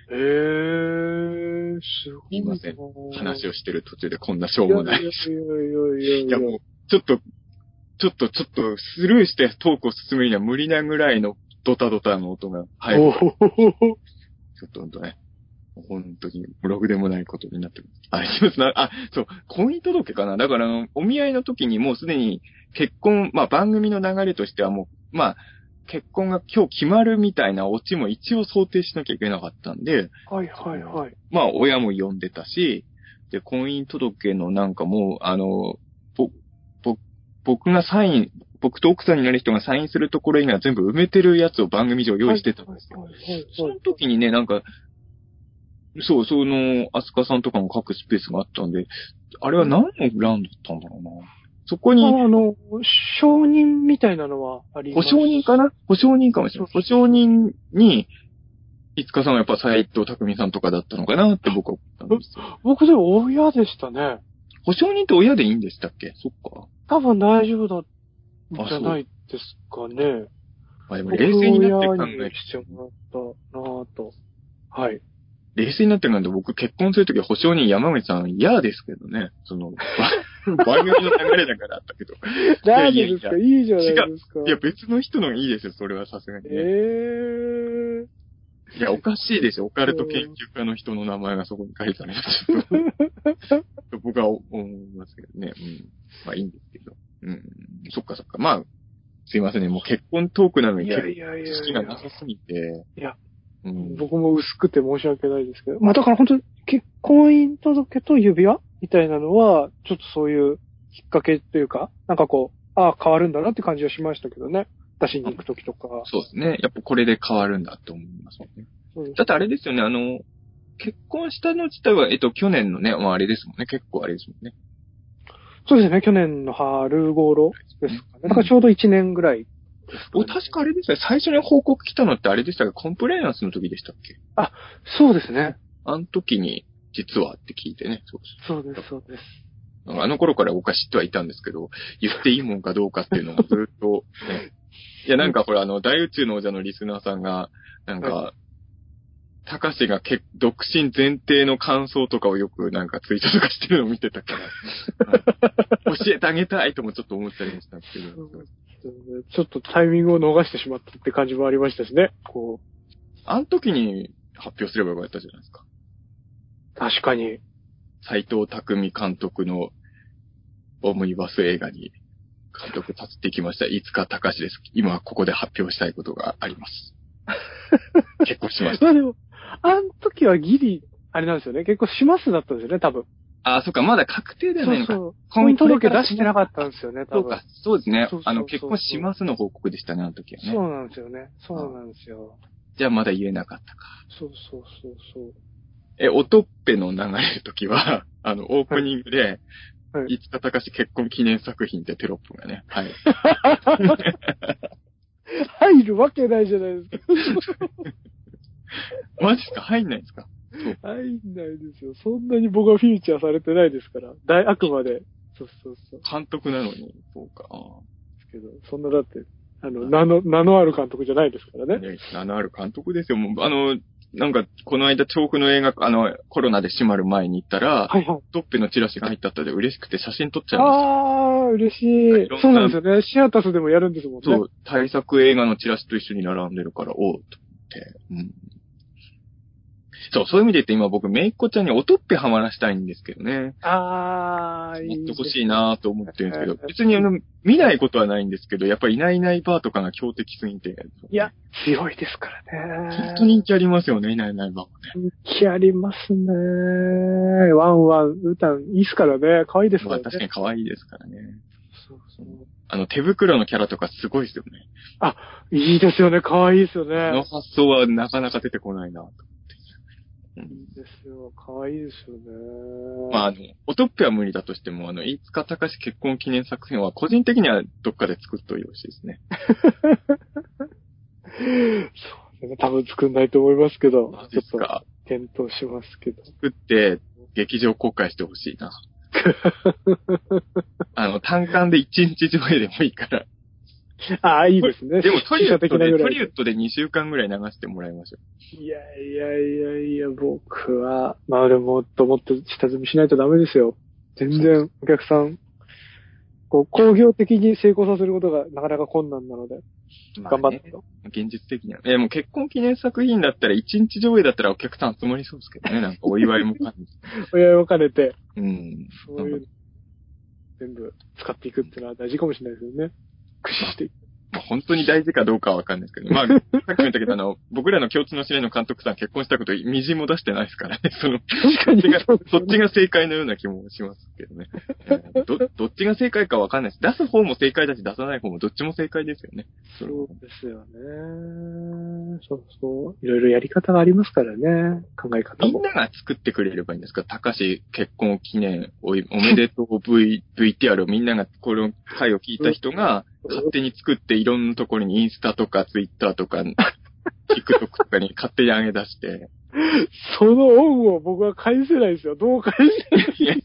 すごい。 すいません。話をしてる途中でこんなしょうもないです。 いやもう、ちょっとスルーしてトークを進めるには無理なぐらいのドタドタの音が入る。ちょっとほんとね。本当に、ブログでもないことになってます。そう、婚姻届かな。だからお見合いの時にもうすでに結婚、まあ番組の流れとしてはもう、まあ、結婚が今日決まるみたいなオチも一応想定しなきゃいけなかったんで。 はい。 まあ、親も呼んでたし、で、婚姻届のなんかもう、僕と奥さんになる人がサインするところ以外は全部埋めてるやつを番組上用意してたんですよ。その時にね、なんか、そう、アスカさんとかも書くスペースがあったんで、あれは何の欄だったんだろうな。そこに、 承認みたいなのはあります。 保証人かな？保証人かもしれない。保証人に、いつかさんはやっぱ斎藤匠さんとかだったのかなって僕は思ったんですよ。 僕でも親でしたね。 保証人って親でいいんでしたっけ？そっか。 多分大丈夫だ、じゃないですかね。 でも冷静になって考えて。 してもらったなぁと。はい。 冷静になってなんで僕結婚するときは保証人山口さん嫌ですけどね。番組の流れだからあったけど。 大丈夫ですか？いいじゃないですか。 いや別の人のがいいですよ、それはさすがにね。いや、おかしいでしょ。オカルト研究家の人の名前がそこに書いてあると僕は思いますけどね。まあいいんですけど。そっか。まあ、すいませんね。もう結婚トークなのに結構知識がなさすぎて。 いや、僕も薄くて申し訳ないですけど。まあだから本当に婚姻届と指輪みたいなのは、ちょっとそういうきっかけというか、なんかこう、変わるんだなって感じはしましたけどね。出しに行くときとか。 そうですね。やっぱこれで変わるんだって思いますもんね。だってあれですよね、結婚したの自体は、去年のね、まああれですもんね。結構あれですもんね。 そうですね。去年の春頃ですかね。だからちょうど1年ぐらいですかね。 確かあれですね。最初に報告来たのってあれでしたか？コンプライアンスの時でしたっけ？ そうですね。 あの時に、実はって聞いてね。 そうです。 あの頃から僕は知ってはいたんですけど、言っていいもんかどうかっていうのもずっと、ね。いや、なんかほら、大宇宙の王者のリスナーさんが、なんか、たかしが独身前提の感想とかをよくなんかツイートとかしてるのを見てたから、教えてあげたいともちょっと思ったりもしたんですけど。 ちょっとタイミングを逃してしまったって感じもありましたしね、こう。 あの時に発表すればよかったじゃないですか。 確かに。 斎藤匠監督のオムニバス映画に監督させてきました。飯塚隆です。今ここで発表したいことがあります。結婚しました。 まあでも、あの時はギリ、あれなんですよね。結婚しますだったんですよね、多分。 あ、そっか、まだ確定ではないのか。 そう。婚姻届出してなかったんですよね、多分。 そうか、そうですね。 そう結婚しますの報告でしたね、あの時はね。 そうなんですよね。そうなんですよ。 じゃあまだ言えなかったか。 そう。 おとっぺの流れる時は、オープニングで、飯塚隆結婚記念作品ってテロップがね、はい。 入るわけないじゃないですか。 マジっすか？入んないんですか？ 入んないですよ。そんなに僕はフィーチャーされてないですから。あくまで。そう。 監督なのに、そうか。 ですけど、そんなだって、名のある監督じゃないですからね。 名のある監督ですよ。もう、なんか、この間、調布の映画、コロナで閉まる前に行ったら、トップのチラシが入ってあったで嬉しくて写真撮っちゃいました。 あー、嬉しい。そうなんですよね。シアタスでもやるんですもんね。 そう、大作映画のチラシと一緒に並んでるから、おう、と思って。そういう意味で言って今僕、めいっ子ちゃんにおとっぺはまらしたいんですけどね。 いい。 やってほしいなぁと思ってるんですけど、別に見ないことはないんですけど、やっぱりいないいないバーとかが強敵すぎて。 いや、強いですからね。 本当人気ありますよね、いないいないバーもね。 人気ありますね。ワンワン、歌いいっすからね。可愛いですからね。 確かに可愛いですからね。 そう。 手袋のキャラとかすごいですよね。 あ、いいですよね。可愛いですよね。 この発想はなかなか出てこないなと。 いいですよ。可愛いですよね。 まあ、おとっぺは無理だとしても、飯塚隆結婚記念作品は個人的にはどっかで作っといてほしいですね。 そうですね。多分作んないと思いますけど。 マジですか。 検討しますけど。 作って、劇場公開してほしいな。単館で1日上映でもいいから。 いいですね。 でもトリウッドで2週間ぐらい流してもらいましょう。 いや、僕は、まあでももっと下積みしないとダメですよ。全然お客さん、工業的に成功させることがなかなか困難なので、頑張ってと。 現実的には。もう結婚記念作品だったら1日上映だったらお客さん集まりそうですけどね。なんかお祝いも兼ねて。 お祝いも兼ねて。 そういう全部使っていくっていうのは大事かもしれないですよね。駆使していく。 本当に大事かどうかはわかんないですけど、まあ、さっきも言ったけど、僕らの共通の知り合いの監督さん結婚したことみじんも出してないですからね。そっちが正解のような気もしますけどね。どっちが正解かわかんないです。出す方も正解だし、出さない方もどっちも正解ですよね。 そうですよね。そう。いろいろやり方がありますからね。考え方も。 みんなが作ってくれればいいんですか？高橋結婚記念おめでとう VTR をみんながこの回を聞いた人が勝手に作っていろんなところにインスタとかツイッターとか、TikTok とかに勝手に上げ出して。 その恩を僕は返せないですよ。どう返せない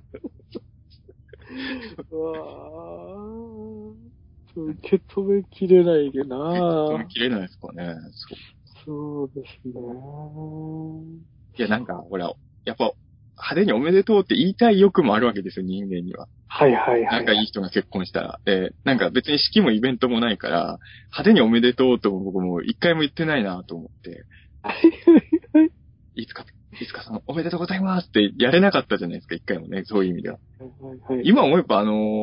受け止めきれないけどな受け止めきれないですかね。 そうですね。 いや、なんか、ほら、やっぱ、派手におめでとうって言いたい欲もあるわけですよ、人間には。 はい。 なんかいい人が結婚したら。で、なんか別に式もイベントもないから、派手におめでとうと僕も一回も言ってないなと思って。いつかさんおめでとうございますってやれなかったじゃないですか、一回もね、そういう意味では。今思えば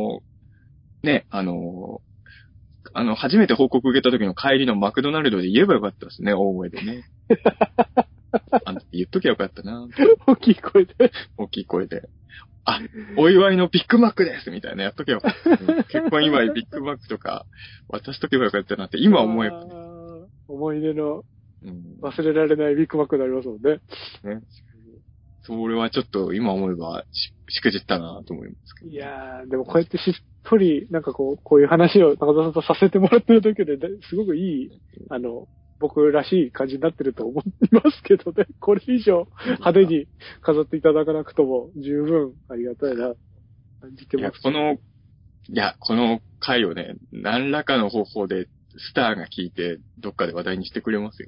初めて報告受けた時の帰りのマクドナルドで言えばよかったですね、大声でね。言っときゃよかったな。 大きい声で。 大きい声で。お祝いのビッグマックですみたいなやっとけばよかった、ね。結婚祝いビッグマックとか渡しとけばよかったなって今思えば、ね。 思い出の忘れられないビッグマックになりますもんね。 それはちょっと今思えばしくじったなと思いますけど、ね。 いやー、でもこうやってしっとり、なんかこういう話を中田さんとさせてもらってるだけで、すごくいい、僕らしい感じになってると思いますけどね。これ以上派手に飾っていただかなくとも十分ありがたいな、感じてます。 この回をね、何らかの方法でスターが聞いて、どっかで話題にしてくれますよ。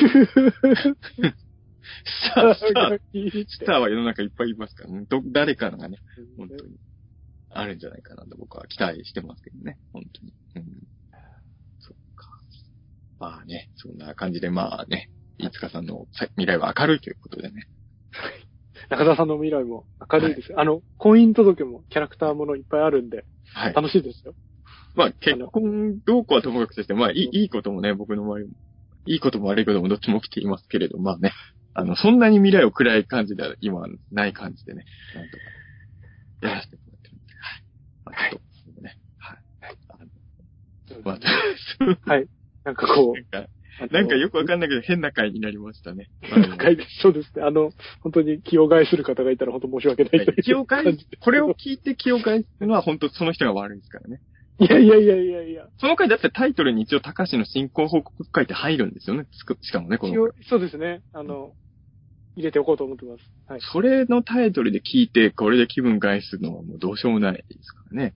スターは世の中いっぱいいますからね。誰かがね、本当にあるんじゃないかなと僕は期待してますけどね、本当に。 まあね、そんな感じで、まあね、飯塚さんの未来は明るいということでね。 中田さんの未来も明るいですよ。はい、婚姻届もキャラクターものいっぱいあるんで、はい、楽しいですよ。 まあ結婚どうこうはともかくとして、まあいいこともね、僕の周りも、いいことも悪いこともどっちも起きていますけれど、まあね、そんなに未来を暗い感じでは今はない感じでね、なんとか、やらせてもらってるんで、はい。まあちょっと、ね、はい。まあ、はい。 なんかこう、なんかよくわかんないけど変な回になりましたね。 変な回です。そうですね。本当に気を害する方がいたら本当申し訳ないという、はい。 気を害す、これを聞いて気を害するのは本当その人が悪いですからね。 いや。 その回だってタイトルに一応高橋の進行報告会って入るんですよね。しかもね、この回。 そうですね。入れておこうと思ってます。はい。 それのタイトルで聞いて、これで気分害するのはもうどうしようもないですからね。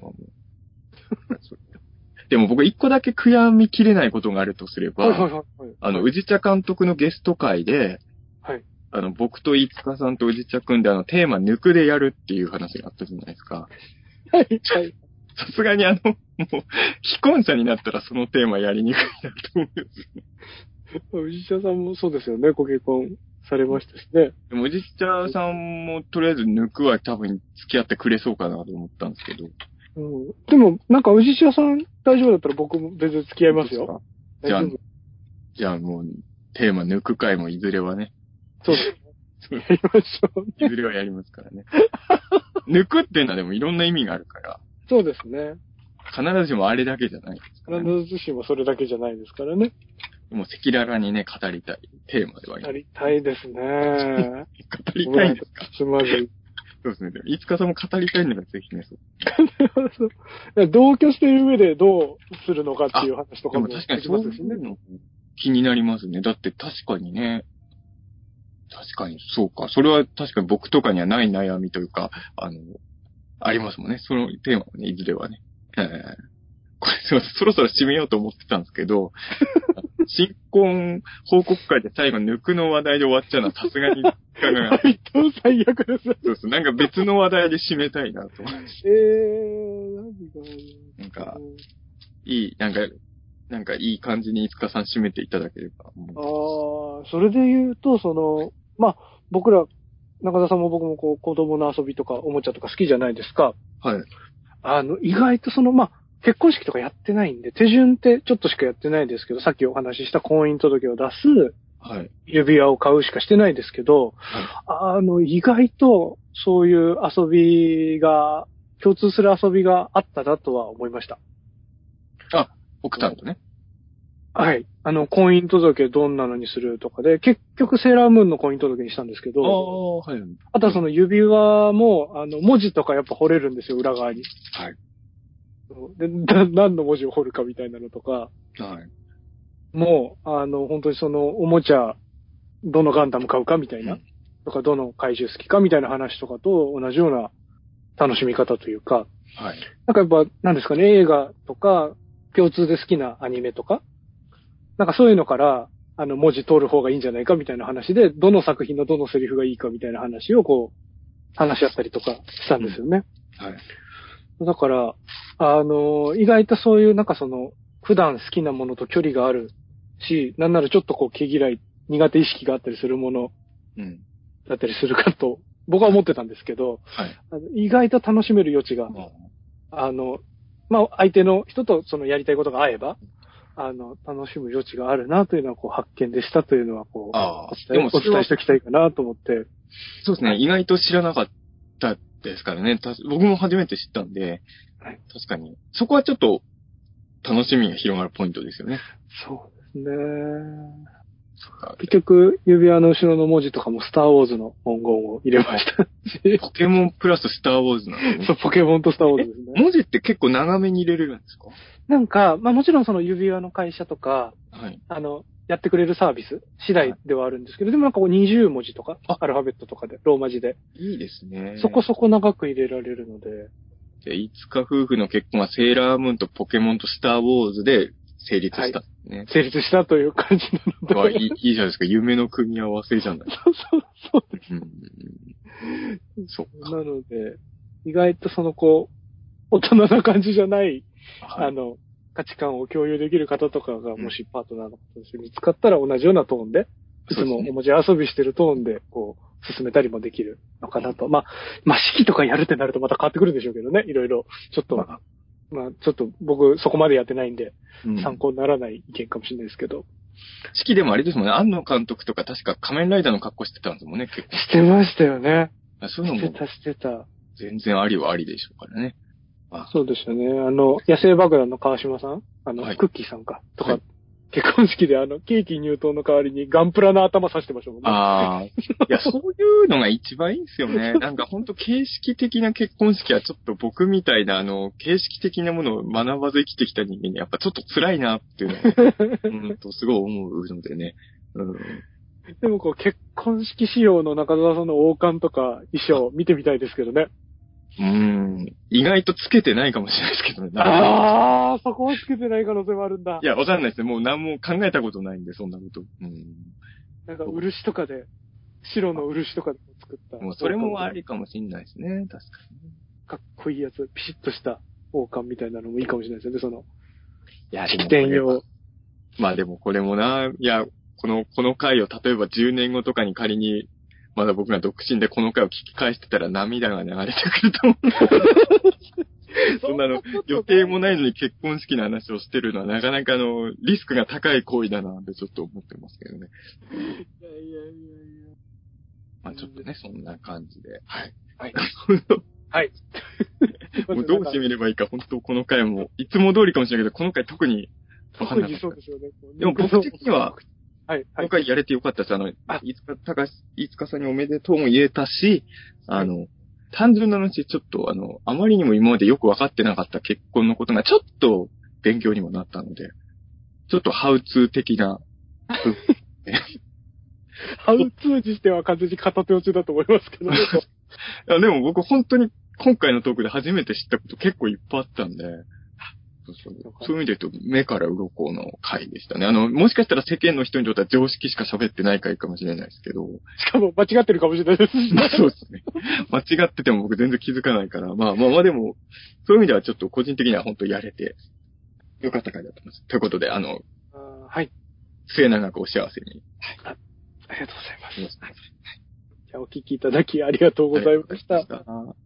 でも僕一個だけ悔やみきれないことがあるとすれば、宇治茶監督のゲスト会で、 はい。 僕と飯塚さんと宇治茶くんでテーマ抜くでやるっていう話があったじゃないですか。 はい。はい。 さすがにもう、既婚者になったらそのテーマやりにくいなと思うんですね。 宇治茶さんもそうですよね、ご結婚されましたしね。 でも宇治茶さんもとりあえず抜くは多分付き合ってくれそうかなと思ったんですけど。 うん。でも、なんか宇治茶さん大丈夫だったら僕も全然付き合いますよ。 じゃあもう、テーマ抜く回もいずれはね。 そうですね。やりましょう、ね。 いずれはやりますからね。抜くっていうのはでもいろんな意味があるから。 そうですね。 必ずしもあれだけじゃないですから、ね。 必ずしもそれだけじゃないですからね。 もう赤裸々にね、語りたいテーマではあります。 語りたいですね。 語りたいですか？ つまずい。 そうですね。でも、飯塚さんも語りたいんだからぜひね、そう。 同居している上でどうするのかっていう話とかもでも確かにそういうの気になりますね。だって確かにね、確かにそうか。それは確かに僕とかにはない悩みというか、ありますもんね。そのテーマはね、いずれはね。これそろそろ締めようと思ってたんですけど、新婚報告会で最後抜くの話題で終わっちゃうのはさすがに時間がない。 最悪です。 そうです。なんか別の話題で締めたいなと思って。なんか、なんかいい感じに飯塚さん締めていただければ。 それで言うと、まあ、僕ら、中田さんも僕も子供の遊びとかおもちゃとか好きじゃないですか。 はい。 意外とまあ、結婚式とかやってないんで、手順ってちょっとしかやってないですけど、さっきお話しした婚姻届を出す、 はい。 指輪を買うしかしてないですけど、はい、意外とそういう遊びが、共通する遊びがあったなとは思いました。 奥さんとね。 はい。婚姻届どんなのにするとかで、結局セーラームーンの婚姻届にしたんですけど、 はい。 あとはその指輪も、文字とかやっぱ彫れるんですよ、裏側に。 はい。 で、何の文字を彫るかみたいなのとか、 はい。 もう、本当におもちゃ、どのガンダム買うかみたいな、とか、どの怪獣好きかみたいな話とかと同じような楽しみ方というか、 はい。 なんかやっぱ、なんですかね、映画とか、共通で好きなアニメとか、なんかそういうのから、文字通る方がいいんじゃないかみたいな話で、どの作品のどのセリフがいいかみたいな話を話し合ったりとかしたんですよね。 はい。 だから、意外とそういうなんか普段好きなものと距離があるし、なんならちょっと毛嫌い、苦手意識があったりするもの、だったりするかと、僕は思ってたんですけど、 はい、 意外と楽しめる余地が、まあ、相手の人とやりたいことが合えば、楽しむ余地があるなというのは発見でしたというのはお伝えしておきたいかなと思って。 そうですね。意外と知らなかったですからね。僕も初めて知ったんで、はい、確かに。そこはちょっと楽しみが広がるポイントですよね。 そうですね。結局、指輪の後ろの文字とかもスターウォーズの文言を入れましたし。 ポケモンプラススターウォーズなんですね。 そう、ポケモンとスターウォーズですね。 文字って結構長めに入れれるんですか？ なんか、まあもちろん指輪の会社とか、 はい、 やってくれるサービス次第ではあるんですけど、でもなんか20文字とか、アルファベットとかで、ローマ字で。 いいですね。 そこそこ長く入れられるので。 で、いつか夫婦の結婚はセーラームーンとポケモンとスターウォーズで成立したね、はい。 成立したという感じなので。 いいじゃないですか。夢の組み合わせじゃないですか。 そうです。 そっか。 なので、意外と大人な感じじゃない、 はい、 価値観を共有できる方とかが、もしパートナーの方として見つかったら同じようなトーンで、いつもおもちゃ遊びしてるトーンで、こう、進めたりもできるのかなと。まあ、式とかやるってなるとまた変わってくるんでしょうけどね、いろいろ。ちょっと、ちょっと僕そこまでやってないんで、参考にならない意見かもしれないですけど。 式でもあれですもんね、庵野監督とか確か仮面ライダーの格好してたんですもんね、結構。 してましたよね。 そういうのも。 してた。 全然ありはありでしょうからね。 そうですよね。野生爆弾の川島さんはい、クッキーさんか。とか、はい、結婚式でケーキ入刀の代わりにガンプラの頭刺してましたもんね。 いや、そういうのが一番いいんですよね。なんかほんと形式的な結婚式はちょっと僕みたいな形式的なものを学ばず生きてきた人間にやっぱちょっと辛いなっていうのを、すごい思うのでね。 でもこう結婚式仕様の中澤さんの王冠とか衣装見てみたいですけどね。 意外とつけてないかもしれないですけどね。 そこはつけてない可能性もあるんだ。 いや、わかんないですね。もう何も考えたことないんで、そんなこと。 なんか漆とかで、白の漆とかで作った。 もうそれもありかもしれないですね。確かに。 かっこいいやつ、ピシッとした王冠みたいなのもいいかもしれないですよね、 いや、 式典用。 まあでもこれもな、いや、この回を例えば10年後とかに仮に、まだ僕が独身でこの回を聞き返してたら涙が流れてくると思う。そんな予定もないのに結婚式の話をしてるのはなかなかリスクが高い行為だなってちょっと思ってますけどね。 いや。 まあちょっとね、そんな感じで。はい。 はい。はい。 もうどうしてみればいいか、本当この回も、いつも通りかもしれないけど、この回特にわかんなかった。 そうですよね。 でも僕的には、 はい。 今回やれてよかったです。飯塚さんにおめでとうも言えたし、単純な話、ちょっとあまりにも今までよくわかってなかった結婚のことがちょっと勉強にもなったので、ちょっとハウツー的な。 ハウツーにしては完全に片手落ちだと思いますけどね。 いやでも僕本当に今回のトークで初めて知ったこと結構いっぱいあったんで、そういう意味で言うと、目から鱗の回でしたね。もしかしたら世間の人にとっては常識しか喋ってない回かもしれないですけど。 しかも間違ってるかもしれないですしね。 そうですね。間違ってても僕全然気づかないから。まあでも、そういう意味ではちょっと個人的には本当やれて、よかった回だと思います。ということで、 はい。 末永くお幸せに。 ありがとうございます。じゃあお聞きいただきありがとうございました。